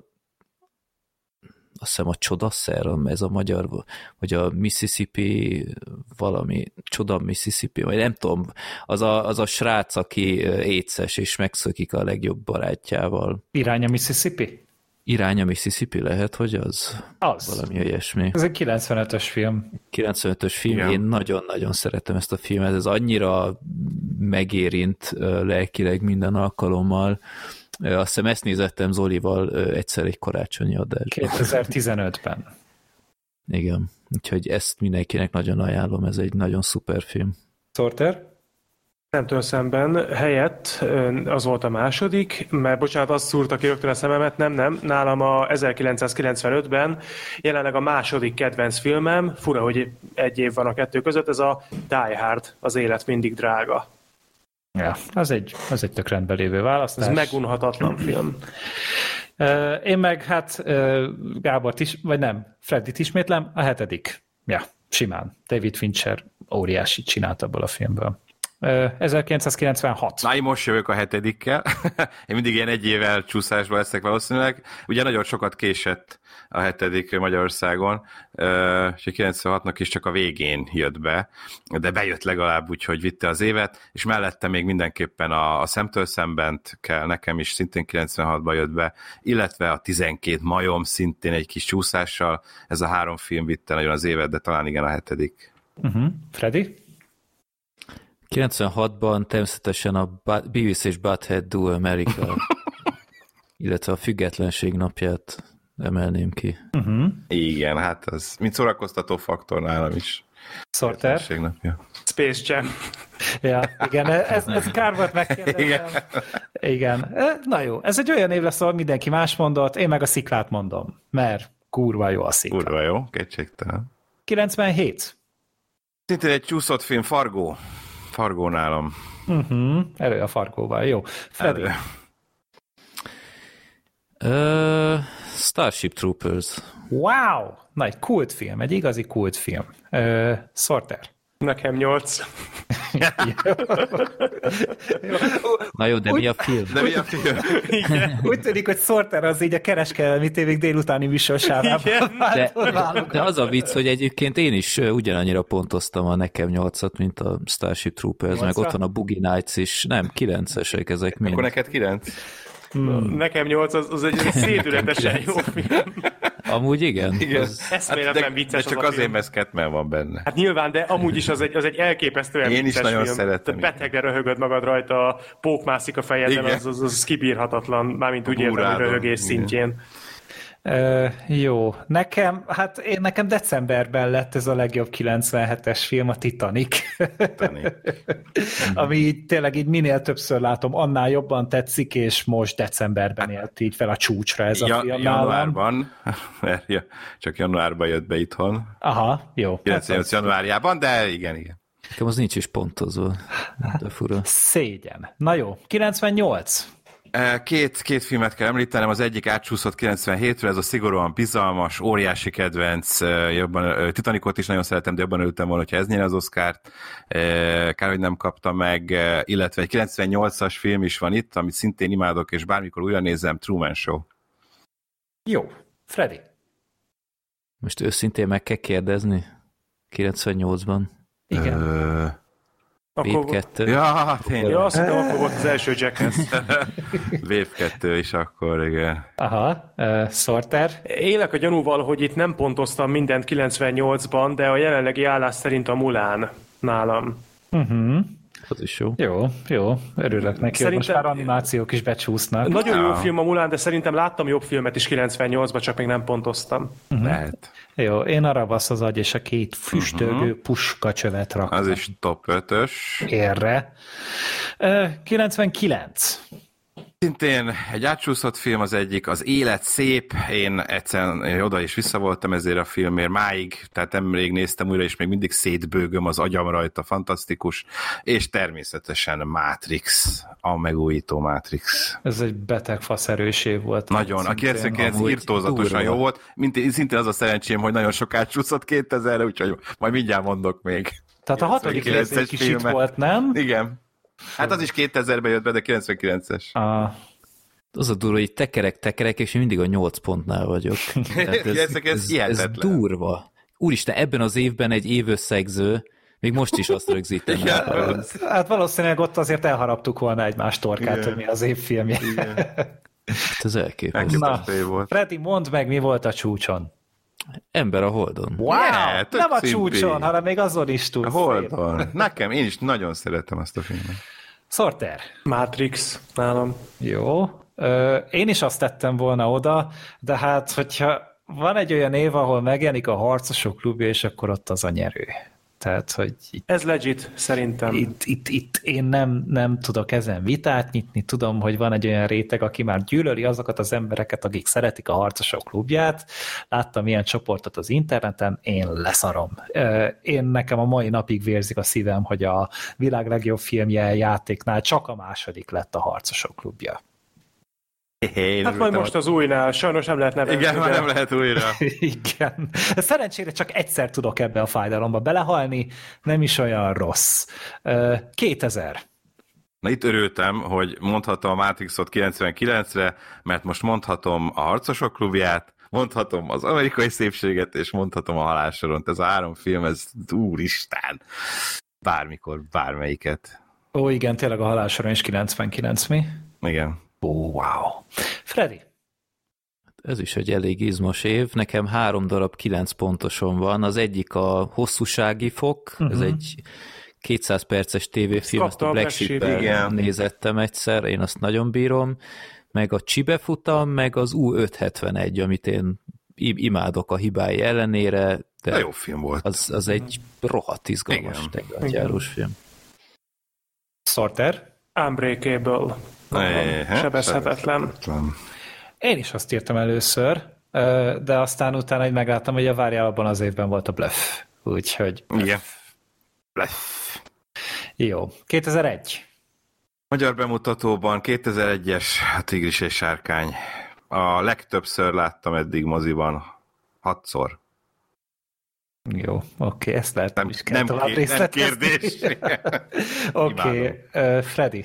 azt hiszem a Csodaszer, ez a magyar, vagy a Mississippi valami, Csoda Mississippi, vagy nem tudom, az a, az a srác, aki éces, és megszökik a legjobb barátjával. Irány a Mississippi? Irány a Mississippi lehet, hogy az? Az. Valami olyasmi. Ez egy kilencvenötös film. kilencvenötös film, igen. Én nagyon-nagyon szeretem ezt a filmet, ez annyira megérint lelkileg minden alkalommal. Azt hiszem ezt nézettem Zolival egyszer egy karácsonyi adásban. kétezer-tizenötben. Igen, úgyhogy ezt mindenkinek nagyon ajánlom, ez egy nagyon szuper film. Sorter? Nemtől szemben helyett az volt a második, mert bocsánat, azt szúrta ki rögtön a szememet, nem, nem, nálam a ezerkilencszázkilencvenötben jelenleg a második kedvenc filmem, fura, hogy egy év van a kettő között, ez a Die Hard, az élet mindig drága. Ja, az egy, az egy tök rendben lévő választás. Ez megunhatatlan film. Én meg hát Gábort is, vagy nem, Freddit ismétlem, a hetedik. Ja, simán. David Fincher óriási csinált abból a filmből. ezerkilencszázkilencvenhat. Na, én most jövök a hetedikkel. Én mindig ilyen egy évvel csúszásba leszek valószínűleg. Ugye nagyon sokat késett a hetedik Magyarországon, és kilencvenhatnak is csak a végén jött be, de bejött legalább úgy, hogy vitte az évet, és mellette még mindenképpen a, a Szemtől szembent kell, nekem is szintén kilencvenhatban jött be, illetve a tizenkét majom szintén egy kis csúszással. Ez a három film vitte nagyon az évet, de talán igen a hetedik. Uh-huh. Freddy? kilencvenhatban természetesen a Beavis és Butthead Do America, illetve a Függetlenség napját emelném ki. Uh-huh. Igen, hát az mint szórakoztató faktor nálam is. Sorter? Napja. Space Jam. Ja, igen, ez, ez kár volt megkérdezem. Igen. Igen. Na jó, ez egy olyan év lesz, ahol mindenki más mondott, én meg a Sziklát mondom, mert kurva jó a Szikla. Kurva jó, kétségtelen. kilencvenhét. Szintén egy csúszott film, Fargo. Fargo nálam. Uh-huh. Elő a Fargóval, jó. Freddy. Uh, Starship Troopers. Wow! Na, egy kultfilm, egy igazi kultfilm. Uh, Sorter. Nekem nyolc. Na jó, de mi a film? De mi a film? Úgy tűnik, hogy Sorter az így a kereskedelmi tévék délutáni műsorsávában. De, de az a vicc, hogy egyébként én is ugyanannyira pontoztam a nekem nyolcat, mint a Starship Troopers, meg ott van a Boogie Nights is. Nem, kilencesek ezek mind. Akkor neked kilenc? Hmm. Nekem nyolc, az, az egy szédületesen jó film. Amúgy igen. igen. Az... Eszméletlen hát, vicces de csak az azért, film. mert Scatman van benne. Hát nyilván, de amúgy is az egy, az egy elképesztően Én vicces is nagyon film. szeretem. Te betegre röhögöd magad rajta, pókmászik a fejedben, az, az, az kibírhatatlan, mármint úgy értem, hogy röhögés szintjén. Uh, jó, nekem, hát én nekem decemberben lett ez a legjobb kilencvenhetes film, a Titanic. Titanic. Ami így, tényleg így minél többször látom, annál jobban tetszik, és most decemberben élt így fel a csúcsra ez a ja, film. Januárban, mert ja, csak januárban jött be itthon. Aha, jó. kilencvennyolc januárjában, de igen, igen. Nekem az nincs is pontozva. De fura. Szégyen. Na jó, kilencvennyolc. Két, két filmet kell említenem, az egyik átcsúszott kilencvenhétre, ez a szigorúan bizalmas, óriási kedvenc, jobban, Titanicot is nagyon szeretem, de jobban örültem volna, hogyha ez nyerne az Oscart, kár, hogy nem kapta meg, illetve egy kilencvennyolcas film is van itt, amit szintén imádok, és bármikor újra nézem, Truman Show. Jó, Freddy. Most őszintén meg kell kérdezni? kilencvennyolcban? Igen. Ö... Wave kettő. Ja, tényleg. Ja, azt hiszem, akkor volt az első Jackass. Wave kettő is akkor, igen. Aha, uh, Sorter. Élek a gyanúval, hogy itt nem pontoztam mindent kilencvennyolcban, de a jelenlegi állás szerint a Mulán nálam. Uh-huh. Az is jó. Jó, jó, örülök neki, szerintem... hogy most már animációk is becsúsznak. Nagyon ja. jó film a Mulán, de szerintem láttam jobb filmet is kilencvennyolcban, csak még nem pontoztam. Uh-huh. Lehet. Jó, én arra vasz az agy és a két füstölgő uh-huh. puskacsövet raktam. Az is top ötös. Érre. Uh, kilencvenkilenc. Szintén egy átsúszott film az egyik, az Élet szép, én egyszerűen oda is vissza voltam ezért a filmért máig, tehát nemrég néztem újra, és még mindig szétbőgöm az agyam rajta, fantasztikus, és természetesen Matrix, a megújító Matrix. Ez egy beteg faszerős év volt. Nagyon, a kilencvenkilenc írtózatosan jó volt, mint szintén az a szerencsém, hogy nagyon sok átsúszott kétezerre, úgyhogy majd mindjárt mondok még. Tehát a hatodik rész egy kicsit volt, nem? Igen. Hát az is kétezerben jött be, de kilencvenkilences. A... Az a durva, hogy tekerek, tekerek, és én mindig a nyolc pontnál vagyok. Tehát ez, ez, ez, ez durva. Úristen, ebben az évben egy évösszegző, még most is azt rögzítem. Ja, hát valószínűleg ott azért elharaptuk volna egymás torkát, igen, hogy mi az év filmje. Ez elképesztő. Na, Freddy, mondd meg, mi volt a csúcson? Ember a Holdon. Wow! Yeah, nem a csúcson, hanem még azon is tudsz. A Holdon. Nekem, én is nagyon szeretem azt a filmet. Sorter. Matrix, nálam. Jó. Ö, én is azt tettem volna oda, de hát, hogyha van egy olyan év, ahol megjelenik a Harcosok klubja, és akkor ott az a nyerő. Tehát, hogy... Itt, ez legit, szerintem. Itt, itt, itt én nem, nem tudok ezen vitát nyitni, tudom, hogy van egy olyan réteg, aki már gyűlöli azokat az embereket, akik szeretik a Harcosok klubját. Láttam ilyen csoportot az interneten, én leszarom. Én nekem a mai napig vérzik a szívem, hogy a világ legjobb filmje játéknál csak a második lett a Harcosok klubja. Én hát majd most az újnál, sajnos nem lehet nevezni. Igen, már nem lehet újra. Igen. Szerencsére csak egyszer tudok ebbe a fájdalomba belehalni, nem is olyan rossz. kétezer. Na itt örültem, hogy mondhatom a Matrixot kilencvenkilencre, mert most mondhatom a Harcosok klubját, mondhatom az Amerikai szépséget, és mondhatom a Halálsoront. Ez a három film, ez úristen. Bármikor, bármelyiket. Ó, igen, tényleg a Halálsoron is kilencvenkilenc, mi? Igen. Oh, wow. Freddy? Ez is egy elég izmos év. Nekem három darab kilenc pontoson van. Az egyik a Hosszúsági fok, uh-huh. Ez egy kétszáz perces tévéfilm, azt a Black Sheep-ben nézettem egyszer, én azt nagyon bírom. Meg a Csibefutam, meg az U ötszázhetvenegy, amit én imádok a hibái ellenére. De jó film volt. Az, az egy rohadt izgalmas tengergyárós film. Sorter? Unbreakable. Ehe, sebezhetetlen. Én is azt írtam először, de aztán utána egy megláttam, hogy a várjál abban az évben volt a Bluff. Úgyhogy... Igen. Bluff. Jó. kétezer-egy. Magyar bemutatóban kétezer-egyes a Tigris és Sárkány. A legtöbbször láttam eddig moziban. Hatszor. Jó, oké, okay, ezt lehet nem, is kell nem, tovább kér, nem kérdés. Oké, okay. uh, Freddy.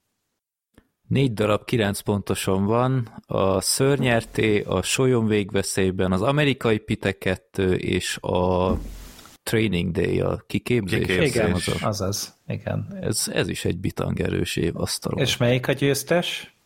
Négy darab kilenc pontoson van, a Szörnyerté, a Solyon végveszélyben, az Amerikai Pite kettő és a Training Day, a kiképzés. kiképzés. Igen, azaz. azaz. Igen. Ez, ez is egy bitangerős év, azt a És melyik a győztes?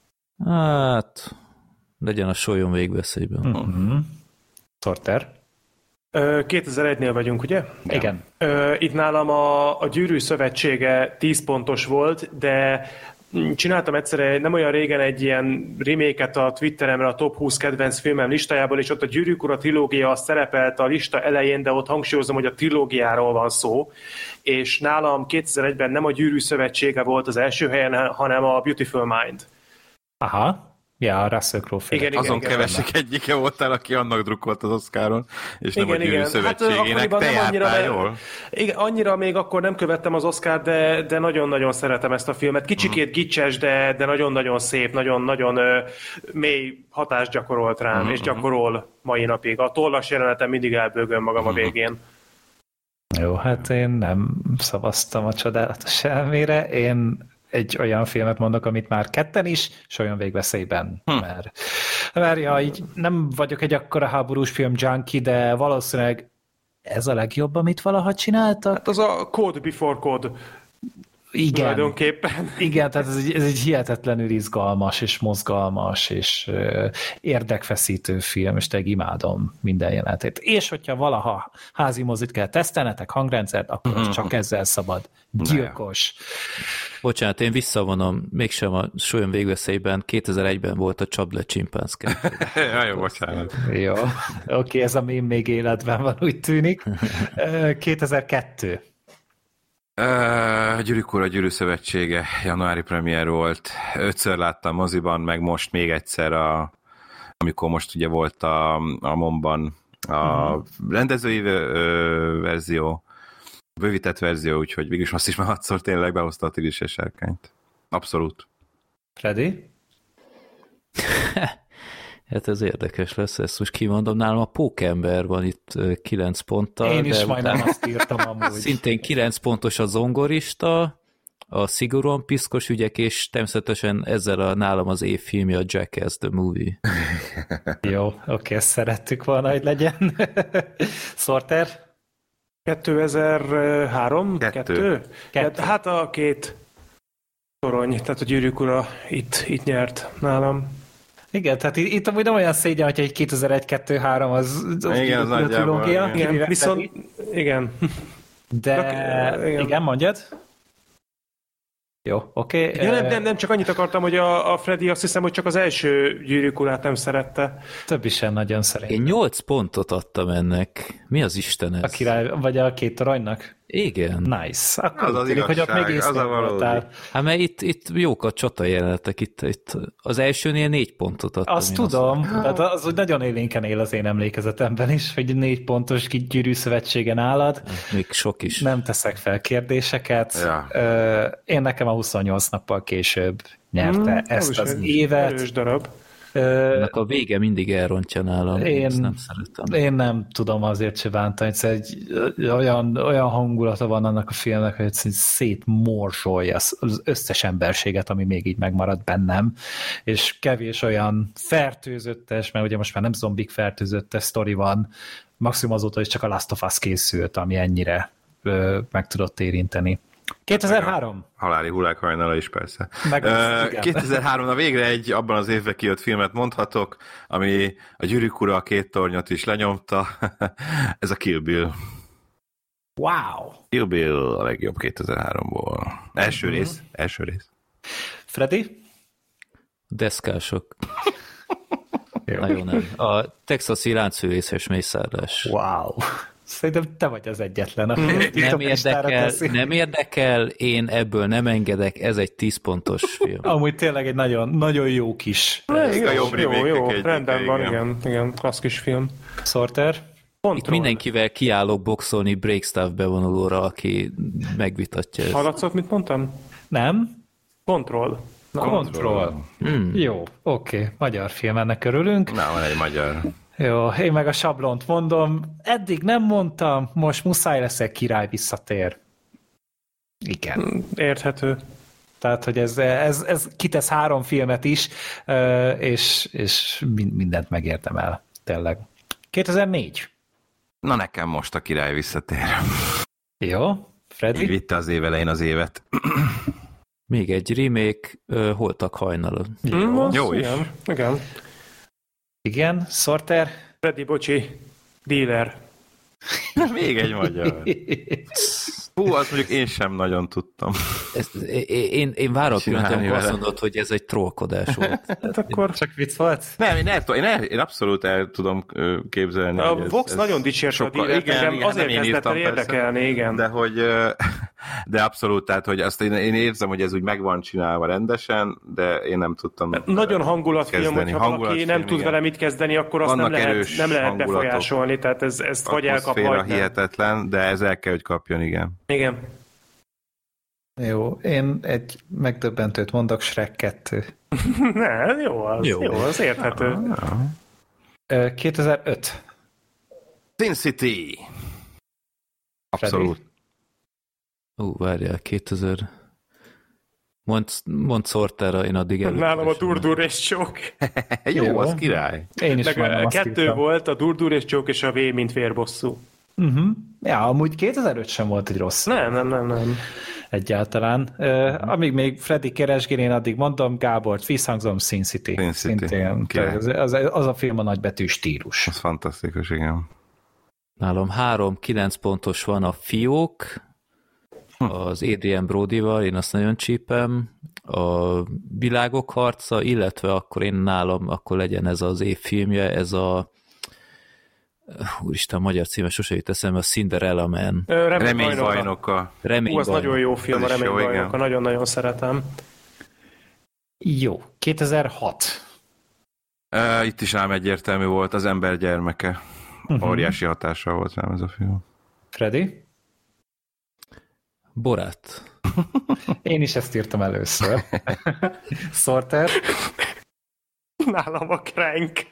Hát, legyen a Solyon végveszélyben. Uh-huh. Sorter. kétezer-egynél vagyunk, ugye? Igen. Itt nálam a, a Gyűrű Szövetsége tíz pontos volt, de csináltam egyszer nem olyan régen egy ilyen remake-et a Twitteremre a top húsz kedvenc filmem listájából, és ott a Gyűrűk Ura trilógia szerepelt a lista elején, de ott hangsúlyozom, hogy a trilógiáról van szó, és nálam kétezer-egyben nem a Gyűrű Szövetsége volt az első helyen, hanem a Beautiful Mind. Aha. Ja, a Russell Crowe film. Igen, azon igen, kevesek igen. egyike voltál, aki annak drukkolt az Oscaron, és igen, nem a Gyűrű Szövetségének. Hát, te jártál jól? Igen, annyira még akkor nem követtem az Oscar, de, de nagyon-nagyon szeretem ezt a filmet. Kicsikét uh-huh. gicses, de, de nagyon-nagyon szép, nagyon-nagyon uh, mély hatást gyakorolt rám, uh-huh. és gyakorol mai napig. A tollas jelenetem mindig elbőgöm magam uh-huh. a végén. Jó, hát én nem szavaztam a csodálatos elmére. Én egy olyan filmet mondok, amit már ketten is, és olyan végveszélyben. Hm. Mert, mert ja, így nem vagyok egy akkora háborús film junkie, de valószínűleg ez a legjobb, amit valaha csináltak. Hát az a Code Before Code. Igen. Tulajdonképpen. Igen, tehát ez egy, ez egy hihetetlenül izgalmas, és mozgalmas, és uh, érdekfeszítő film, és tényleg imádom minden jelenetét. És hogyha valaha házi mozit kell tesztelnetek, hangrendszert, akkor mm-hmm. csak ezzel szabad. Gyilkos. Bocsánat, én visszavonom, mégsem a Solyon végveszélyben, kétezer-egyben volt a Csapd le csimpánzke. Jó, bocsánat. Jó, oké, okay, ez a mém még életben van, úgy tűnik. kétezer-kettő. Uh, Gyűrűk Ura, Gyűrű Szövetsége januári premier volt. Ötször láttam moziban, meg most még egyszer, a, amikor most ugye volt a, a Momban a uh-huh. rendezői ö, verzió, bővített verzió, úgyhogy mégis azt is már hatszor tényleg behozta a Tigris sárkányt. Abszolút. Freddy? Hát ez érdekes lesz, ezt most kimondom. Nálam a Pókember van itt kilenc ponttal. Én is de majdnem azt írtam amúgy. Szintén kilenc pontos a Zongorista, a Szigorúan piszkos ügyek, és természetesen ezzel a nálam az év filmje a Jackass the Movie. Jó, oké, ezt szerettük volna, hogy legyen. Sorter? kétezer-három? Kettő. Kettő? Kettő. Hát a két torony, tehát a Gyűrűk Ura itt, itt nyert nálam. Igen, tehát itt, itt amúgy nem olyan szégyen, hogyha egy kétezer-egy kettő három az, az igen, az nagyjából. Igen, Igen, viszont, igen. De, De igen. igen, mondjad. Jó, oké. Okay. Ja, nem, nem, nem, csak annyit akartam, hogy a, a Freddy azt hiszem, hogy csak az első Gyűrűk Urát nem szerette. Több is sem nagyon szerint. Én nyolc pontot adtam ennek. Mi az Isten ez? A király, vagy a két toronynak? Igen. Nice. Akkor Az az tűnik, hogy ott igazság, még az a valódi. voltál. Hát mert itt, itt jók a csata jelenetek. Itt, itt az elsőnél négy pontot adtam. Azt én tudom, tehát az, hogy nagyon élénken él az én emlékezetemben is, hogy négy pontos Gyűrű Szövetségen állad. Még sok is. Nem teszek fel kérdéseket. Ja. Ö, én nekem a huszonnyolc nappal később nyerte Hmm, ezt az erős, évet. Erős darab. Ö, Ennek a vége mindig elrontja nálam. Én, Ezt nem szeretem. én nem tudom azért se bántani, hogy egy, olyan, olyan hangulata van annak a filmnek, hogy szétmorzsolja az összes emberséget, ami még így megmaradt bennem, és kevés olyan fertőzöttes, mert ugye most már nem zombik fertőzöttes sztori van, maximum azóta is csak a Last of Us készült, ami ennyire ö, meg tudott érinteni. kétezer-három. Haláli hullák hajnala is persze. Meg az, uh, kétezer-három, na végre egy abban az évben kijött filmet mondhatok, ami a Gyűrűk Ura a két tornyot is lenyomta. Ez a Kill Bill. Wow! Kill Bill a legjobb kétezer-háromból. Első mm-hmm. rész. Első rész. Freddy? Deszkások. Nagyon nem. A texasi láncfűrészes mészárlás. Wow! Szerintem te vagy az egyetlen, aki nem érdekel, nem érdekel, én ebből nem engedek, ez egy tíz pontos film. Amúgy tényleg egy nagyon, nagyon jó kis. Ez a jobb jó, jó, jó, egyike, rendben van, igen. igen, igen, klassz kis film. Sorter? Itt mindenkivel kiállok boxolni breakstaff bevonulóra, aki megvitatja ezt. Hallatszott, mit mondtam? Nem? Control. Control. Hmm. Jó, oké. Okay. Magyar film, ennek örülünk. Na, van egy magyar. Jó, én meg a sablont mondom. Eddig nem mondtam, most muszáj leszek, Király visszatér. Igen. Érthető. Tehát, hogy ez, ez, ez kitesz három filmet is, és, és mindent megérdemel. Tényleg. kétezer-négy. Na nekem most a Király visszatér. Jó, Freddy? Így vitte az év elején az évet. Még egy remake, uh, Holtak hajnalon. Jó, mm, jó is. Igen, igen. Igen, Sorter? Freddy, bocsi, dealer. Még egy magyar. Hú, azt mondjuk én sem nagyon tudtam. Ezt, én, én várom pillanat, amikor azt mondod, hogy ez egy trollkodás volt. Hát akkor... Csak vicc volt? Nem, én, el, én, el, én abszolút el tudom képzelni. A Vox ez nagyon dicsért a díjat, igen, igen, azért kezdett el érdekelni, igen. De hogy, de abszolút, tehát hogy azt én, én érzem, hogy ez úgy meg van csinálva rendesen, de én nem tudtam. Nagyon hangulatfilm, hogyha valaki nem tud vele mit kezdeni, akkor azt nem lehet, nem lehet befolyásolni, tehát ez, ezt vagy elkap, vagy nem. Hihetetlen, de ez el kell, hogy kapjon, igen. Igen. Jó, én egy megdöbbentőt mondok, Shrek kettő. Ne, jó az, jó, jó az érthető. Ah. kétezer-öt. Sin City. Abszolút. Ó, várjál, kétezer... Mond, mond Sorterra, én addig előtt. Nálam a Durdur és Csók. Jó, jó, az király. Én is a kettő írtam. Volt, a Durdur és Csók és a V, mint vérbosszú. Uh-huh. Ja, amúgy kétezer-öt sem volt egy rossz. Nem, nem, nem, nem. Egyáltalán. Uh, amíg még Freddy keresgél, én addig mondom, Gábort, visszhangzom, Sin City. Sin City. Szintén. Az, az, az a film a nagybetű stílus. Az fantasztikus, igen. Nálam három, kilenc pontos van a Fiók, az Adrien Brodyval, én azt nagyon csípem, a Világok harca, illetve akkor én nálam, akkor legyen ez az év filmje, ez a úristen, a magyar címe sose jut eszembe, a Cinderella Man. Reménybajnoka. Hú, az nagyon jó film, a Reménybajnoka, nagyon-nagyon szeretem. Jó, kétezer-hat. Uh, itt is ám egyértelmű volt, az ember gyermeke. Uh-huh. Óriási hatással volt rám ez a film. Freddy? Borat. Én is ezt írtam először. Sorter? Nálam a Crank.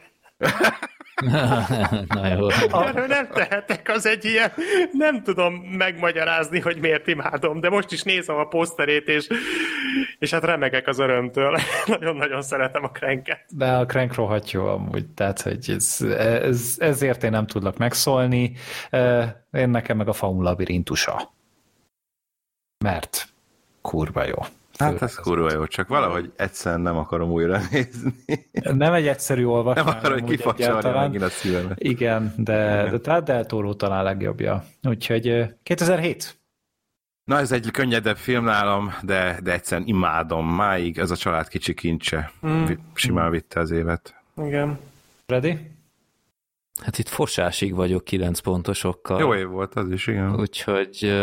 Na jó. Erről nem tehetek, az egy ilyen, nem tudom megmagyarázni, hogy miért imádom, de most is nézem a poszterét, és, és hát remegek az örömtől. Nagyon-nagyon szeretem a Cranket. De a Crank rohadt jó amúgy, tehát hogy ez, ez, ezért én nem tudlak megszólni. Én nekem meg a Faun labirintusa. Mert kurva jó. Hát ez kurva jó, csak valahogy egyszerűen nem akarom újra nézni. Nem egy egyszerű olvasmány. Nem akarom, hogy kifacsolni megint a szívemet. Igen, de, de tehát Del Toro talán legjobbja. Úgyhogy kétezer-hét. Na, ez egy könnyedebb film nálam, de, de egyszerűen imádom. Máig ez a család kicsi kincse. Mm. Simán vitte az évet. Igen. Freddy? Hát itt fosásig vagyok kilenc pontosokkal. Jó év volt az is, igen. Úgyhogy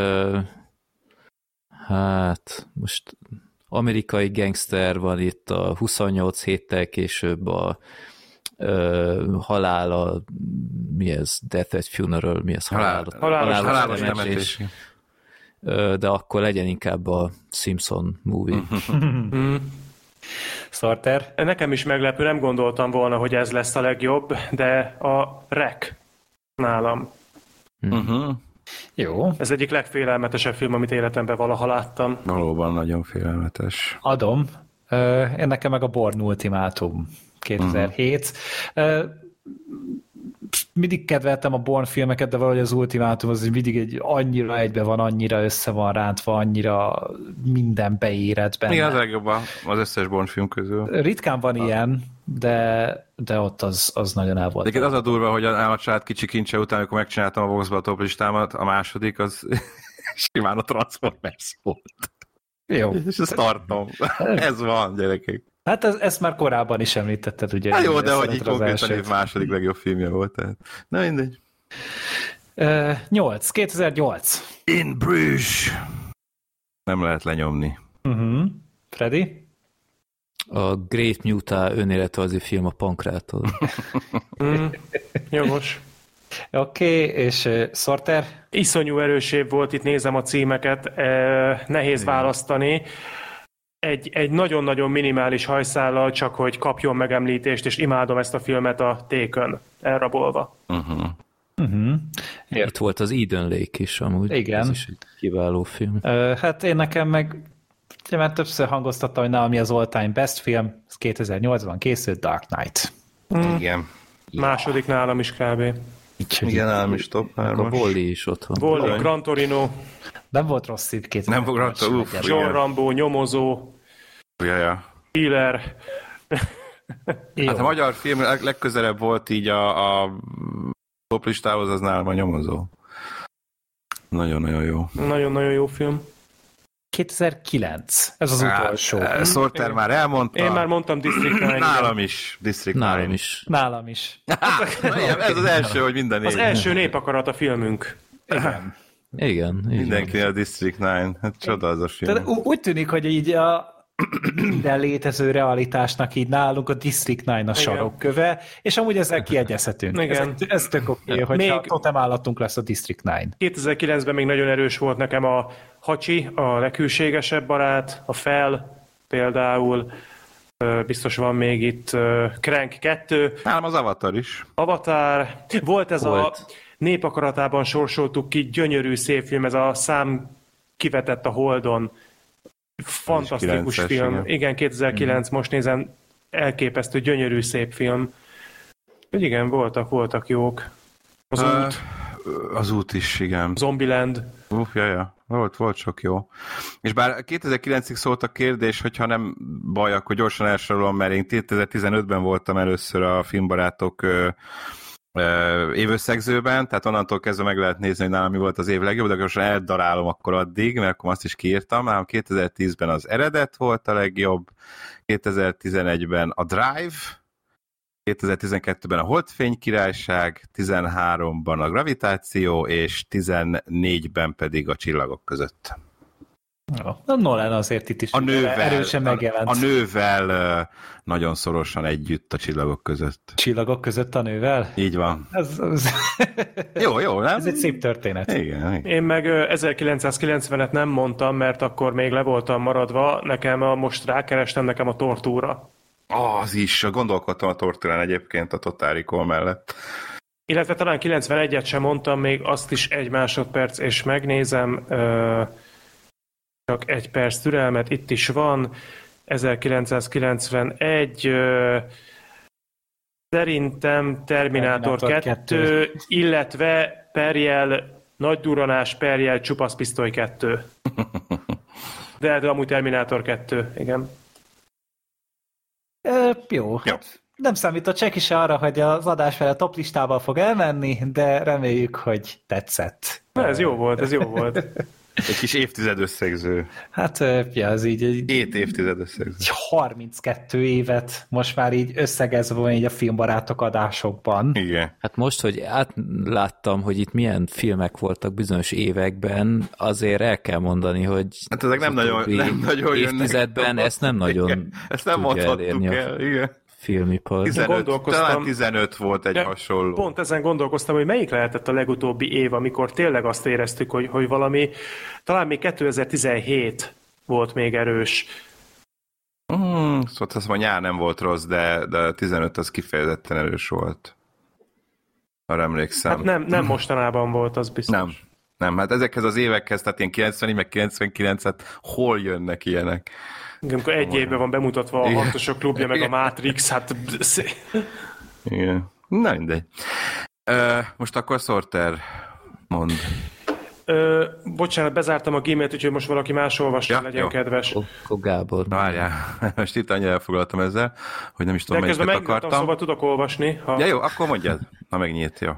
hát most amerikai gangster van itt a huszonnyolc héttel később a uh, halál a mi ez? Death at Funeral, mi ez? Halál, halálos, halálos, halálos temetés. Uh, de akkor legyen inkább a Simpson movie. Sorter? Nekem is meglepő, nem gondoltam volna, hogy ez lesz a legjobb, de a Rec nálam. Uh-huh. Jó. Ez egyik legfélelmetesebb film, amit életemben valaha láttam. Valóban nagyon félelmetes. Adom. Én nekem meg a Bourne Ultimátum kétezer-hét. Uh-huh. Mindig kedveltem a Bourne filmeket, de valahogy az Ultimátum az mindig egy annyira egybe van, annyira össze van rántva, annyira minden beérett benne. Igen, az legjobb az összes Bourne film közül. Ritkán van ah. ilyen, de, de ott az, az nagyon el volt. De az a durva, hogy a állatcsalád kicsi kincse után, amikor megcsináltam a Voxba a top listámat, a második az simán a Transformers volt. Jó. És ezt tartom. Ez van, gyerekek. Hát ez, ezt már korábban is említetted, ugye? Hát jó, de hogy így konkrétan év második legjobb filmje volt. Tehát. Na mindegy. Uh, nyolc. kétezer-nyolc. In Bruges. Nem lehet lenyomni. Uh-huh. Freddy? A Great Muta önéletrajzi film a Pankrától. mm, jogos. Oké, okay, és uh, Sorter? Iszonyú erős év volt, itt nézem a címeket, uh, nehéz Igen. választani. Egy, egy nagyon-nagyon minimális hajszállal, csak hogy kapjon megemlítést, és imádom ezt a filmet a Taken, elrabolva. Uh-huh. Uh-huh. Itt volt az Eden Lake is amúgy. Igen. Ez is egy kiváló film. Uh, hát én nekem meg már többször hangoztattam, hogy nálam mi az all-time best film, ez kétezer-nyolcban készült, Dark Knight. Mm. Igen. Második nálam is kb. Igen, nálam is top hármas. A Wall-E is ott van. Wall-E, Gran Torino. Nem volt rossz itt kétezer. Nem volt rossz, uff. John Rambo, Nyomozó. Jaja. Killer. Hát a magyar film legközelebb volt így a, a toplistához, az nálam a Nyomozó. Nagyon-nagyon jó. Nagyon-nagyon jó film. kétezer-kilenc. Ez az Á, utolsó. Sorter én, már elmondta. Én már mondtam District kilenc. Nálam is. District Nálam kilenc. is. Nálam is. Ez az első, hogy minden Az első népakarat a filmünk. Igen. Igen. Mindenkinek a District kilenc. Hát csoda az a film. Tehát úgy tűnik, hogy így a minden létező realitásnak így nálunk a District kilenc a sarokköve, és amúgy ezzel kiegyezhetünk. Igen. Ez, ez tök oké, okay, hogyha még... totem állatunk lesz a District kilenc. kétezer-kilencben még nagyon erős volt nekem a Hacsi, a leghűségesebb barát, a Fel például, biztos van még itt Crank kettő. Nálam az Avatar is. Avatar. Volt ez volt. a Népakaratában sorsoltuk ki, gyönyörű szép film, ez a Szám kivetett a Holdon. Fantasztikus film. Igen, igen kétezer-kilenc, mm. most nézem, elképesztő, gyönyörű, szép film. Úgy igen, voltak, voltak jók. Az uh, út. Az út is, igen. Zombieland. Uff, jaja, volt, volt sok jó. És bár kétezer-kilencig szólt a kérdés, hogyha nem baj, akkor gyorsan elsorolom, mert én kétezer-tizenötben voltam először a Filmbarátok évösszegzőben, tehát onnantól kezdve meg lehet nézni, hogy nálam mi volt az év legjobb, de akkor eldarálom akkor addig, mert akkor azt is kiírtam. Nálam kétezer-tízben az Eredet volt a legjobb, kétezer-tizenegyben a Drive, kétezer-tizenkettőben a Holdfény királyság, tizenháromban a Gravitáció, és tizennégyben pedig a Csillagok között. A Nolan azért itt is a nővel, erősen megjelent. A, a nővel nagyon szorosan együtt a Csillagok között. Csillagok között a nővel? Így van. Ez, ez... Jó, jó, nem? Ez egy szép történet. Igen, igen. Én meg ezerkilencszázkilencvenet nem mondtam, mert akkor még le voltam maradva. Nekem a, most rákerestem, nekem a Tortúra. Az is, gondolkodtam a Tortúrán egyébként a Total Recall mellett. Illetve talán kilencvenegyet sem mondtam, még azt is egy másodperc, és megnézem, csak egy perc türelmet, itt is van, ezerkilencszázkilencvenegy, szerintem Terminátor, Terminátor kettő, illetve Perjel, Nagy Duranás, Perjel, Csupasz Pisztoly kettő. De, de amúgy Terminátor kettő, igen. E, jó, jó. Hát nem számított senki se arra, hogy az adás fel a top listával fog elmenni, de reméljük, hogy tetszett. Na, ez jó volt, ez jó volt. Egy kis évtized összegző. Hát, ja, az így... Egy, Két évtized összegző. harminckettő évet most már így összegezve van így a filmbarátok adásokban. Igen. Hát most, hogy átláttam, hogy itt milyen filmek voltak bizonyos években, azért el kell mondani, hogy hát ezek nem nagyon, nem nagyon évtizedben jönnek. ezt nem nagyon igen. Ezt nem mondhattuk el, igen. Filmipar. tizenöt, talán tizenöt volt egy hasonló. Pont ezen gondolkoztam, hogy melyik lehetett a legutóbbi év, amikor tényleg azt éreztük, hogy, hogy valami, talán még kétezer-tizenhét volt még erős. Mm, szóval azt mondom, a nyár nem volt rossz, de, de tizenöt az kifejezetten erős volt. Arra emlékszem. Hát nem, nem mostanában volt, az biztos. Nem, nem, hát ezekhez az évekhez, tehát ilyen kilencvenig, meg kilencvenkilencet hol jönnek ilyenek? Amikor egy évben van bemutatva a Harcosok klubja, meg a Matrix, hát... Igen. Na mindegy. Ö, most akkor Sorter mond. Ö, bocsánat, bezártam a gmail-t, úgyhogy most valaki más olvassa, ja, legyen jó. Kedves. Akkor Gábor. Na várjál, most itt annyira elfoglaltam ezzel, hogy nem is tudom, melyiket akartam. De közben megnyitottam, szóval tudok olvasni. Ha... Ja jó, akkor mondjad, ha megnyílt, jó.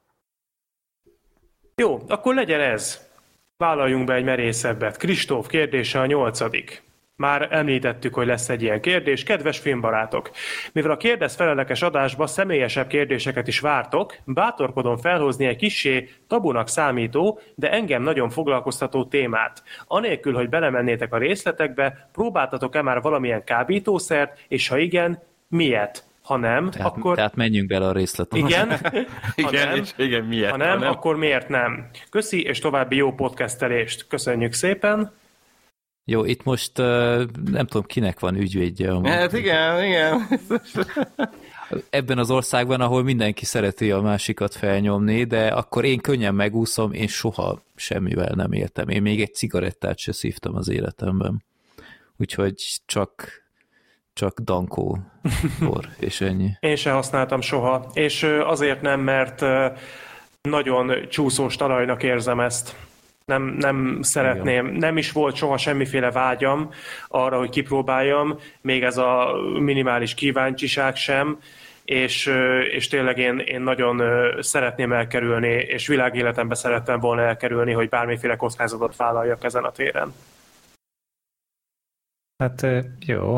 Jó, akkor legyen ez. Vállaljunk be egy merészebbet. Kristóf kérdése a nyolcadik. Már említettük, hogy lesz egy ilyen kérdés. Kedves filmbarátok! Mivel a kérdez felelekes adásba személyesebb kérdéseket is vártok, bátorkodom felhozni egy kissé tabunak számító, de engem nagyon foglalkoztató témát. Anélkül, hogy belemennétek a részletekbe, próbáltatok-e már valamilyen kábítószert, és ha igen, miért? Ha nem, tehát, akkor... Tehát menjünk bele a részletekbe. Igen? igen, nem, és igen, miért? Ha nem, ha nem, akkor miért nem? Köszi, és további jó podcastelést. Köszönjük szépen! Jó, itt most uh, nem tudom, kinek van ügyvédje. Hát igen, igen. Ebben az országban, ahol mindenki szereti a másikat felnyomni, de akkor én könnyen megúszom, én soha semmivel nem éltem. Én még egy cigarettát se szívtam az életemben. Úgyhogy csak, csak dankó bor, és ennyi. Én se használtam soha, és azért nem, mert nagyon csúszós talajnak érzem ezt. Nem, nem szeretném, igen. Nem is volt soha semmiféle vágyam arra, hogy kipróbáljam, még ez a minimális kíváncsiság sem, és, és tényleg én, én nagyon szeretném elkerülni, és világéletemben szerettem volna elkerülni, hogy bármiféle kockázatot vállaljak ezen a téren. Hát jó.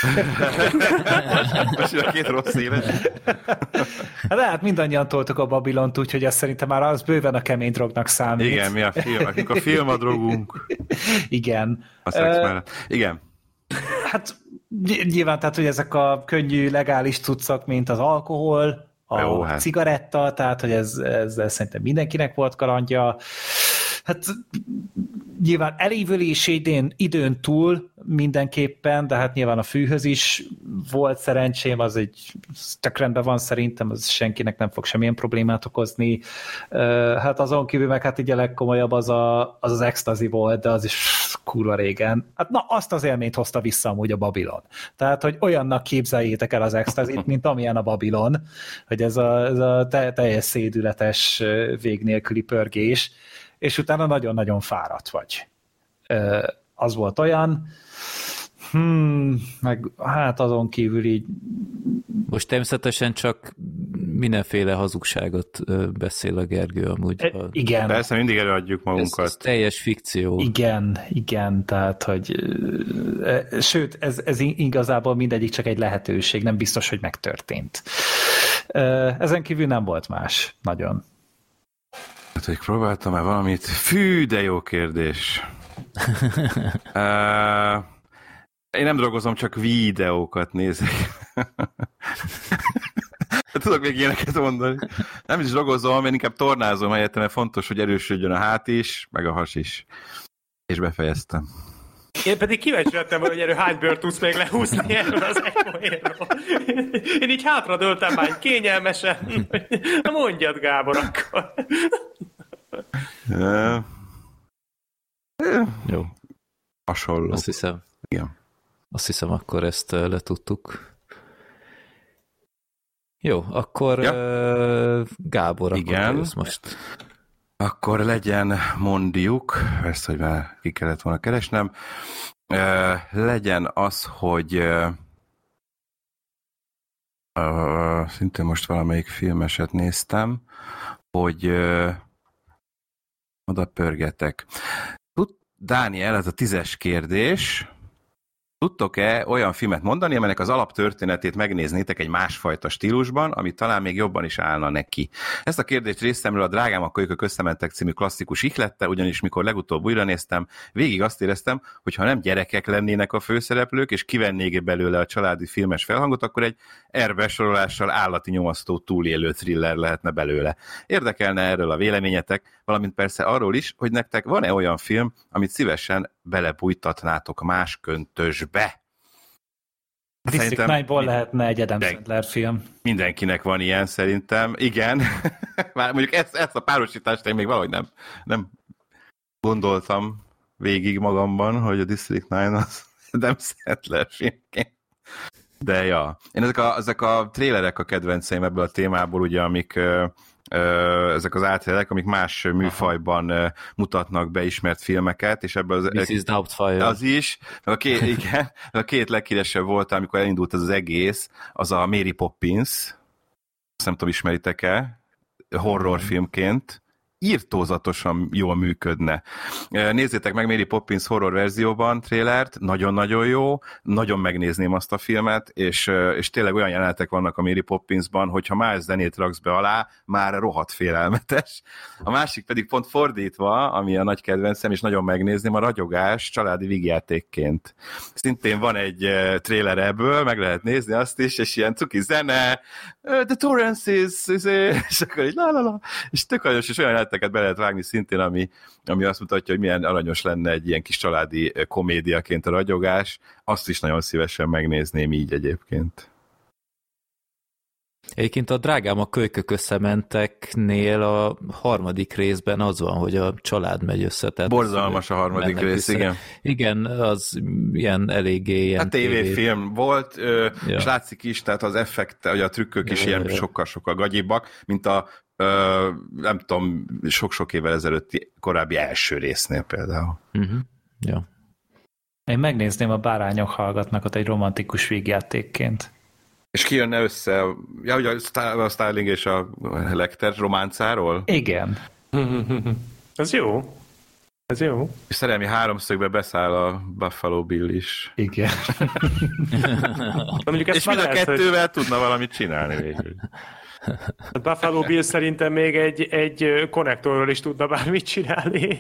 Most a két rossz élet. Hát lehet mindannyian toltuk a Babilont, úgyhogy azt szerintem már az bőven a kemény drognak számít. Igen, mi a film? Akik a film a drogunk. Igen. A szex mellett. Igen. Hát nyilván, tehát, hogy ezek a könnyű, legális cuccok, mint az alkohol, a jó, hát. cigaretta, tehát, hogy ez, ez, ez szerintem mindenkinek volt kalandja. Hát nyilván elévülési idén, időn túl mindenképpen, de hát nyilván a fűhöz is volt szerencsém, az egy tök rendben van szerintem, az senkinek nem fog semmilyen problémát okozni. Hát azon kívül meg hát így a legkomolyabb az a, az, az ecstasy volt, de az is kurva régen. Hát na, azt az élményt hozta vissza amúgy a Babilon. Tehát, hogy olyannak képzeljétek el az ecstasy-t, mint amilyen a Babilon, hogy ez a, ez a te, teljes szédületes vég nélküli pörgés, és utána nagyon-nagyon fáradt vagy. Az volt olyan. Hmm, meg hát azon kívül így... Most természetesen csak mindenféle hazugságot beszél a Gergő amúgy. E, igen. Persze, mindig előadjuk magunkat. Ez, ez teljes fikció. Igen, igen, tehát, hogy e, sőt, ez, ez igazából mindegyik csak egy lehetőség, nem biztos, hogy megtörtént. E, ezen kívül nem volt más, nagyon. Hát, hogy próbáltam már valamit? Fű, de jó kérdés. uh, én nem dolgozom, csak videókat nézek. Tudok még ilyeneket mondani. Nem is dolgozom, én inkább tornázom helyette, mert fontos, hogy erősödjön a hát is, meg a has is. És befejeztem. Én pedig kíváncsi lettem, hogy erről hány bőrt tudsz még lehúzni erről az ECMO-érről. Én így hátradőltem már kényelmesen. Na mondjad, Gábor, akkor. Uh, Jó. Hasonló. Azt hiszem. Igen. Azt hiszem, akkor ezt letudtuk. Jó, akkor ja. uh, Gábor, igen. Akkor most. Akkor legyen, mondjuk, ezt, hogy már ki kellett volna keresnem, uh, legyen az, hogy uh, uh, szintén most valamelyik filmeset néztem, hogy uh, oda pörgetek. Tud, Dániel, ez a tízes kérdés. Tudtok-e olyan filmet mondani, amelynek az alaptörténetét megnéznétek egy másfajta stílusban, ami talán még jobban is állna neki? Ezt a kérdést részemről a Drágám a kölykök összementek című klasszikus ihlette, ugyanis mikor legutóbb újra néztem, végig azt éreztem, hogy ha nem gyerekek lennének a főszereplők, és kivennék belőle a családi filmes felhangot, akkor egy erbesorolással állati nyomasztó túlélő thriller lehetne belőle. Érdekelne erről a véleményetek, valamint persze arról is, hogy nektek van-e olyan film, amit szívesen belebújtatnátok más köntösbe? District nine-ból lehetne egy Adam Sandler film. Mindenkinek van ilyen, szerintem. Igen. Már mondjuk ezt, ezt a párosítást én még valahogy nem, nem gondoltam végig magamban, hogy a District nine az Adam Sandler filmként. De ja. Én ezek a, ezek a trélerek a kedvenceim ebből a témából, ugye, amik ezek az átélek, amik más műfajban Aha. mutatnak be ismert filmeket, és ebből az... This is Doubtfire. Az is. A két, igen, a két leghíresebb volt, amikor elindult ez az egész, az a Mary Poppins, azt nem tudom, ismeritek-e, horrorfilmként, írtózatosan jól működne. Nézzétek meg Mary Poppins horror verzióban trélert, nagyon-nagyon jó, nagyon megnézném azt a filmet, és, és tényleg olyan jelenetek vannak a Mary Poppinsban, hogyha más zenét raksz be alá, már rohadt félelmetes. A másik pedig pont fordítva, ami a nagy kedvencem, és nagyon megnézném, a Ragyogás családi vígjátékként. Szintén van egy tréler ebből, meg lehet nézni azt is, és ilyen cuki zene, The Torrance is, és akkor így la la la, és tök aranyos, és olyan jeleneteket be lehet vágni szintén, ami, ami azt mutatja, hogy milyen aranyos lenne egy ilyen kis családi komédiaként a Ragyogás. Azt is nagyon szívesen megnézném így egyébként. Egyébként a Drágám a kölykök összementeknél a harmadik részben az van, hogy a család megy össze. Tehát borzalmas a harmadik rész, össze. igen. Igen, az ilyen eléggé ilyen... Hát tévéfilm volt, ja. És látszik is, tehát az effekt, hogy a trükkök is ja, ilyen ja. sokkal-sokkal gagyibbak, mint a Ö, nem tudom, sok-sok évvel ezelőtti korábbi első résznél például. Uh-huh. Ja. Én megnézném, a Bárányok hallgatnak ott egy romantikus vígjátékként. És ki jönne össze? Ja, ugye a Starling és a Lecter románcáról? Igen. Ez jó. Ez jó. És szerelmi háromszögbe beszáll a Buffalo Bill is. Igen. És mind a kettővel hogy... tudna valamit csinálni végül. A Buffalo Bill szerintem még egy, egy konnektorról is tudna bármit csinálni.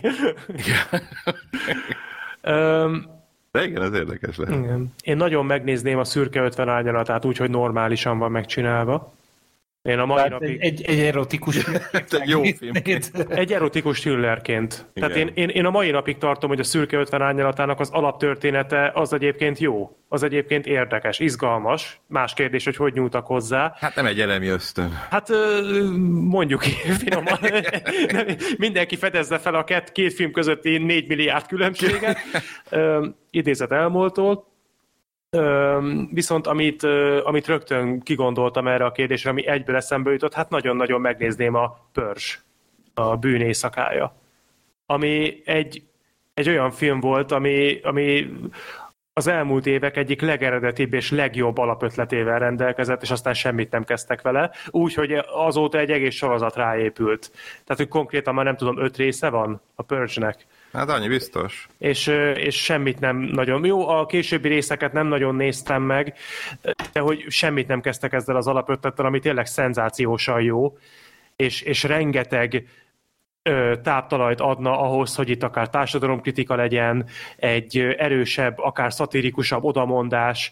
um, De igen, ez érdekes lehet. Igen. Én nagyon megnézném a Szürke ötven árnyalatát úgy, hogy normálisan van megcsinálva. Én a mai Tehát napig... Egy, egy erotikus egy jó filmként. Egy erotikus thrillerként. Tehát én, én, én a mai napig tartom, hogy a Szürke ötven árnyalatának az alaptörténete az egyébként jó. Az egyébként érdekes, izgalmas. Más kérdés, hogy hogy nyúltak hozzá. Hát nem egy elemi ösztön. Hát mondjuk finoman. Mindenki fedezze fel a két, két film közötti négy milliárd különbséget. Idézet Elmoltól. Viszont amit, amit rögtön kigondoltam erre a kérdésre, ami egyből eszembe jutott, hát nagyon-nagyon megnézném a Pörzs, a Bűn éjszakája. Ami egy, egy olyan film volt, ami, ami az elmúlt évek egyik legeredetibb és legjobb alapötletével rendelkezett, és aztán semmit nem kezdtek vele, úgyhogy azóta egy egész sorozat ráépült. Tehát, hogy konkrétan már nem tudom, öt része van a Purge-nek. Hát annyi biztos. És, és semmit nem nagyon... Jó, a későbbi részeket nem nagyon néztem meg, de hogy semmit nem kezdtek ezzel az alapötlettel, ami tényleg szenzációsan jó, és, és rengeteg ö, táptalajt adna ahhoz, hogy itt akár társadalomkritika legyen, egy erősebb, akár szatirikusabb odamondás.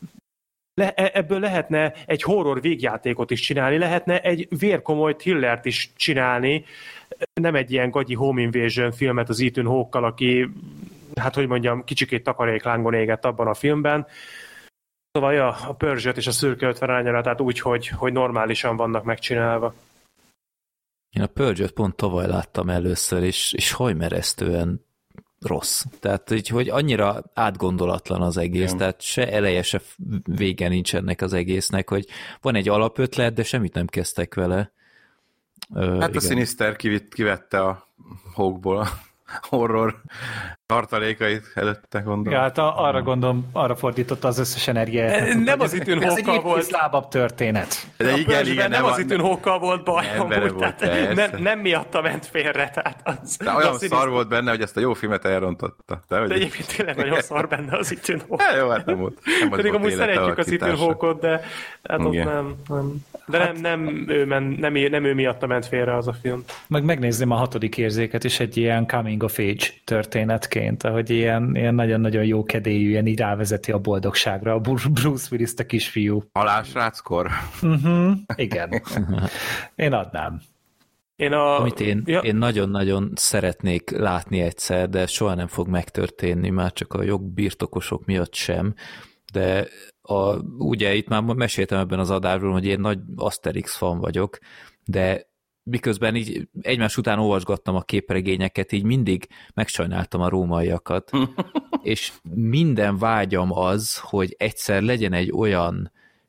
Le, ebből lehetne egy horror végjátékot is csinálni, lehetne egy vérkomoly thrillert is csinálni, nem egy ilyen gagyi home invasion filmet az Ethan Hawke-kal, aki, hát hogy mondjam, kicsikét takaréklángon égett abban a filmben. Szóval ja, a Purge-öt és a Szürke ötven árnyalatát úgy, hogy, hogy normálisan vannak megcsinálva. Én a Purge-öt pont tavaly láttam először, és, és hajmeresztően rossz. Tehát, így, hogy annyira átgondolatlan az egész, igen. Tehát se eleje, se vége nincs ennek az egésznek, hogy van egy alapötlet, de semmit nem kezdtek vele. Ö, hát igen. A Sinister kivitt, kivette a Hawkból a horror tartalékait előtte, gondolom. Ja, hát a, arra gondolom, arra fordította az összes energiát. Nem az Ethan Hawke-kal volt. Ez egy lábabb történet. De igen, igen, nem, nem az a, Ethan Hawke-kal volt baj, amúgy, volt, nem, nem miatta ment félre. Tehát az, de olyan az szar Sinister... volt benne, hogy ezt a jó filmet elrontotta. De, hogy... de egyébként tényleg nagyon szar benne az Ethan Hawke. Hát jó, hát nem volt. Nem Pedig amúgy szeretjük az Ethan Hawke-ot, de hát ott nem, nem. De hát... nem, nem, ő men, nem, nem ő miatta ment félre az a film. Meg megnézném a hatodik érzéket is egy ilyen coming of age történetként, ahogy ilyen, ilyen nagyon-nagyon jó kedélyű, ilyen így rávezeti a boldogságra a Bruce Willis, a kisfiú. Halálsráckor? Uh-huh. Igen. Én adnám. Én a... Amit én, ja. én nagyon-nagyon szeretnék látni egyszer, de soha nem fog megtörténni, már csak a jogbirtokosok miatt sem, de a, ugye itt már meséltem ebben az adásban, hogy én nagy Asterix fan vagyok, de miközben így egymás után olvasgattam a képregényeket, így mindig megsajnáltam a rómaiakat, és minden vágyam az, hogy egyszer legyen egy olyan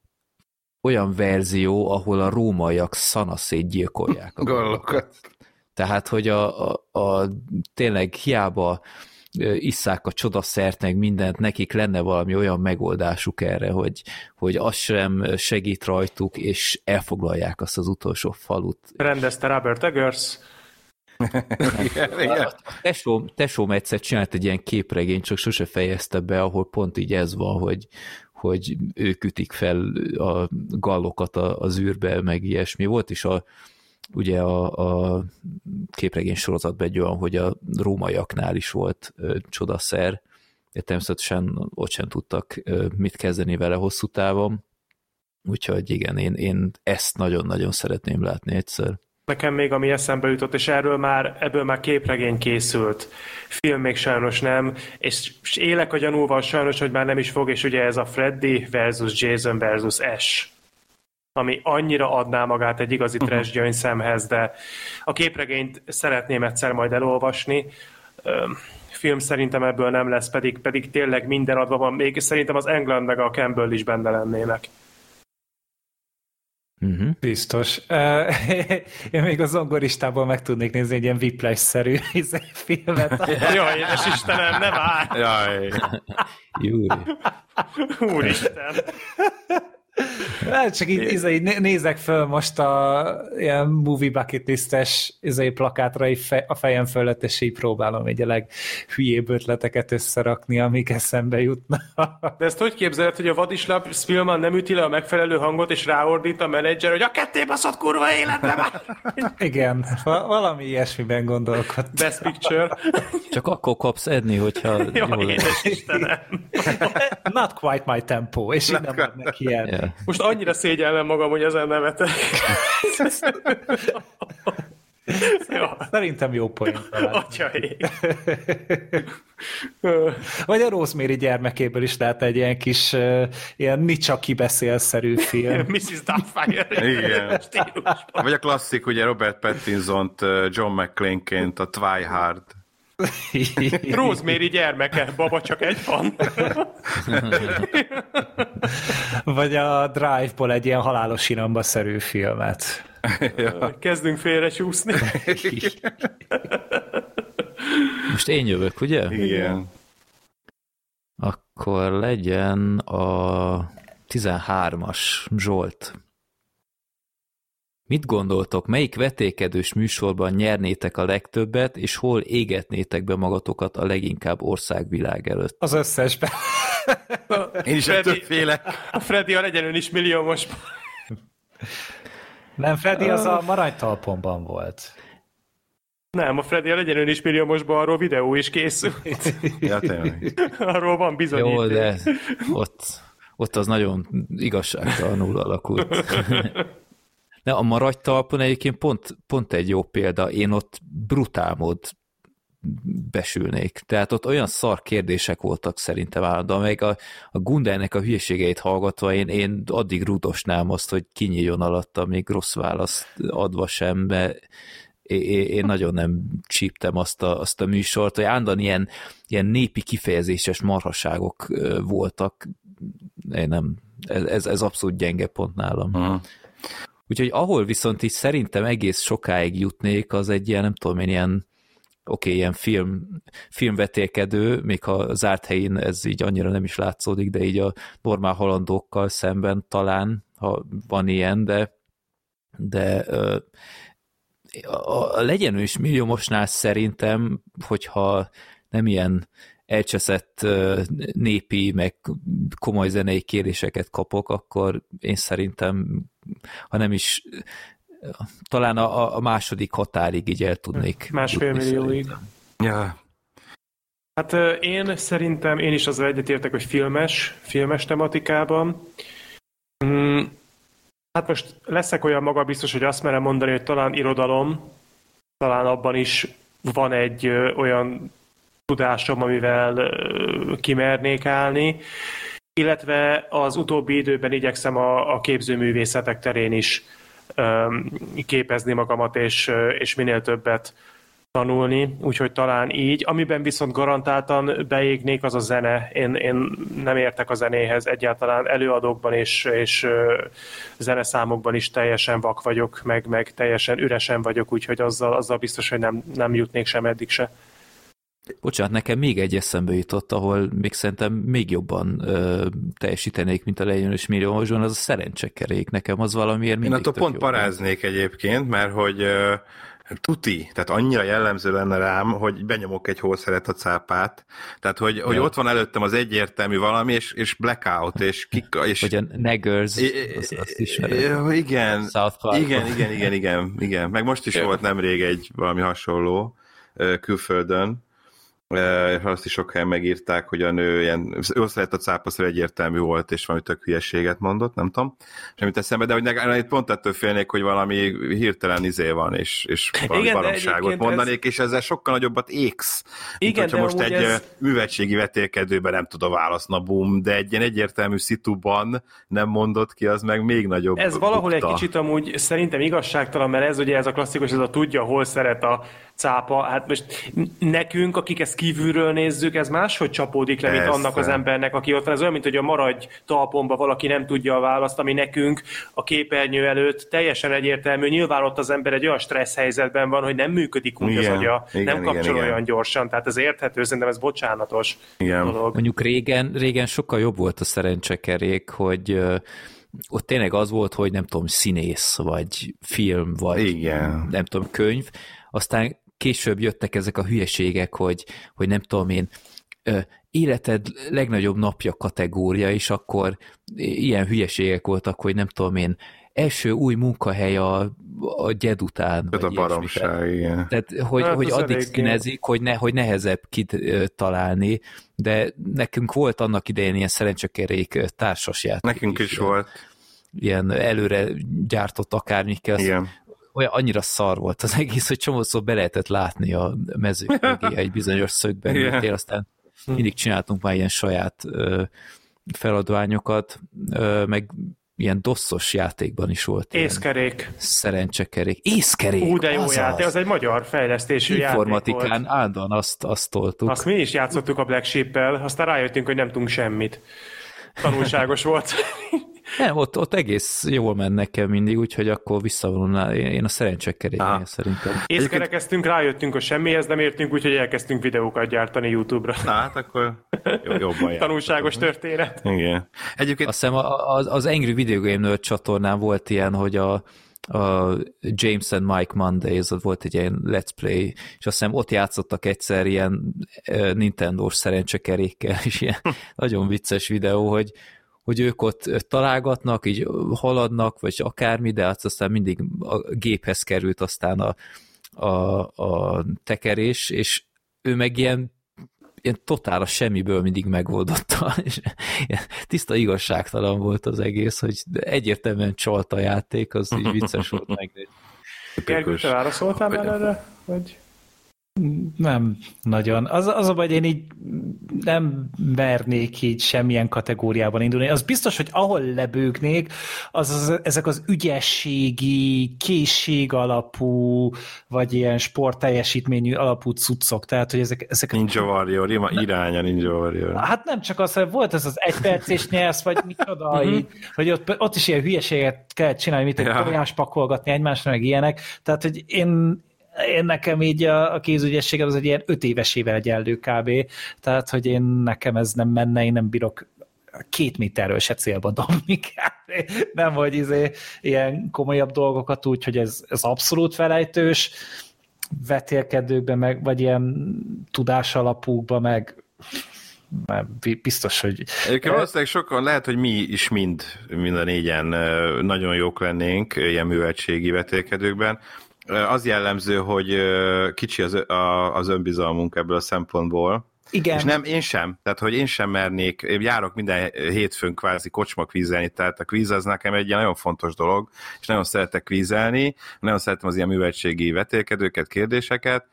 olyan verzió, ahol a rómaiak szanaszét gyilkolják a gallokat. Tehát, hogy a, a, a tényleg hiába isszák a csodaszert, meg mindent, nekik lenne valami olyan megoldásuk erre, hogy, hogy az sem segít rajtuk, és elfoglalják azt az utolsó falut. Rendezte Robert Eggers. Igen, igen. A tesóm, tesóm egyszer csinált egy ilyen képregényt, csak sose fejezte be, ahol pont így ez van, hogy, hogy ők ütik fel a gallokat az űrbe, meg ilyesmi. Volt is a ugye a, a képregény sorozatban egy olyan, hogy a rómaiaknál is volt ö, csodaszer, de természetesen ott sem tudtak ö, mit kezdeni vele hosszú távon, úgyhogy igen, én, én ezt nagyon-nagyon szeretném látni egyszer. Nekem még ami eszembe jutott, és erről már, ebből már képregény készült. Film még sajnos nem, és, és élek a gyanúval sajnos, hogy már nem is fog, és ugye ez a Freddy versus Jason versus Ash, ami annyira adná magát egy igazi trash gyöngyszemhez, de a képregényt szeretném egyszer majd elolvasni. Film szerintem ebből nem lesz, pedig, pedig tényleg minden adva van. Még szerintem az Englund meg a Campbell is benne lennének. Uh-huh. Biztos. Uh, én még a zongoristából meg tudnék nézni egy ilyen Whiplash-szerű filmet. Jaj, édes Istenem, nem áll! Jaj! Júj! Úristen! Hát csak így, így, így nézek föl most a ilyen movie bucket listes plakátra így fe, a fejem fölött, és így próbálom így a leghülyébb ötleteket összerakni, amik eszembe jutnak. De ezt hogy képzeled, hogy a Vadisla Spielman nem üti le a megfelelő hangot, és ráordít a menedzser, hogy a ketté baszott kurva életbe már! Igen, valami ilyesmiben gondolkodtam. Best Picture. Csak akkor kapsz edni, hogyha jól édes Istenem. Not quite my tempo, és így nem adnak ilyen. Yeah. Most annyira szégyellem magam, hogy ezen nevetek. Szerintem jó poén. Atyaég. Vagy a Rosemary gyermekéből is lehet egy ilyen kis uh, ilyen Nicsa kibeszélszerű film. missus Doubtfire. Igen. Vagy a klasszik, ugye Robert Pattinsont John McClane-ként a Twihard. Rosemary gyermeke, baba csak egy van. Vagy a Drive-ból egy ilyen halálos inamba-szerű filmet. Ja. Kezdünk félre csúszni. Most én jövök, ugye? Igen. Akkor legyen a tizenhármas, Zsolt. Mit gondoltok, melyik vetékedős műsorban nyernétek a legtöbbet, és hol égetnétek be magatokat a leginkább országvilág előtt? Az összesben. Én is ettől félek. A Freddy a legyen ön is milliómos. Nem, Freddy az a Maradjtalponban volt. Nem, a Freddy a legyen ön is milliómosban, arról videó is készült. Ja, tényleg. Arról van bizonyíték. Jó, de ott, ott az nagyon igazságtalanul alakult. De a Maradjtalpon egyébként pont, pont egy jó példa. Én ott brutál mód besülnék. Tehát ott olyan szar kérdések voltak szerintem állandóan, meg a, a Gundernek a hülyeségeit hallgatva én, én addig rudosnám azt, hogy kinyíljon alatta, még rossz választ adva sem, mert én, én nagyon nem csíptem azt a, azt a műsort, hogy állandóan ilyen, ilyen népi kifejezéses marhaságok voltak. Én nem, ez, ez abszolút gyenge pont nálam. Uh-huh. Úgyhogy ahol viszont így szerintem egész sokáig jutnék, az egy ilyen, nem tudom én, ilyen oké, okay, ilyen film, filmvetélkedő, még ha zárt helyén ez így annyira nem is látszódik, de így a normál halandókkal szemben talán, ha van ilyen, de, de a, a legyen ő is milliómosnál szerintem, hogyha nem ilyen elcseszett népi, meg komoly zenei kéréseket kapok, akkor én szerintem, ha nem is talán a, a második határig így el tudnék. Másfél millióig. Ja. Hát én szerintem, én is azzal egyetértek, hogy filmes, filmes tematikában. Hmm, hát most leszek olyan magabiztos, hogy azt merem mondani, hogy talán irodalom, talán abban is van egy ö, olyan tudásom, amivel ö, kimernék állni, illetve az utóbbi időben igyekszem a, a képzőművészetek terén is képezni magamat, és, és minél többet tanulni, úgyhogy talán így. Amiben viszont garantáltan beégnék, az a zene. Én, én nem értek a zenéhez egyáltalán, előadókban és, és zeneszámokban is teljesen vak vagyok, meg, meg teljesen üresen vagyok, úgyhogy azzal, azzal biztos, hogy nem, nem jutnék sem eddig se. Bocsánat, nekem még egy eszembe jutott, ahol még szerintem még jobban ö, teljesítenék, mint a legyenes milliómosban, az a szerencsekerék. Nekem az valamiért mindig Én attól pont paráznék van. Egyébként, mert hogy ö, tuti, tehát annyira jellemző lenne rám, hogy benyomok egy hol szeret a cápát, tehát hogy, ja. hogy ott van előttem az egyértelmű valami, és, és blackout, és kik... És, vagy a Neggers, azt, azt is igen, igen, igen, igen, igen, igen, meg most is ja. volt nemrég egy valami hasonló külföldön, azt is sok helyen megírták, hogy a nő ilyen, ő szeret a cápaszra egyértelmű volt, és valami tök hülyeséget mondott, nem tudom, semmit eszembe, de hogy ne, pont ettől félnék, hogy valami hirtelen izé van, és, és valami igen, baromságot mondanék, ez... és ezzel sokkal nagyobbat éksz. Igen, de most egy ez... művetségi vetélkedőben nem tud a válasz, na bum, de egy ilyen egyértelmű szituban nem mondott ki, az meg még nagyobb. Ez valahol bukta. Egy kicsit amúgy szerintem igazságtalan, mert ez ugye ez a klasszikus, ez a tudja, hol szeret a cápa, hát most nekünk, akik ezt kívülről nézzük, ez máshogy csapódik le, mint annak az embernek, aki ott van. Ez olyan, mint hogy a Maradj talponba valaki nem tudja a választ, ami nekünk a képernyő előtt teljesen egyértelmű. Nyilván ott az ember egy olyan stressz helyzetben van, hogy nem működik úgy igen, az agya, igen, nem kapcsol igen, olyan igen. gyorsan, tehát ez érthető, szerintem ez bocsánatos igen. dolog. Mondjuk régen, régen sokkal jobb volt a szerencsekerék, hogy uh, ott tényleg az volt, hogy nem tudom, színész, vagy film, vagy igen. nem tudom, könyv, aztán később jöttek ezek a hülyeségek, hogy, hogy nem tudom én, életed legnagyobb napja kategória, és akkor ilyen hülyeségek voltak, hogy nem tudom én, első új munkahely a, a gyed után. Ez a baromság, igen. Tehát, hogy, hát hogy addig elég... színezik, hogy, ne, hogy nehezebb kitalálni, de nekünk volt annak idején ilyen szerencsekerék társasjáték. Nekünk is, is volt. Ilyen előre gyártott akármikkel. Igen. Olyan annyira szar volt az egész, hogy csomószor be lehetett látni a mezők mögé egy bizonyos szögben, yeah. aztán mindig csináltunk már ilyen saját ö, feladványokat, ö, meg ilyen dosszos játékban is volt. Észkerék. Szerencsekerék. Észkerék! Ú, de jó azaz. játék, az egy magyar fejlesztésű informatikán játék volt. állandóan azt, azt toltuk. Azt mi is játszottuk a Black Sheep-el, aztán rájöttünk, hogy nem tudunk semmit. Tanulságos volt. Nem, ott, ott egész jól ment nekem mindig, úgyhogy akkor visszavonulnál. Én a szerencsekeréknél szerintem. Észkerekeztünk, rájöttünk, hogy semmihez nem értünk, úgyhogy elkezdtünk videókat gyártani YouTube-ra. Na, hát akkor jobban jár. Tanulságos történet. Igen. Egyébként... Azt hiszem az, az Angry Video Game Nerd csatornán volt ilyen, hogy a a James and Mike Mondays, ott volt egy ilyen let's play, és azt hiszem ott játszottak egyszer ilyen Nintendo-s szerencsekerékkel, és ilyen nagyon vicces videó, hogy, hogy ők ott találgatnak, így haladnak, vagy akármi, de aztán mindig a géphez került aztán a, a, a tekerés, és ő meg ilyen ilyen totál a semmiből mindig megoldotta, és tiszta igazságtalan volt az egész, hogy egyértelműen csalt a játék, az így vicces volt meg. Gergő, te válaszoltál már erre? Vagy... Nem nagyon. Az, az a baj, hogy én így nem mernék így semmilyen kategóriában indulni. Az biztos, hogy ahol lebőgnék, az, az ezek az ügyességi, készség alapú, vagy ilyen sportteljesítményű alapú cuccok. Tehát, hogy ezek... ezek Ninja Warrior, ima, iránya Ninja Warrior. Hát nem csak az, hogy volt ez az egyperces nyersz, vagy micsoda, így, hogy ott, ott is ilyen hülyeséget kellett csinálni, mint egy ja. tojás pakolgatni egymásra, meg ilyenek. Tehát, hogy én Én nekem így a, a kézügyességem az egy ilyen öt évesével egyenlő kb. Tehát, hogy én nekem ez nem menne, én nem bírok két méterről se célba dobni kb. Nem, hogy izé, ilyen komolyabb dolgokat úgy, hogy ez, ez abszolút felejtős, vetélkedőkben meg, vagy ilyen tudás alapúkban meg biztos, hogy... Egyébként valószínűleg sokan, lehet, hogy mi is mind, mind a négyen nagyon jók lennénk ilyen műveltségi vetélkedőkben. Az jellemző, hogy kicsi az, az önbizalmunk ebből a szempontból. Igen. És nem, én sem. Tehát, hogy én sem mernék, én járok minden hétfőn kvázi kocsma kvízelni, tehát a kvíz az nekem egy ilyen nagyon fontos dolog, és nagyon szeretek kvízelni, nagyon szeretem az ilyen műveltségi vetélkedőket, kérdéseket,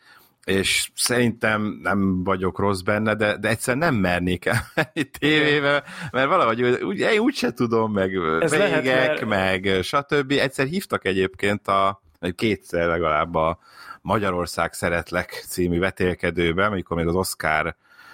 és szerintem nem vagyok rossz benne, de, de egyszer nem mernék elmenni tévébe, mert valahogy úgy, én úgyse tudom, meg ez végek, lehet, mert... meg stb. Egyszer hívtak egyébként a kétszer legalább a Magyarország Szeretlek című vetélkedőben, amikor még az Oscar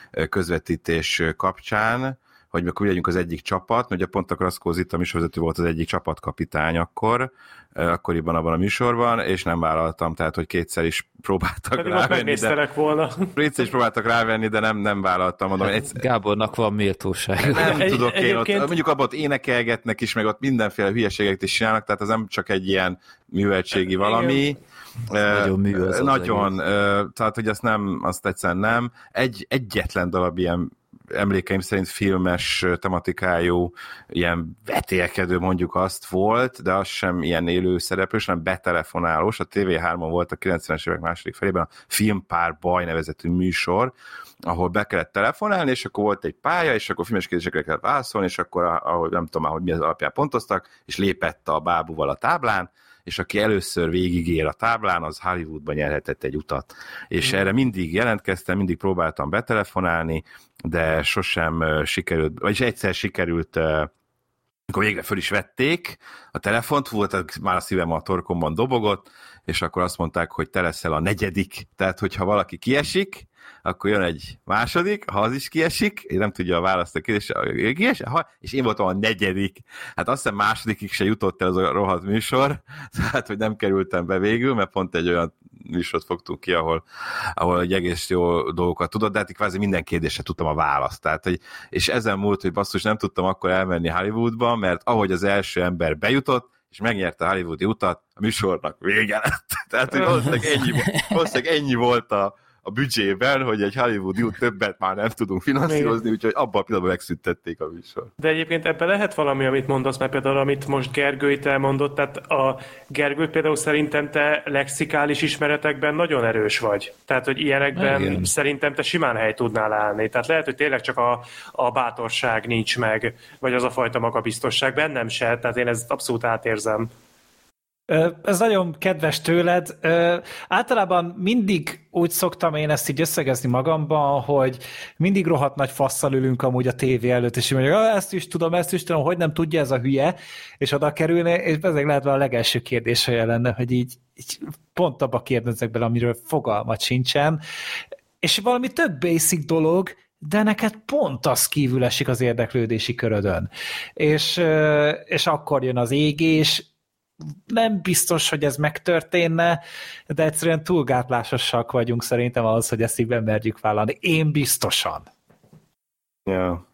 közvetítés kapcsán, hogy mi akkor legyünk az egyik csapat, mert ugye pont a Kraszkó Zita műsorvezető volt az egyik csapatkapitány akkor, akkoriban abban a műsorban, és nem vállaltam, tehát hogy kétszer is próbáltak pedig rávenni. De, volna. Kétszer is próbáltak rávenni, de nem, nem vállaltam. Mondom, egy... Gábornak van méltóság. Nem egy, tudok én egyébként... ott, mondjuk abban ott énekelgetnek is, meg ott mindenféle hülyeségeket is csinálnak, tehát az nem csak egy ilyen műveltségi valami. Nagyon mű az Nagyon, az tehát hogy azt nem, azt egyszerűen nem. Egy, egyetlen darab ilyen emlékeim szerint filmes tematikájú, ilyen vetélkedő mondjuk azt volt, de az sem ilyen élő szereplős, hanem betelefonálós. A té vé hármon volt a kilencvenes évek második felében a Filmpár Baj nevezetű műsor, ahol be kellett telefonálni, és akkor volt egy pálya, és akkor filmes kérdésekre kellett válaszolni, és akkor, ahogy nem tudom már, hogy mi az alapján pontoztak, és lépett a bábúval a táblán, és aki először végigér a táblán, az Hollywoodban nyerhetett egy utat. És mm. erre mindig jelentkeztem, mindig próbáltam betelefonálni, de sosem sikerült, vagyis egyszer sikerült, amikor végre föl is vették a telefont, volt, már a szívem a torkomban dobogott, és akkor azt mondták, hogy te leszel a negyedik, tehát hogyha valaki kiesik, akkor jön egy második, ha az is kiesik, én nem tudja a választ a kérdésre, kiesik, és én voltam a negyedik. Hát azt hiszem másodikig se jutott el az a rohadt műsor, tehát hogy nem kerültem be végül, mert pont egy olyan műsort fogtunk ki, ahol, ahol egy egész jó dolgokat tudott, de hát kvázi minden kérdésre tudtam a választ. Tehát, hogy, és ezen múlt, hogy basszus, nem tudtam akkor elmenni Hollywoodba, mert ahogy az első ember bejutott, és megnyerte a hollywoodi utat, a műsornak vége lett. Tehát, hogy valószínűleg ennyi, valószínűleg ennyi volt a a büdzsében, hogy egy hollywoodi út többet már nem tudunk finanszírozni, úgyhogy abban a pillanatban megszüntették a műsor. De egyébként ebben lehet valami, amit mondasz, mert például amit most Gergő itt elmondott, tehát a Gergő például szerintem te lexikális ismeretekben nagyon erős vagy. Tehát, hogy ilyenekben igen. Szerintem te simán hely tudnál állni. Tehát lehet, hogy tényleg csak a, a bátorság nincs meg, vagy az a fajta magabiztosság. Bennem se, tehát én ezt abszolút átérzem. Ez nagyon kedves tőled. Általában mindig úgy szoktam én ezt így összegezni magamban, hogy mindig rohadt nagy fasszal ülünk amúgy a tévé előtt, és mondjuk, ezt is tudom, ezt is tudom, hogy nem tudja ez a hülye, és oda kerülne, és ezek lehet a legelső kérdése lenne, hogy így, így pont abba kérdezzek bele, amiről fogalmat sincsen. És valami tök basic dolog, de neked pont az kívül esik az érdeklődési körödön. És, és akkor jön az égés, nem biztos, hogy ez megtörténne, de egyszerűen túl gátlásosak vagyunk szerintem ahhoz, hogy ezt így bemerjük vállalni. Én biztosan. Ja.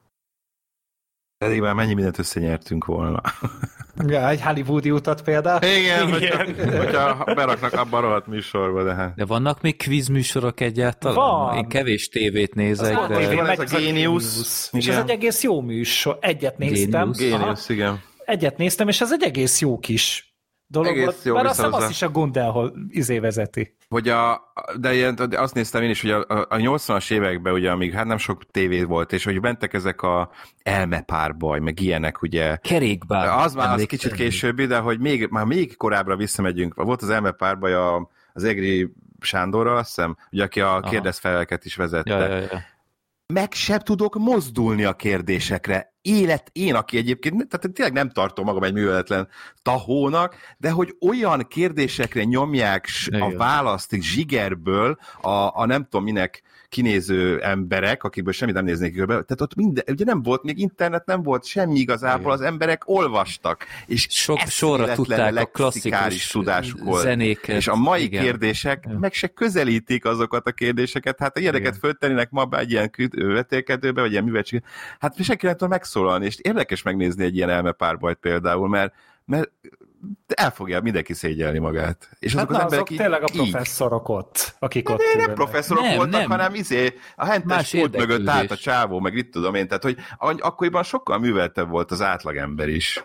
Pedig már mennyi mindent összenyertünk volna. Ja, egy hollywoodi utat például. Igen, hogyha, hogyha beraknak abba a rohadt műsorba, de hát. De vannak még kvízműsorok egyáltalán? Van. Én kevés tévét nézek, Az de... Van ez a ez a Genius. És ez egy egész jó műsor. Egyet néztem. Genius. Genius, igen. Egyet néztem, és ez egy egész jó kis dolog Egész volt, jó mert azt hiszem visszahozza. azt is a Gundelhol izé vezeti. Hogy a, de ilyen, de azt néztem én is, hogy a, a, a nyolcvanas években, ugye, amíg hát nem sok tévé volt, és hogy mentek ezek a elmepárbaj, meg ilyenek, ugye. Kerékbár. Az már az Emlékszem. kicsit későbbi, de hogy még, már még korábbra visszamegyünk. Volt az elmepárbaj a, az Egri Sándorral, azt hiszem, ugye, aki a kérdezfeleleket is vezette. Ja, ja, ja. Meg sem tudok mozdulni a kérdésekre. Élet, én, aki egyébként, tehát tényleg nem tartom magam egy műveletlen tahónak, de hogy olyan kérdésekre nyomják a Igen. választ zsigerből a, a nem tudom minek kinéző emberek, akikből semmit nem néznék körbe, tehát ott minden, ugye nem volt, még internet nem volt, semmi igazából, Igen. az emberek olvastak, és Sok sorra eszméletlen tudták a lexikális klasszikus tudásuk volt. zenéket. És a mai Igen. kérdések Igen. meg se közelítik azokat a kérdéseket, hát ilyeneket Igen. föltennének ma be egy ilyen küld- vetélkedőbe, vagy ilyen műveltség, hát senki nem tud megszólalni, és érdekes megnézni egy ilyen elmepárbajt például, mert, mert el fogja mindenki szégyelni magát. És Hát azok az na, emberek azok így, tényleg a így. professzorok ott, akik De ott nem ülnek. professzorok Nem, voltak, nem. hanem izé, a hentes Más pult mögött érdeklődés. állt a csávó, meg itt tudom én, tehát hogy akkoriban sokkal műveltebb volt az átlagember is.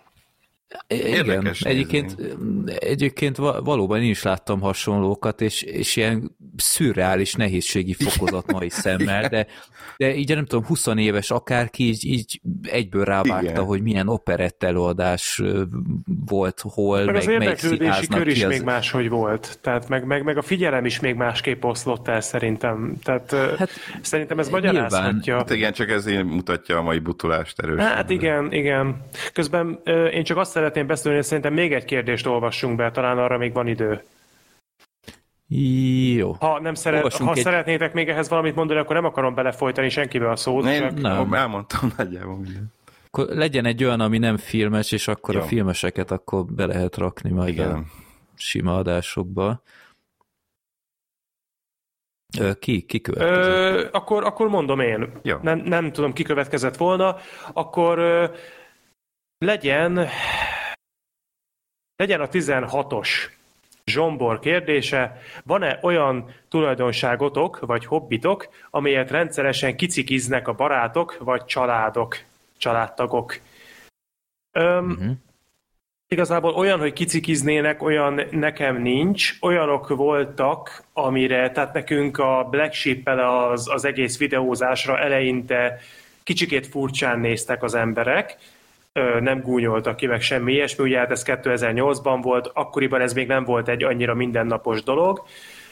Igen, Érdekes egyébként, egyébként va- valóban én is láttam hasonlókat, és, és ilyen szürreális nehézségi fokozat mai szemmel, de, de így nem tudom, húsz éves akárki így, így egyből rávágta, Igen. hogy milyen operett előadás ö, volt, hol, Meg meg, az melyik érdeklődési színháznak kör is ki az... még máshogy volt. Tehát meg, meg, meg a figyelem is még másképp oszlott el szerintem. Tehát Hát, hát, szerintem ez nyilván. magyarázhatja. Hát igen, csak ez így mutatja a mai butulást erősen. Hát igen, igen. Közben ö, én csak azt szeretném beszélni, hogy szerintem még egy kérdést olvassunk be, talán arra még van idő. Jó. Ha, nem szeret, Olvassunk ha egy- szeretnétek még ehhez valamit mondani, akkor nem akarom belefolytani senkibe a szót. Én Csak... Nem. elmondtam nagyjából mindent. Akkor legyen egy olyan, ami nem filmes, és akkor Jó. a filmeseket akkor be lehet rakni majd Igen. a sima adásokba. Ö, Ki? Ki következett? Ö, akkor, akkor mondom én. Jó. Nem, nem tudom, ki következett volna. Akkor ö, legyen legyen a tizenhatos Zsombor kérdése. Van-e olyan tulajdonságotok, vagy hobbitok, amelyet rendszeresen kicikiznek a barátok, vagy családok, családtagok? Öm, Uh-huh. Igazából olyan, hogy kicikiznének, olyan nekem nincs. Olyanok voltak, amire, tehát nekünk a Black Sheep-el az, az egész videózásra eleinte kicsikét furcsán néztek az emberek, Ö, nem gúnyoltak ki, meg semmi ilyesmi, ugye hát ez kétezer-nyolcban volt, akkoriban ez még nem volt egy annyira mindennapos dolog,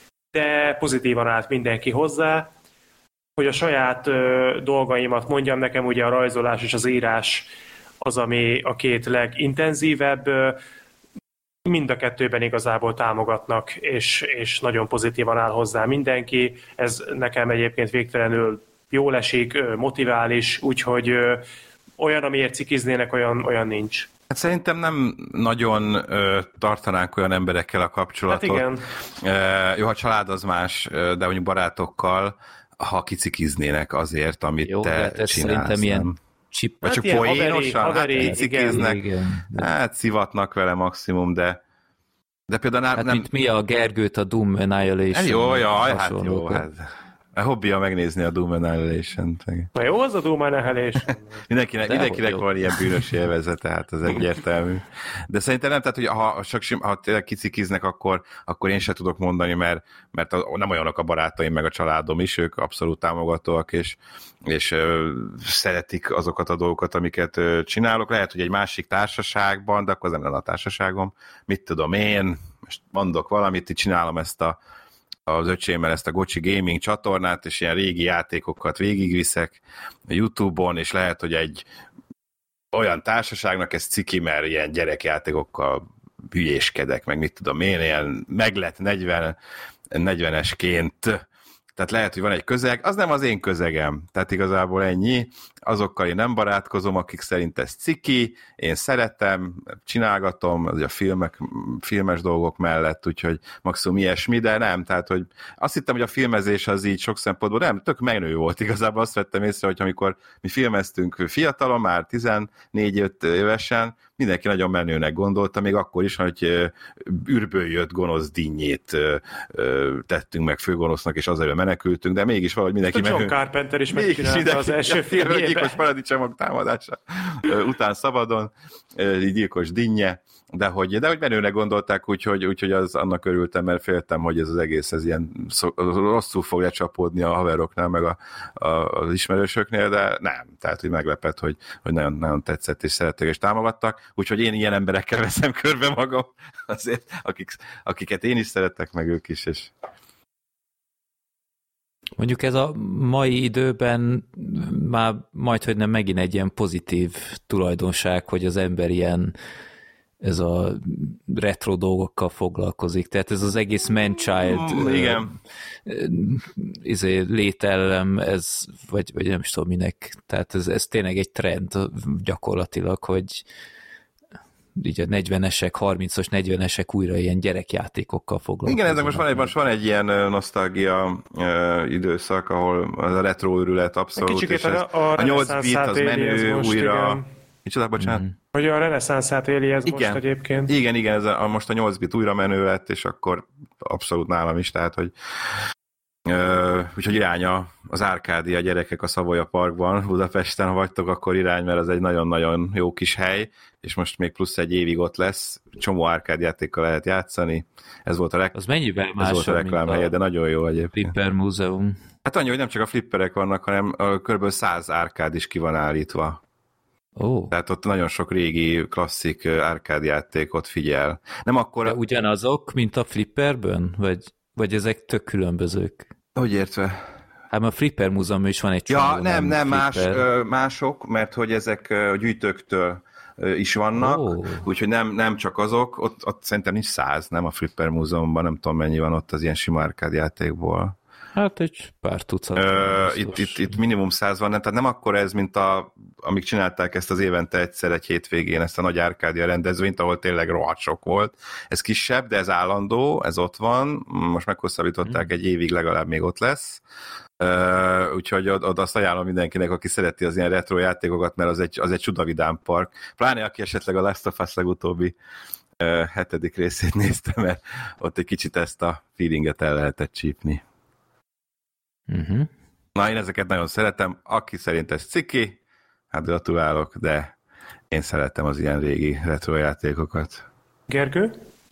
de pozitívan állt mindenki hozzá. Hogy a saját ö, dolgaimat mondjam, nekem ugye a rajzolás és az írás az, ami a két legintenzívebb, mind a kettőben igazából támogatnak, és, és nagyon pozitívan áll hozzá mindenki. Ez nekem egyébként végtelenül jól esik, motivál is, úgyhogy olyan, amiért cikiznének, olyan, olyan nincs. Hát szerintem nem nagyon ö, tartanánk olyan emberekkel a kapcsolatot. Hát igen. Ö, jó, a család az más, ö, de mondjuk barátokkal, ha kicikiznének azért, amit Jó, de te hát ez csinálsz. szerintem ilyen nem? chip. Vagy Hát csak ilyen haveri- poénosan, haveri, hát igen. kicikiznek, Igen. hát szivatnak vele maximum, de de például nem... Hát nem mint mi a Gergőt a Doom Annihilation. hát jó, jaj, hát jó, hasonlókat. hát a hobbija megnézni a Doom Annihilation-t. Na jó, az a Doom nehelés. Mindenkinek, De mindenkinek jó. van ilyen bűnös élvezete, hát ez egyértelmű. De szerintem nem, tehát hogy ha, csak sim, ha tényleg kicikiznek, akkor, akkor én sem tudok mondani, mert, mert a, nem olyanok a barátaim, meg a családom is, ők abszolút támogatóak, és, és ö, szeretik azokat a dolgokat, amiket ö, csinálok. Lehet, hogy egy másik társaságban, de akkor az nem lenne a társaságom. Mit tudom én, most mondok valamit, itt csinálom ezt a az öcsémmel ezt a Gocsi Gaming csatornát, és ilyen régi játékokat végigviszek a YouTube-on, és lehet, hogy egy olyan társaságnak ez ciki, mert ilyen gyerekjátékokkal hülyéskedek, meg mit tudom én, ilyen meglett negyven, negyvenesként Tehát lehet, hogy van egy közeg, az nem az én közegem. Tehát igazából ennyi. Azokkal én nem barátkozom, akik szerint ez ciki, én szeretem, csinálgatom, az a filmek, filmes dolgok mellett, úgyhogy maximum ilyesmi, de nem. Tehát, hogy azt hittem, hogy a filmezés az így sok szempontból nem, tök menő volt. Igazából azt vettem észre, hogy amikor mi filmeztünk fiatalon, már tizennégy-öt évesen, mindenki nagyon menőnek gondolta, még akkor is, hogy űrből jött gonosz dinnyét tettünk meg főgonosznak, és azért menekültünk, de mégis valahogy mindenki menő. John Carpenter is megcsinálta az első filmjében. Gyilkos paradicsomok támadása után szabadon, így gyilkos dinnye, de hogy, de hogy menőnek gondolták, úgyhogy, úgyhogy az, annak örültem, mert féltem, hogy ez az egész ez ilyen szó, rosszul fog lecsapódni a haveroknál, meg a, a, az ismerősöknél, de nem. Tehát, hogy meglepett, hogy, hogy nagyon, nagyon tetszett, és szerették, és támogattak. Úgyhogy én ilyen emberekkel veszem körbe magam, azért, akik, akiket én is szeretek, meg ők is, és mondjuk ez a mai időben már majdhogy nem megint egy ilyen pozitív tulajdonság, hogy az ember ilyen ez a retro dolgokkal foglalkozik. Tehát ez az egész man-child mm, igen. izé, létellem, ez, vagy, vagy nem is tudom minek, tehát ez, ez tényleg egy trend gyakorlatilag, hogy így a negyvenesek, harmincas, negyvenesek újra ilyen gyerekjátékokkal foglalkoznak. Igen, ezek most van egy, most van egy ilyen nosztalgia uh, időszak, ahol az a retro őrület abszolút, kicsikét és ez, a, a nyolc bit az menő most, újra. Igen. Micsoda, bocsánat? Mm. Hogy a reneszánszát éli ez igen. most egyébként. Igen, igen, ez a, most a nyolc bit újra menő lett, és akkor abszolút nálam is, tehát, hogy Uh, úgyhogy iránya az Árkádia gyerekek a Savoya Parkban, Budapesten, ha vagytok, akkor irány, mert az egy nagyon-nagyon jó kis hely, és most még plusz egy évig ott lesz, csomó árkádjátékkal lehet játszani. Ez volt a, rek- az mennyivel másabb, ez volt a reklámhelye, de nagyon jó egyébként. Flipper Múzeum. Hát annyi, hogy nem csak a flipperek vannak, hanem kb. száz árkád is ki van állítva. Oh. Tehát ott nagyon sok régi, klasszik árkádjátékot figyel. Nem akkor... De ugyanazok, mint a Flipperben? Vagy, vagy ezek tök különbözők? Hogy értve? Hát a Flipper Múzeumban is van egy csomó. Ja, nem, nem, más, mások, mert hogy ezek a gyűjtőktől is vannak, oh. úgyhogy nem, nem csak azok, ott, ott szerintem nincs száz, nem a Flipper Múzeumban, nem tudom mennyi van ott az ilyen sima árkádjátékból. Hát egy pár tucat. Ö, itt, itt, itt minimum száz van, nem, tehát nem akkor ez, mint a, amik csinálták ezt az évente egyszer egy hétvégén, ezt a nagy árkádia rendezvényt, ahol tényleg rohadt sok volt. Ez kisebb, de ez állandó, ez ott van, most meghosszabbították hmm. egy évig, legalább még ott lesz. Uh, úgyhogy od, od azt ajánlom mindenkinek, aki szereti az ilyen retro játékokat, mert az egy, az egy csudavidám park. Pláne aki esetleg a Last of Us legutóbbi uh, hetedik részét nézte, mert ott egy kicsit ezt a feelinget el lehetett csípni. Uh-huh. Na, én ezeket nagyon szeretem. Aki szerint ez ciki, hát gratulálok, de én szeretem az ilyen régi retro játékokat. Gergő?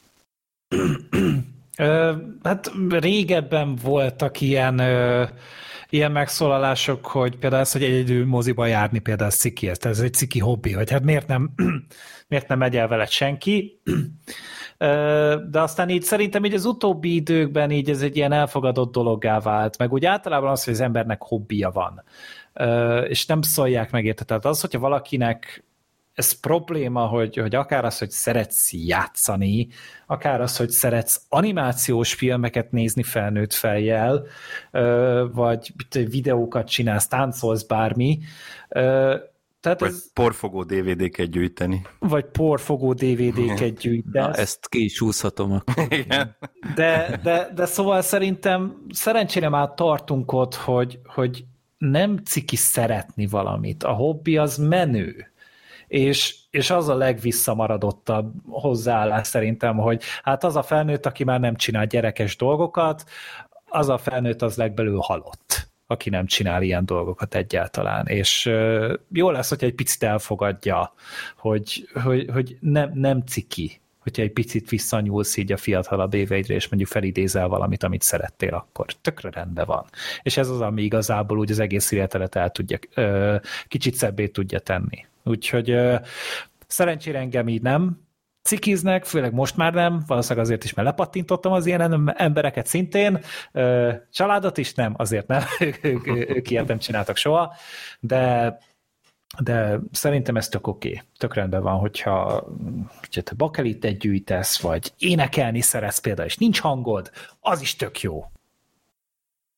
Ö, hát régebben voltak ilyen, ö, ilyen megszólalások, hogy például ez, hogy egyedül moziba járni például ez ciki, ez egy ciki hobbi, hogy hát miért nem, miért nem megy el veled senki. Ö, de aztán így szerintem így az utóbbi időkben így ez egy ilyen elfogadott dologgá vált, meg úgy általában az, hogy az embernek hobbija van. Ö, és nem szólják meg érte. Tehát az, hogyha valakinek ez probléma, hogy, hogy akár az, hogy szeretsz játszani, akár az, hogy szeretsz animációs filmeket nézni felnőtt fejjel, vagy videókat csinálsz, táncolsz, bármi. Tehát vagy ez, porfogó dé vé dé-ket gyűjteni. Vagy porfogó dé vé dé-ket gyűjteni. Na, ezt ki is húzhatom. Igen. De, de, de szóval szerintem szerencsére már tartunk ott, hogy, hogy nem ciki szeretni valamit. A hobbi az menő. És, és az a legvisszamaradottabb hozzáállás szerintem, hogy hát az a felnőtt, aki már nem csinál gyerekes dolgokat, az a felnőtt az legbelül halott, aki nem csinál ilyen dolgokat egyáltalán. És uh, jó lesz, hogyha egy picit elfogadja, hogy, hogy, hogy nem, nem ciki, hogyha egy picit visszanyúlsz így a fiatalabb éveidre, és mondjuk felidézel valamit, amit szerettél, akkor tökre rendben van. És ez az, ami igazából úgy az egész életedet el tudja, uh, kicsit szebbé tudja tenni. Úgyhogy uh, szerencsére engem így nem cikiznek, főleg most már nem, valószínűleg azért is, mert lepattintottam az ilyen embereket szintén, uh, családot is nem, azért nem, ők, ők, ők ilyet nem csináltak soha, de, de szerintem ez tök oké, okay. Tök rendben van, hogyha, hogyha te bakelitet gyűjtesz, vagy énekelni szeretsz például, és nincs hangod, az is tök jó.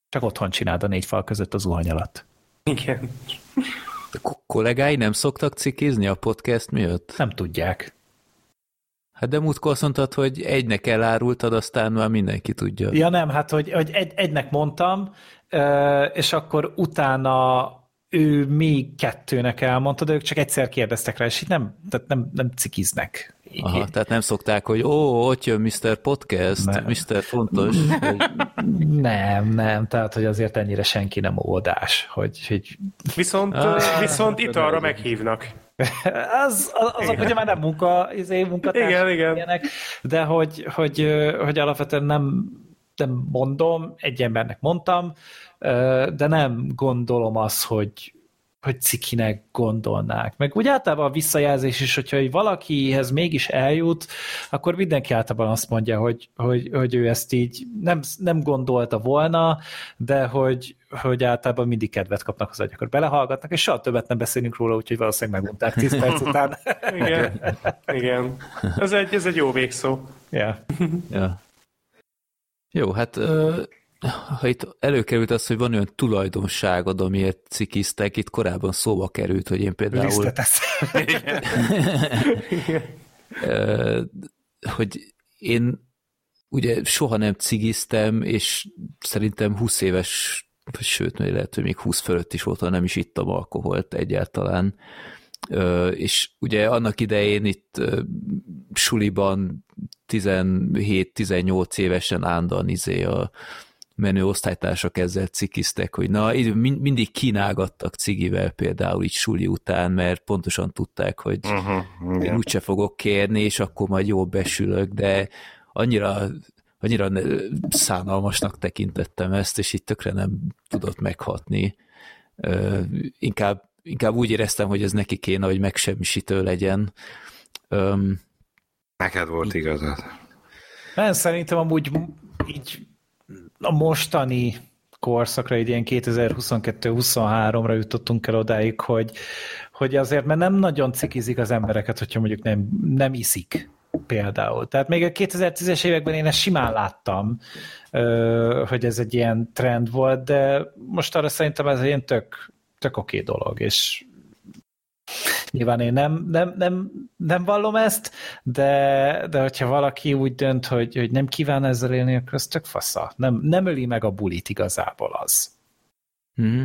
Csak otthon csináld a négy fal között az zuhany alatt. Igen. A kollégái nem szoktak cikizni a podcast miatt? Nem tudják. Hát de múltkor azt mondtad, hogy egynek elárultad, aztán már mindenki tudja. Ja nem, hát hogy, hogy egy, egynek mondtam, és akkor utána ő még kettőnek elmondta, de ők csak egyszer kérdeztek rá, és így nem, tehát nem, nem cikiznek. Aha, tehát nem szokták, hogy ó, ott jön miszter Podcast, nem. miszter Fontos. Hogy... Nem, nem, tehát hogy azért ennyire senki nem óvodás. Hogy, hogy... Viszont, ah, viszont itt arra meghívnak. az, az, azok ugye már nem munka, izé, munkatársak. Igen, igen. Ilyenek, de hogy, hogy, hogy alapvetően nem, nem mondom, egy embernek mondtam, de nem gondolom azt, hogy, hogy cikinek gondolnák. Meg úgy általában a visszajelzés is, hogyha valakihez mégis eljut, akkor mindenki általában azt mondja, hogy, hogy, hogy ő ezt így nem, nem gondolta volna, de hogy, hogy általában mindig kedvet kapnak az agyakor. Belehallgatnak, és soha többet nem beszélünk róla, úgyhogy valószínűleg megmondták tíz perc után. Igen, igen. Ez egy, ez egy jó végszó. Yeah. Ja. Jó, hát ha itt előkerült az, hogy van olyan tulajdonságod, amiért cikiztek, itt korábban szóba került, hogy én például... hogy én ugye soha nem cigiztem, és szerintem húsz éves, sőt, lehet, hogy még húsz fölött is volt, nem is ittam alkoholt egyáltalán. És ugye annak idején itt suliban tizenhét-tizennyolc évesen állandóan izé a menő osztálytársak ezzel cikiztek, hogy na, mindig kínálgattak cigivel például így suli után, mert pontosan tudták, hogy uh-huh, én úgyse fogok kérni, és akkor majd jól besülök, de annyira, annyira szánalmasnak tekintettem ezt, és így tökre nem tudott meghatni. Inkább, inkább úgy éreztem, hogy ez neki kéne, hogy megsemmisítő legyen. Um, Neked volt igazad. Nem, szerintem amúgy így a mostani korszakra, így ilyen kétezer-huszonkettő-huszonháromra jutottunk el odáig, hogy, hogy azért, mert nem nagyon cikizik az embereket, hogyha mondjuk nem, nem iszik például. Tehát még a kétezer-tízes években én ezt simán láttam, hogy ez egy ilyen trend volt, de most arra szerintem ez egy ilyen tök, tök oké dolog, és nyilván én nem, nem, nem, nem vallom ezt, de, de hogyha valaki úgy dönt, hogy, hogy nem kíván ezzel élni, akkor az tök fasza. Nem, nem öli meg a bulit igazából az. Mm-hmm.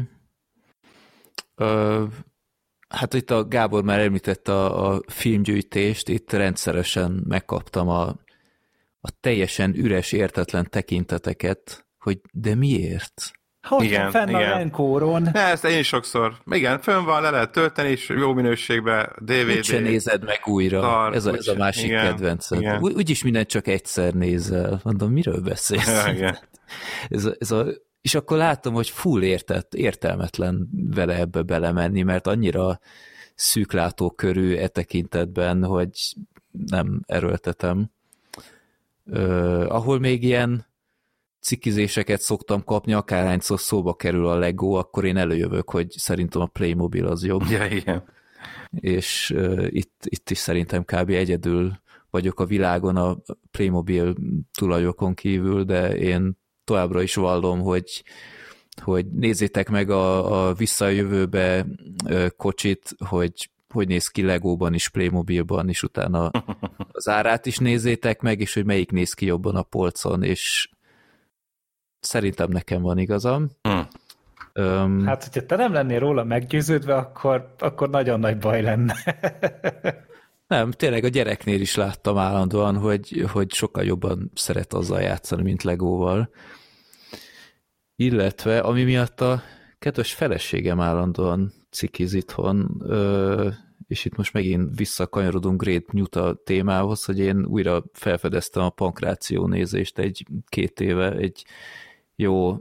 Ö, hát itt a Gábor már említette a, a filmgyűjtést, itt rendszeresen megkaptam a, a teljesen üres, értetlen tekinteteket, hogy de miért? Hogy igen, fenn igen. A Renkóron. Ne, ezt én is sokszor. Igen, fönn van, le lehet tölteni, és jó minőségben dé vé dé. Úgyse nézed meg újra. Tar, ez, a, ez a másik igen, kedvenced. Igen. Úgyis mindent csak egyszer nézel. Mondom, miről beszélsz? Ja, igen. ez, a, ez a, és akkor látom, hogy full értett, értelmetlen vele ebbe belemenni, mert annyira szűklátókörű e tekintetben, hogy nem erőltetem. Ö, ahol még ilyen cikizéseket szoktam kapni, akárhányszor szóba kerül a Lego, akkor én előjövök, hogy szerintem a Playmobil az jobb. Ja, igen. És uh, itt, itt is szerintem kb. Egyedül vagyok a világon a Playmobil tulajokon kívül, de én továbbra is vallom, hogy, hogy nézzétek meg a, a visszajövőbe uh, kocsit, hogy hogy néz ki Legóban is, Playmobilban is, utána az árát is nézzétek meg, és hogy melyik néz ki jobban a polcon, és szerintem nekem van igazam. Hmm. Um, hát, hogyha te nem lennél róla meggyőződve, akkor, akkor nagyon nagy baj lenne. Nem, tényleg a gyereknél is láttam állandóan, hogy, hogy sokkal jobban szeret azzal játszani, mint Legóval. Illetve, ami miatt a kedves feleségem állandóan cikiz itthon, és itt most megint visszakanyarodunk Great Muta témához, hogy én újra felfedeztem a pankráció nézést egy két éve, egy jó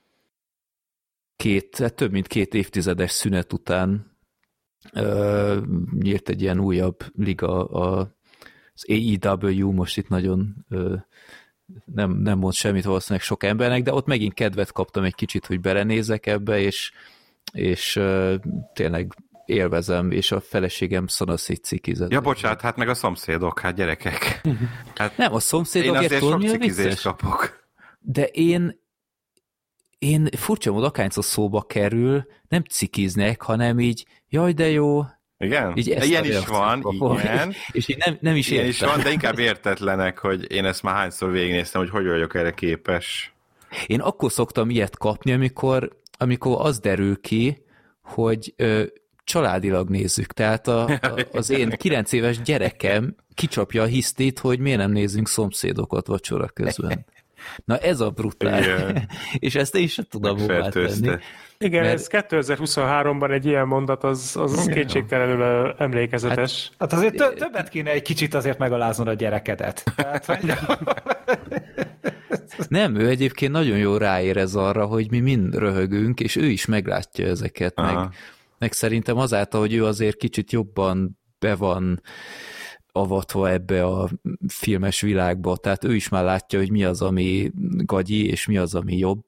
két, hát több mint két évtizedes szünet után uh, nyílt egy ilyen újabb liga, a, az á é dupla vé, most itt nagyon uh, nem, nem mond semmit valószínűleg sok embernek, de ott megint kedvet kaptam egy kicsit, hogy belenézek ebbe, és, és uh, tényleg élvezem, és a feleségem szanaszét cikizett. Ja, bocsánat, hát meg a szomszédok, hát gyerekek. Hát nem, a szomszédokért én azért sok cikizést kapok. De én én furcsa módon akárcszor szóba kerül, nem cikiznek, hanem így, jaj, de jó. Igen? Így ilyen is van, igen. És én nem, nem is ilyen értem. is van, de inkább értetlenek, hogy én ezt már hányszor végignéztem, hogy hogy vagyok erre képes. Én akkor szoktam ilyet kapni, amikor, amikor az derül ki, hogy ö, családilag nézzük. Tehát a, a, az én kilenc éves gyerekem kicsapja a hisztét, hogy miért nem nézzünk szomszédokat vacsora közben. Na ez a brutál. És ezt én sem tudom hová tenni. Igen, mert... ez kétezer-huszonháromban egy ilyen mondat, az, az kétségtelenül emlékezetes. Hát, hát azért tö- többet kéne egy kicsit azért megaláznod a gyerekedet. Tehát, hogy... Nem, ő egyébként nagyon jól ráérez arra, hogy mi mind röhögünk, és ő is meglátja ezeket, meg, meg szerintem azáltal, hogy ő azért kicsit jobban be van avatva ebbe a filmes világba, tehát ő is már látja, hogy mi az, ami gagyi, és mi az, ami jobb,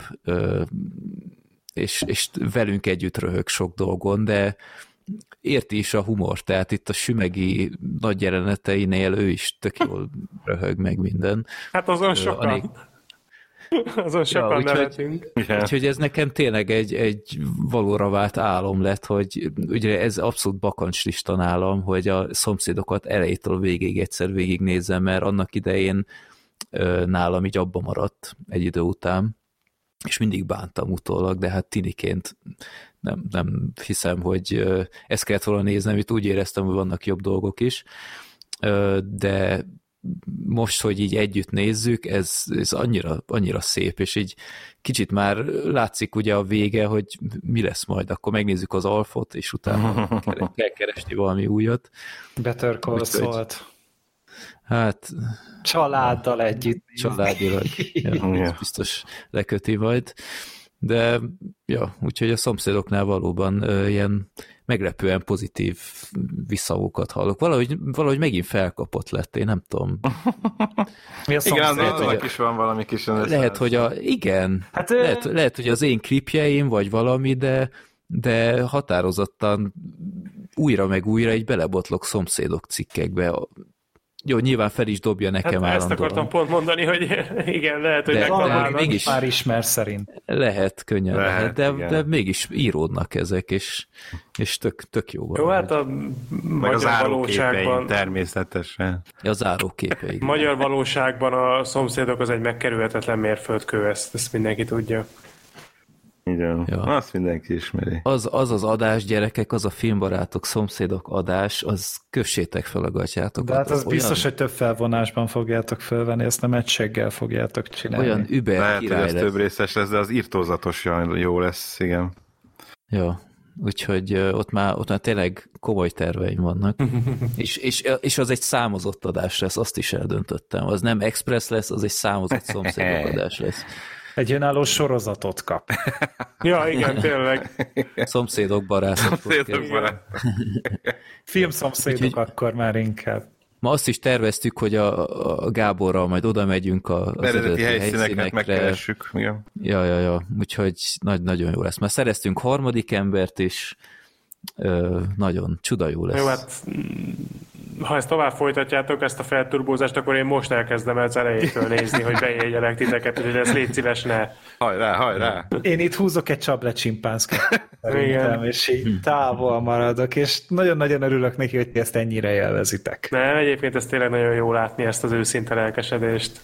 és, és velünk együtt röhög sok dolgon, de érti is a humor, tehát itt a Sümegi nagy jeleneteinél ő is tök jól röhög meg minden. Hát azon sokan. Anék... Azon sokan ja, nevetünk. Úgyhogy, úgyhogy ez nekem tényleg egy, egy valóra vált álom lett, hogy ugye ez abszolút bakancslista nálam, hogy a szomszédokat elejétől végig egyszer végignézem, mert annak idején nálam így abba maradt egy idő után, és mindig bántam utólag, de hát tiniként nem, nem hiszem, hogy ezt kellett volna néznem, itt úgy éreztem, hogy vannak jobb dolgok is, de most, hogy így együtt nézzük, ez, ez annyira, annyira szép, és így kicsit már látszik ugye a vége, hogy mi lesz majd, akkor megnézzük az Alfot, és utána kell keresni valami újat. Better Call Saul. Hát... Családdal együtt. Családilag. Ja, biztos leköti majd. De, ja, úgyhogy a szomszédoknál valóban ö, ilyen meglepően pozitív visszaókat hallok. Valahogy, valahogy megint felkapott lett, én nem tudom. Mi a igen, annak is van valami kis lehet, hogy a, igen, hát, lehet, ö... lehet, hogy az én klipjeim, vagy valami, de, de határozottan újra meg újra így belebotlok szomszédok cikkekbe. Jó, nyilván fel is dobja nekem hát állandóan. Ezt akartam pont mondani, hogy igen, lehet, hogy de, de mégis már ismer szerint. Lehet, könnyen lehet, lehet de, de mégis íródnak ezek, és, és tök, tök jó van. Jó, hát a meg az záróképeim természetesen. A záróképeim. Magyar valóságban a szomszédok az egy megkerülhetetlen mérföldkő, ezt, ezt mindenki tudja. Igen, ja. Azt mindenki ismeri. Az, az az adás, gyerekek, az a Filmbarátok szomszédok adás, az kössétek fel a gatyátokat. De hát az, az biztos, olyan... hogy több felvonásban fogjátok fölvenni, ezt nem egységgel fogjátok csinálni. Olyan über lehet, király hogy ez lesz. több részes lesz, de az írtózatos jó lesz, igen. Ja, úgyhogy ott már, ott már tényleg komoly terveim vannak. és, és, és az egy számozott adás lesz, azt is eldöntöttem. Az nem express lesz, az egy számozott szomszédok adás lesz. Egy önálló sorozatot kap. Ja, igen, tényleg. Szomszédok barátok. Szomszédok barátok. Filmszomszédok Úgyhogy akkor már inkább. Ma azt is terveztük, hogy a, a Gáborral majd oda megyünk az eredeti, eredeti helyszínekre. Megkeressük, igen. Ja, ja, ja. Úgyhogy nagy, nagyon jó lesz. Már szereztünk harmadik embert, és ö, nagyon csuda jó lesz. Jó, hát ha ezt tovább folytatjátok, ezt a felturbózást, akkor én most elkezdem az elejétől nézni, hogy bejegyelek titeket, hogy ez légy szíves, ne. Hajrá, hajrá! Én itt húzok egy csablet csimpánzkát, és így távol maradok, és nagyon-nagyon örülök neki, hogy ti ezt ennyire élvezitek. Nem, egyébként ez tényleg nagyon jó látni, ezt az őszinte lelkesedést.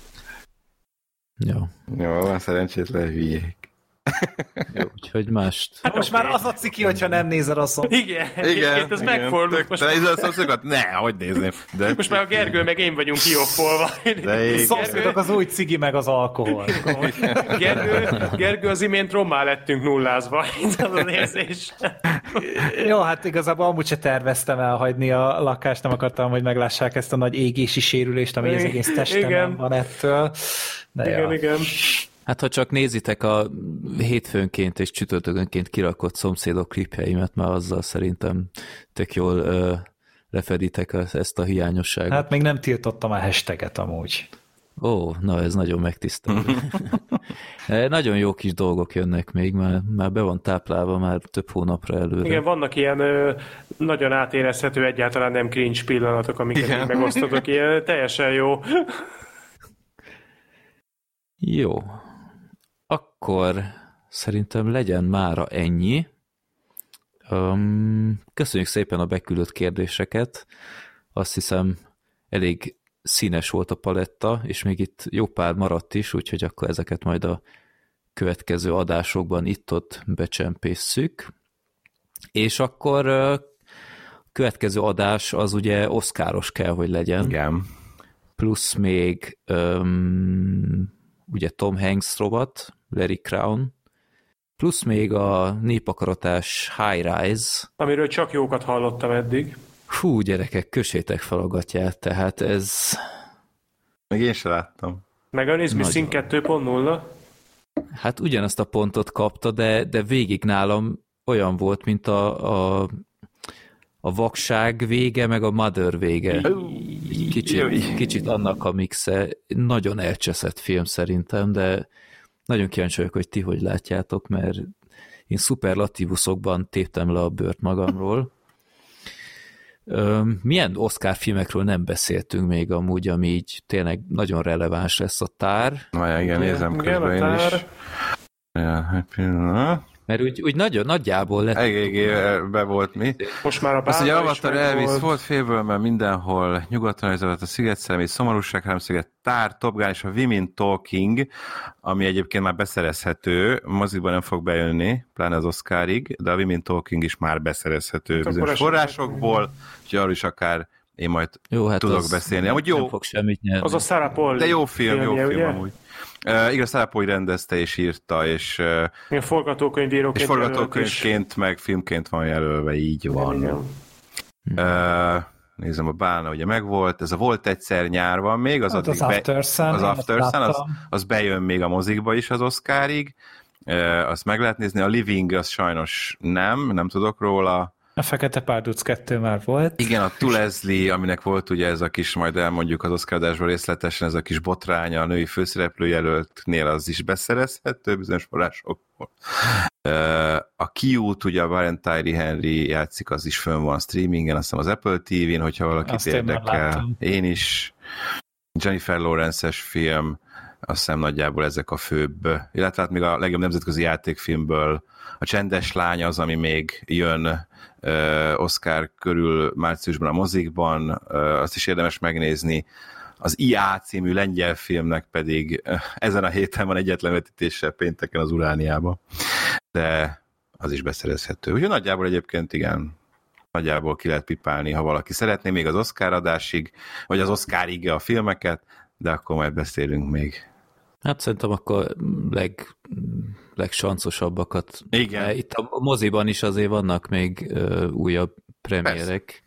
Jó. Jó, van szerencsétlen hülyék. Jó, úgyhogy mást. Hát most okay. Már az a ciki, hogyha nem nézel a szó. Igen, igen, ez megfordult. Most... Te nézel a szomszédokat? Ne, hogy nézném. De... Most már a Gergő meg én vagyunk kioffolva. A szomszédok az új cigi meg az alkohol. Gergő, Gergő az imént rommá lettünk nullázva. Ez az érzés. Jó, hát igazából amúgy se terveztem elhagyni a lakást, nem akartam, hogy meglássák ezt a nagy égési sérülést, ami az egész testemben van ettől. De igen, ja. igen. Hát ha csak nézitek a hétfőnként és csütörtökönként kirakott szomszédok klipjeimet, már azzal szerintem tök jól ö, lefeditek ezt a hiányosságot. Hát még nem tiltottam a hashtaget amúgy. Ó, na ez nagyon megtisztelő. Nagyon jó kis dolgok jönnek még, már, már be van táplálva már több hónapra előre. Igen, vannak ilyen ö, nagyon átérezhető, egyáltalán nem cringe pillanatok, amiket igen. megosztotok, ilyen teljesen jó. Jó. Akkor szerintem legyen mára ennyi. Um, köszönjük szépen a beküldött kérdéseket. Azt hiszem, elég színes volt a paletta, és még itt jó pár maradt is, úgyhogy akkor ezeket majd a következő adásokban itt-ott becsempésszük. És akkor a következő adás az ugye oszkáros kell, hogy legyen. Igen. Plusz még um, ugye Tom Hanks rovat, Larry Crown, plusz még a népakaratás High Rise. Amiről csak jókat hallottam eddig. Hú, gyerekek, kössétek fel a gatyát, tehát ez... Még én sem láttam. Mechanism Missing kettő pont nulla? Hát ugyanazt a pontot kapta, de, de végig nálam olyan volt, mint a, a, a vakság vége, meg a Mother vége. Kicsit, kicsit annak a mixe. Nagyon elcseszett film szerintem, de nagyon kíváncsi vagyok, hogy ti hogy látjátok, mert én szuperlatívuszokban téptem le a bőrt magamról. Milyen Oscar filmekről nem beszéltünk még amúgy, ami így tényleg nagyon releváns lesz a tár. Vajon, igen, nézem közben én is. Ja, mert úgy, úgy nagyon nagyjából lett. Egész be volt mi. Most már a Azt, hogy Avatar Elvis volt, volt félből, mert mindenhol nyugaton izolott a szigetszellemi szomorúság, háromszöget Tár, Top Gun és a Women Talking, ami egyébként már beszerezhető, mozikban nem fog bejönni, pláne az Oscarig, de a Women Talking is már beszerezhető hát bizonyos forrásokból, úgyhogy arról is akár én majd jó, hát tudok beszélni. Amúgy jó, nem fog semmit nyerni. Az a Sarah Paul de jó film, filmje, jó film ugye? amúgy. Uh, igaz, Sarah Paul rendezte és írta, és, uh, és forgatókönyvíróként és forgatókönyvként, meg filmként van jelölve, így van. Igen, uh, nézem, a Bálna ugye megvolt, ez a Volt egyszer nyár van még, az, hát az be, After Sun, az, After Sun az, az, az bejön még a mozikba is az Oscarig, uh, azt meg lehet nézni, a Living az sajnos nem, nem tudok róla. A Fekete Párduc kettő már volt. Igen, a To Leslie, aminek volt ugye ez a kis, majd elmondjuk az Oscar-adásból részletesen, ez a kis botránya a női főszereplőjelöltnél, az is beszerezhető bizonyos forrásokból. A Q-t, ugye a Warren Tyree Henry játszik, az is fönn van streamingen, azt hiszem az Apple té vén, hogyha valakit azt érdekel. Én, én is. Jennifer Lawrence-es film, azt hiszem nagyjából ezek a főbb, illetve hát még a legjobb nemzetközi játékfilmből a Csendes lány az, ami még jön uh, Oscar körül márciusban a mozikban, uh, azt is érdemes megnézni. Az i á című lengyel filmnek pedig uh, ezen a héten van egyetlen vetítése pénteken az Urániában, de az is beszerezhető. Úgyhogy nagyjából egyébként igen, nagyjából ki lehet pipálni, ha valaki szeretné még az Oscar adásig, vagy az Oscarig a filmeket, de akkor majd beszélünk még. Hát szerintem akkor leg, legsancosabbakat. Igen. Itt a moziban is azért vannak még uh, újabb premierek.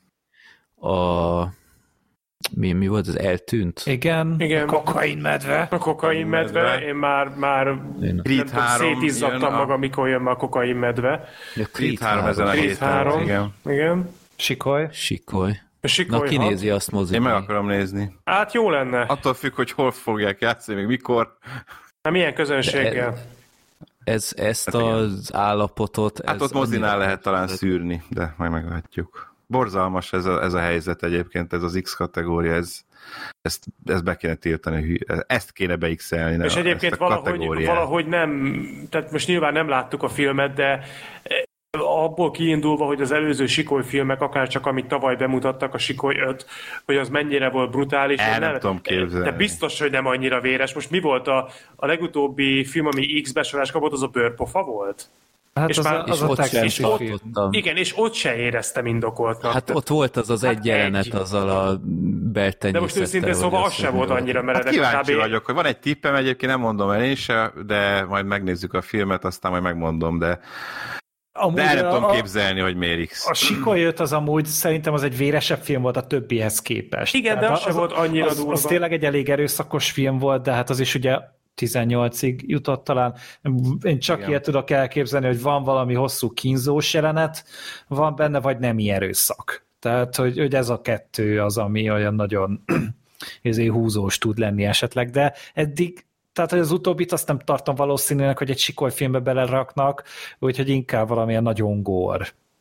A mi, mi volt, az Eltűnt? Igen, Igen. A kokainmedve. A kokainmedve, én már, már Creed három szétizzadtam a... magam, mikor jön már a kokainmedve. Ja, Creed három ezen a héten. Igen. Igen. Sikoly. Sikoly. Sikoly. Na, kinézi azt moziban. Én meg akarom nézni. Hát jó lenne. Attól függ, hogy hol fogják játszani, még mikor. Na, milyen közönséggel? Ez, ezt hát az állapotot... Hát ez ott mozinál lehet talán ez... szűrni, de majd meglátjuk. Borzalmas ez a, ez a helyzet egyébként, ez az X kategória, ez, ezt, ezt be kéne tiltani, ezt kéne beixelni. És egyébként valahogy, valahogy nem, tehát most nyilván nem láttuk a filmet, de abból kiindulva, hogy az előző Sikoly filmek, akár csak amit tavaly bemutattak, a Sikoly öt, hogy az mennyire volt brutális. El nem, nem tudom képzelni. De biztos, hogy nem annyira véres. Most mi volt a, a legutóbbi film, ami X-besorás kapott, az a Bőrpofa volt? Hát és az, már, a, az és a ott sem texasi film. Igen, és ott se éreztem indokoltnak. Hát ott volt az az hát egy jelenet egy. azzal a beltenyészettel. De most őszintén szóval az sem volt annyira meredek. Hát kíváncsi kb... vagyok, hogy van egy tippem, egyébként nem mondom el én se, de majd megnézzük a filmet, aztán majd megmondom, de Amúgy de el nem a, tudom képzelni, hogy miért X. A Sikoly öt az amúgy szerintem az egy véresebb film volt a többihez képest. Igen, tehát de az, az se volt annyira az, durva. Az tényleg egy elég erőszakos film volt, de hát az is ugye tizennyolcig jutott talán. Én csak Igen. ilyet tudok elképzelni, hogy van valami hosszú kínzós jelenet, van benne, vagy nem erőszak. Tehát, hogy, hogy ez a kettő az, ami olyan nagyon ezért húzós tud lenni esetleg, de eddig tehát, hogy az utóbbit azt nem tartom valószínűleg, hogy egy Sikoly filmbe beleraknak, úgyhogy inkább valamilyen nagyon gór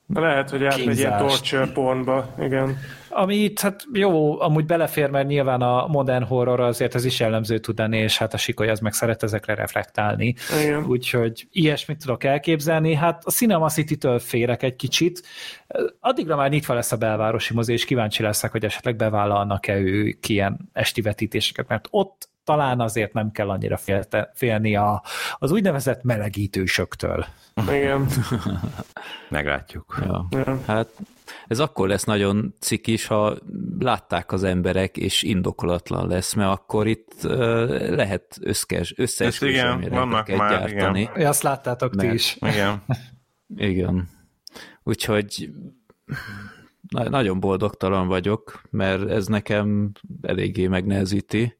Lehet, hogy átmegy ilyen torture pornba, igen. Ami hát jó, amúgy belefér, mert nyilván a modern horror azért ez is jellemző tud lenni, és hát a Sikoly az meg szeret ezekre reflektálni. Igen. Úgyhogy ilyesmit tudok elképzelni. Hát a Cinema City-től férek egy kicsit. Addigra már nyitva lesz a belvárosi mozi, és kíváncsi leszek, hogy esetleg bevállalnak-e ők ilyen esti vetítéseket, mert ott talán azért nem kell annyira félte, félni a, az úgynevezett melegítősöktől. Igen. Meglátjuk. Ja. Ja. Hát ez akkor lesz nagyon cikis, ha látták az emberek, és indokolatlan lesz, mert akkor itt uh, lehet összes, összeesküvés elméleteket gyártani. Igen. Ja, azt láttátok mert, ti is. Igen. Igen. Úgyhogy na- nagyon boldogtalan vagyok, mert ez nekem eléggé megnehezíti,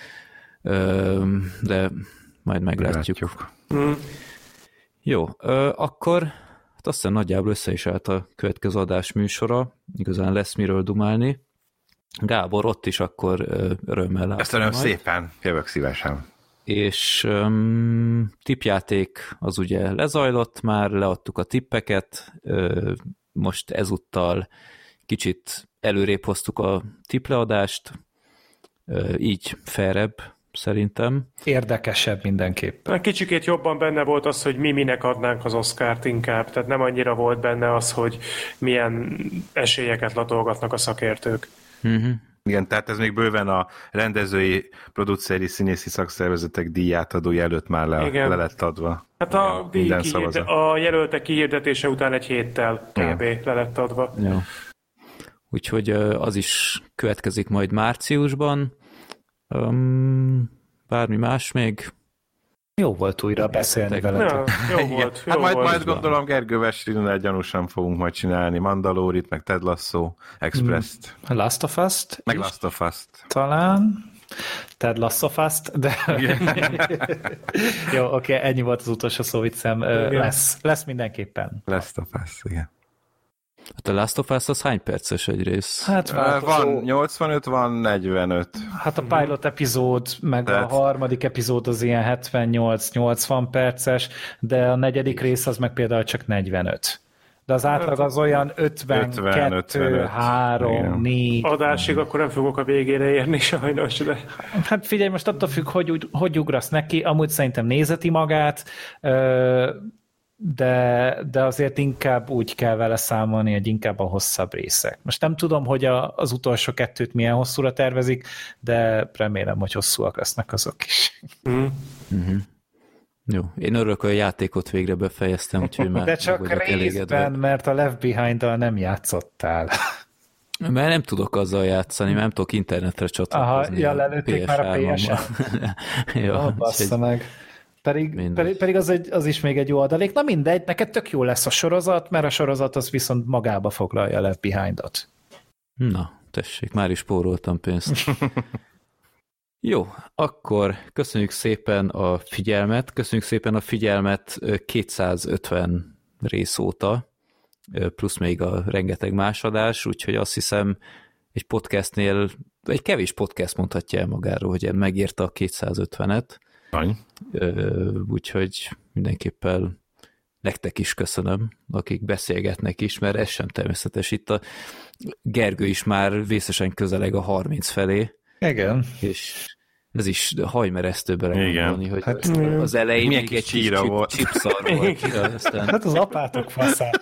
de majd meglátjuk. Meglátjuk. Mm. Jó, akkor hát azt hiszem nagyjából össze is állt a következő adás műsora, igazán lesz miről dumálni. Gábor, ott is akkor örömmel látom. Köszönöm szépen, jövök szívesen. És um, tippjáték az ugye lezajlott, már leadtuk a tippeket, uh, most ezúttal kicsit előrébb hoztuk a tippleadást, uh, így fairebb szerintem. Érdekesebb mindenképpen. Kicsikét jobban benne volt az, hogy mi minek adnánk az Oscart inkább, tehát nem annyira volt benne az, hogy milyen esélyeket latolgatnak a szakértők. Uh-huh. Igen, tehát ez még bőven a rendezői, produceri, színészi szakszervezetek díjátadója előtt már le, le lett adva. Hát a, díj kihirde, a jelöltek kihirdetése után egy héttel kb. Ja. Le lett adva. Ja. Úgyhogy az is következik majd márciusban. Um, bármi más még? Jó volt újra beszélni veletek. Ja, jó volt. Jó hát majd, volt. majd gondolom Gergő Vesrinnel gyanúsan fogunk majd csinálni Mandalorit, meg Ted Lasso, Express-t. Last of Us-t? Meg Last of Us-t. Talán. Ted Lasso of Us-t, de... Jó, oké, okay, ennyi volt az utolsó szó, viccem. Lesz. Lesz mindenképpen. Last of Us, igen. Hát a Last of Us az hány perces egy rész? Hát van nyolcvanöt, van negyvenöt. Hát a pilot epizód, meg Tehát... a harmadik epizód az ilyen hetvennyolc-nyolcvan perces, de a negyedik rész az meg például csak negyvenöt. De az átlag az olyan ötvenkettő, három, négy. Adásig akkor nem fogok a végére érni sajnos, de... Hát figyelj, most attól függ, hogy, hogy ugrasz neki, amúgy szerintem nézeti magát, de, de azért inkább úgy kell vele számolni, hogy inkább a hosszabb részek. Most nem tudom, hogy a, az utolsó kettőt milyen hosszúra tervezik, de remélem, hogy hosszúak lesznek azok is. Mm. Uh-huh. Jó, én örülök, hogy a játékot végre befejeztem, úgyhogy már de csak részben, elégedve. Mert a Left Behind-dal nem játszottál. Mert nem tudok azzal játszani, mert nem tudok internetre csatlakozni. Aha, ja, lelőtték már a pé es-en. Jó, oh, bassza egy... meg. Pedig, pedig, pedig az, egy, az is még egy jó adalék. Na mindegy, neked tök jó lesz a sorozat, mert a sorozat az viszont magába foglalja a Left Behind-ot. Na, tessék, már is spóroltam pénzt. Jó, akkor köszönjük szépen a figyelmet, köszönjük szépen a figyelmet kétszázötven rész óta, plusz még a rengeteg más adás, úgyhogy azt hiszem egy podcastnél, egy kevés podcast mondhatja el magáról, hogy megérte a kétszázötvenet. Annyi. Úgyhogy mindenképpen nektek is köszönöm, akik beszélgetnek is, mert ez sem természetes. Itt a Gergő is már vészesen közeleg a harminc felé. Igen. És ez is hajmeresztő belegondolni, hogy hát, az elején még egy kis csipszar volt. Aztán... Hát az apátok faszát.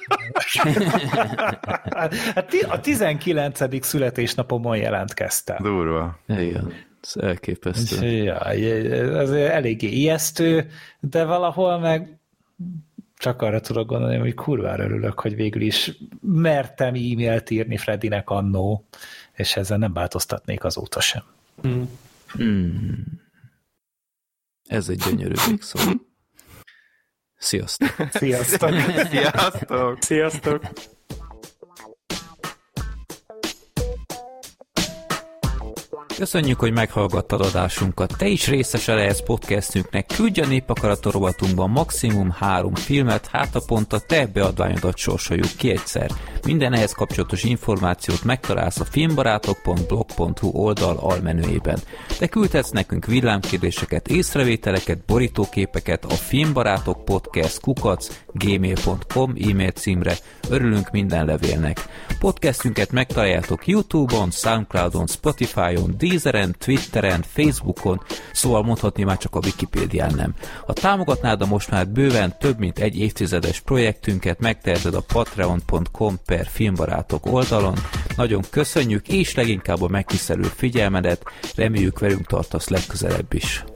Hát a tizenkilencedik születésnapomon jelentkeztem. Durva. Igen, ez elképesztő. Ja, ez eléggé ijesztő, de valahol meg csak arra tudok gondolni, hogy kurvára örülök, hogy végül is mertem e-mailt írni Fredinek annó, és ezzel nem változtatnék azóta sem. Mm. Hmm. Ez egy gyönyörű végszó. Sziasztok! Sziasztok! Sziasztok! Sziasztok! Köszönjük, hogy meghallgattad adásunkat. Te is részese lehetsz podcastünknek. Küldj a Népakarator rovatunkban maximum három filmet, hát a pont a te beadványodat sorsoljuk ki egyszer. Minden ehhez kapcsolatos információt megtalálsz a filmbarátok pont blog pont hu oldal almenüjében. De küldhetsz nekünk villámkérdéseket, észrevételeket, borítóképeket a filmbarátok podcast kukac gmail pont com e-mail címre. Örülünk minden levélnek. Podcastünket megtaláljátok YouTube-on, Soundcloudon, Spotify-on, Deezeren, Twitteren, Facebookon, szóval mondhatni már csak a Wikipédián nem. Ha támogatnád a most már bőven több mint egy évtizedes projektünket, megteheted a patreon pont com per filmbarátok oldalon. Nagyon köszönjük, és leginkább a megtisztelő figyelmedet, reméljük velünk tartasz legközelebb is.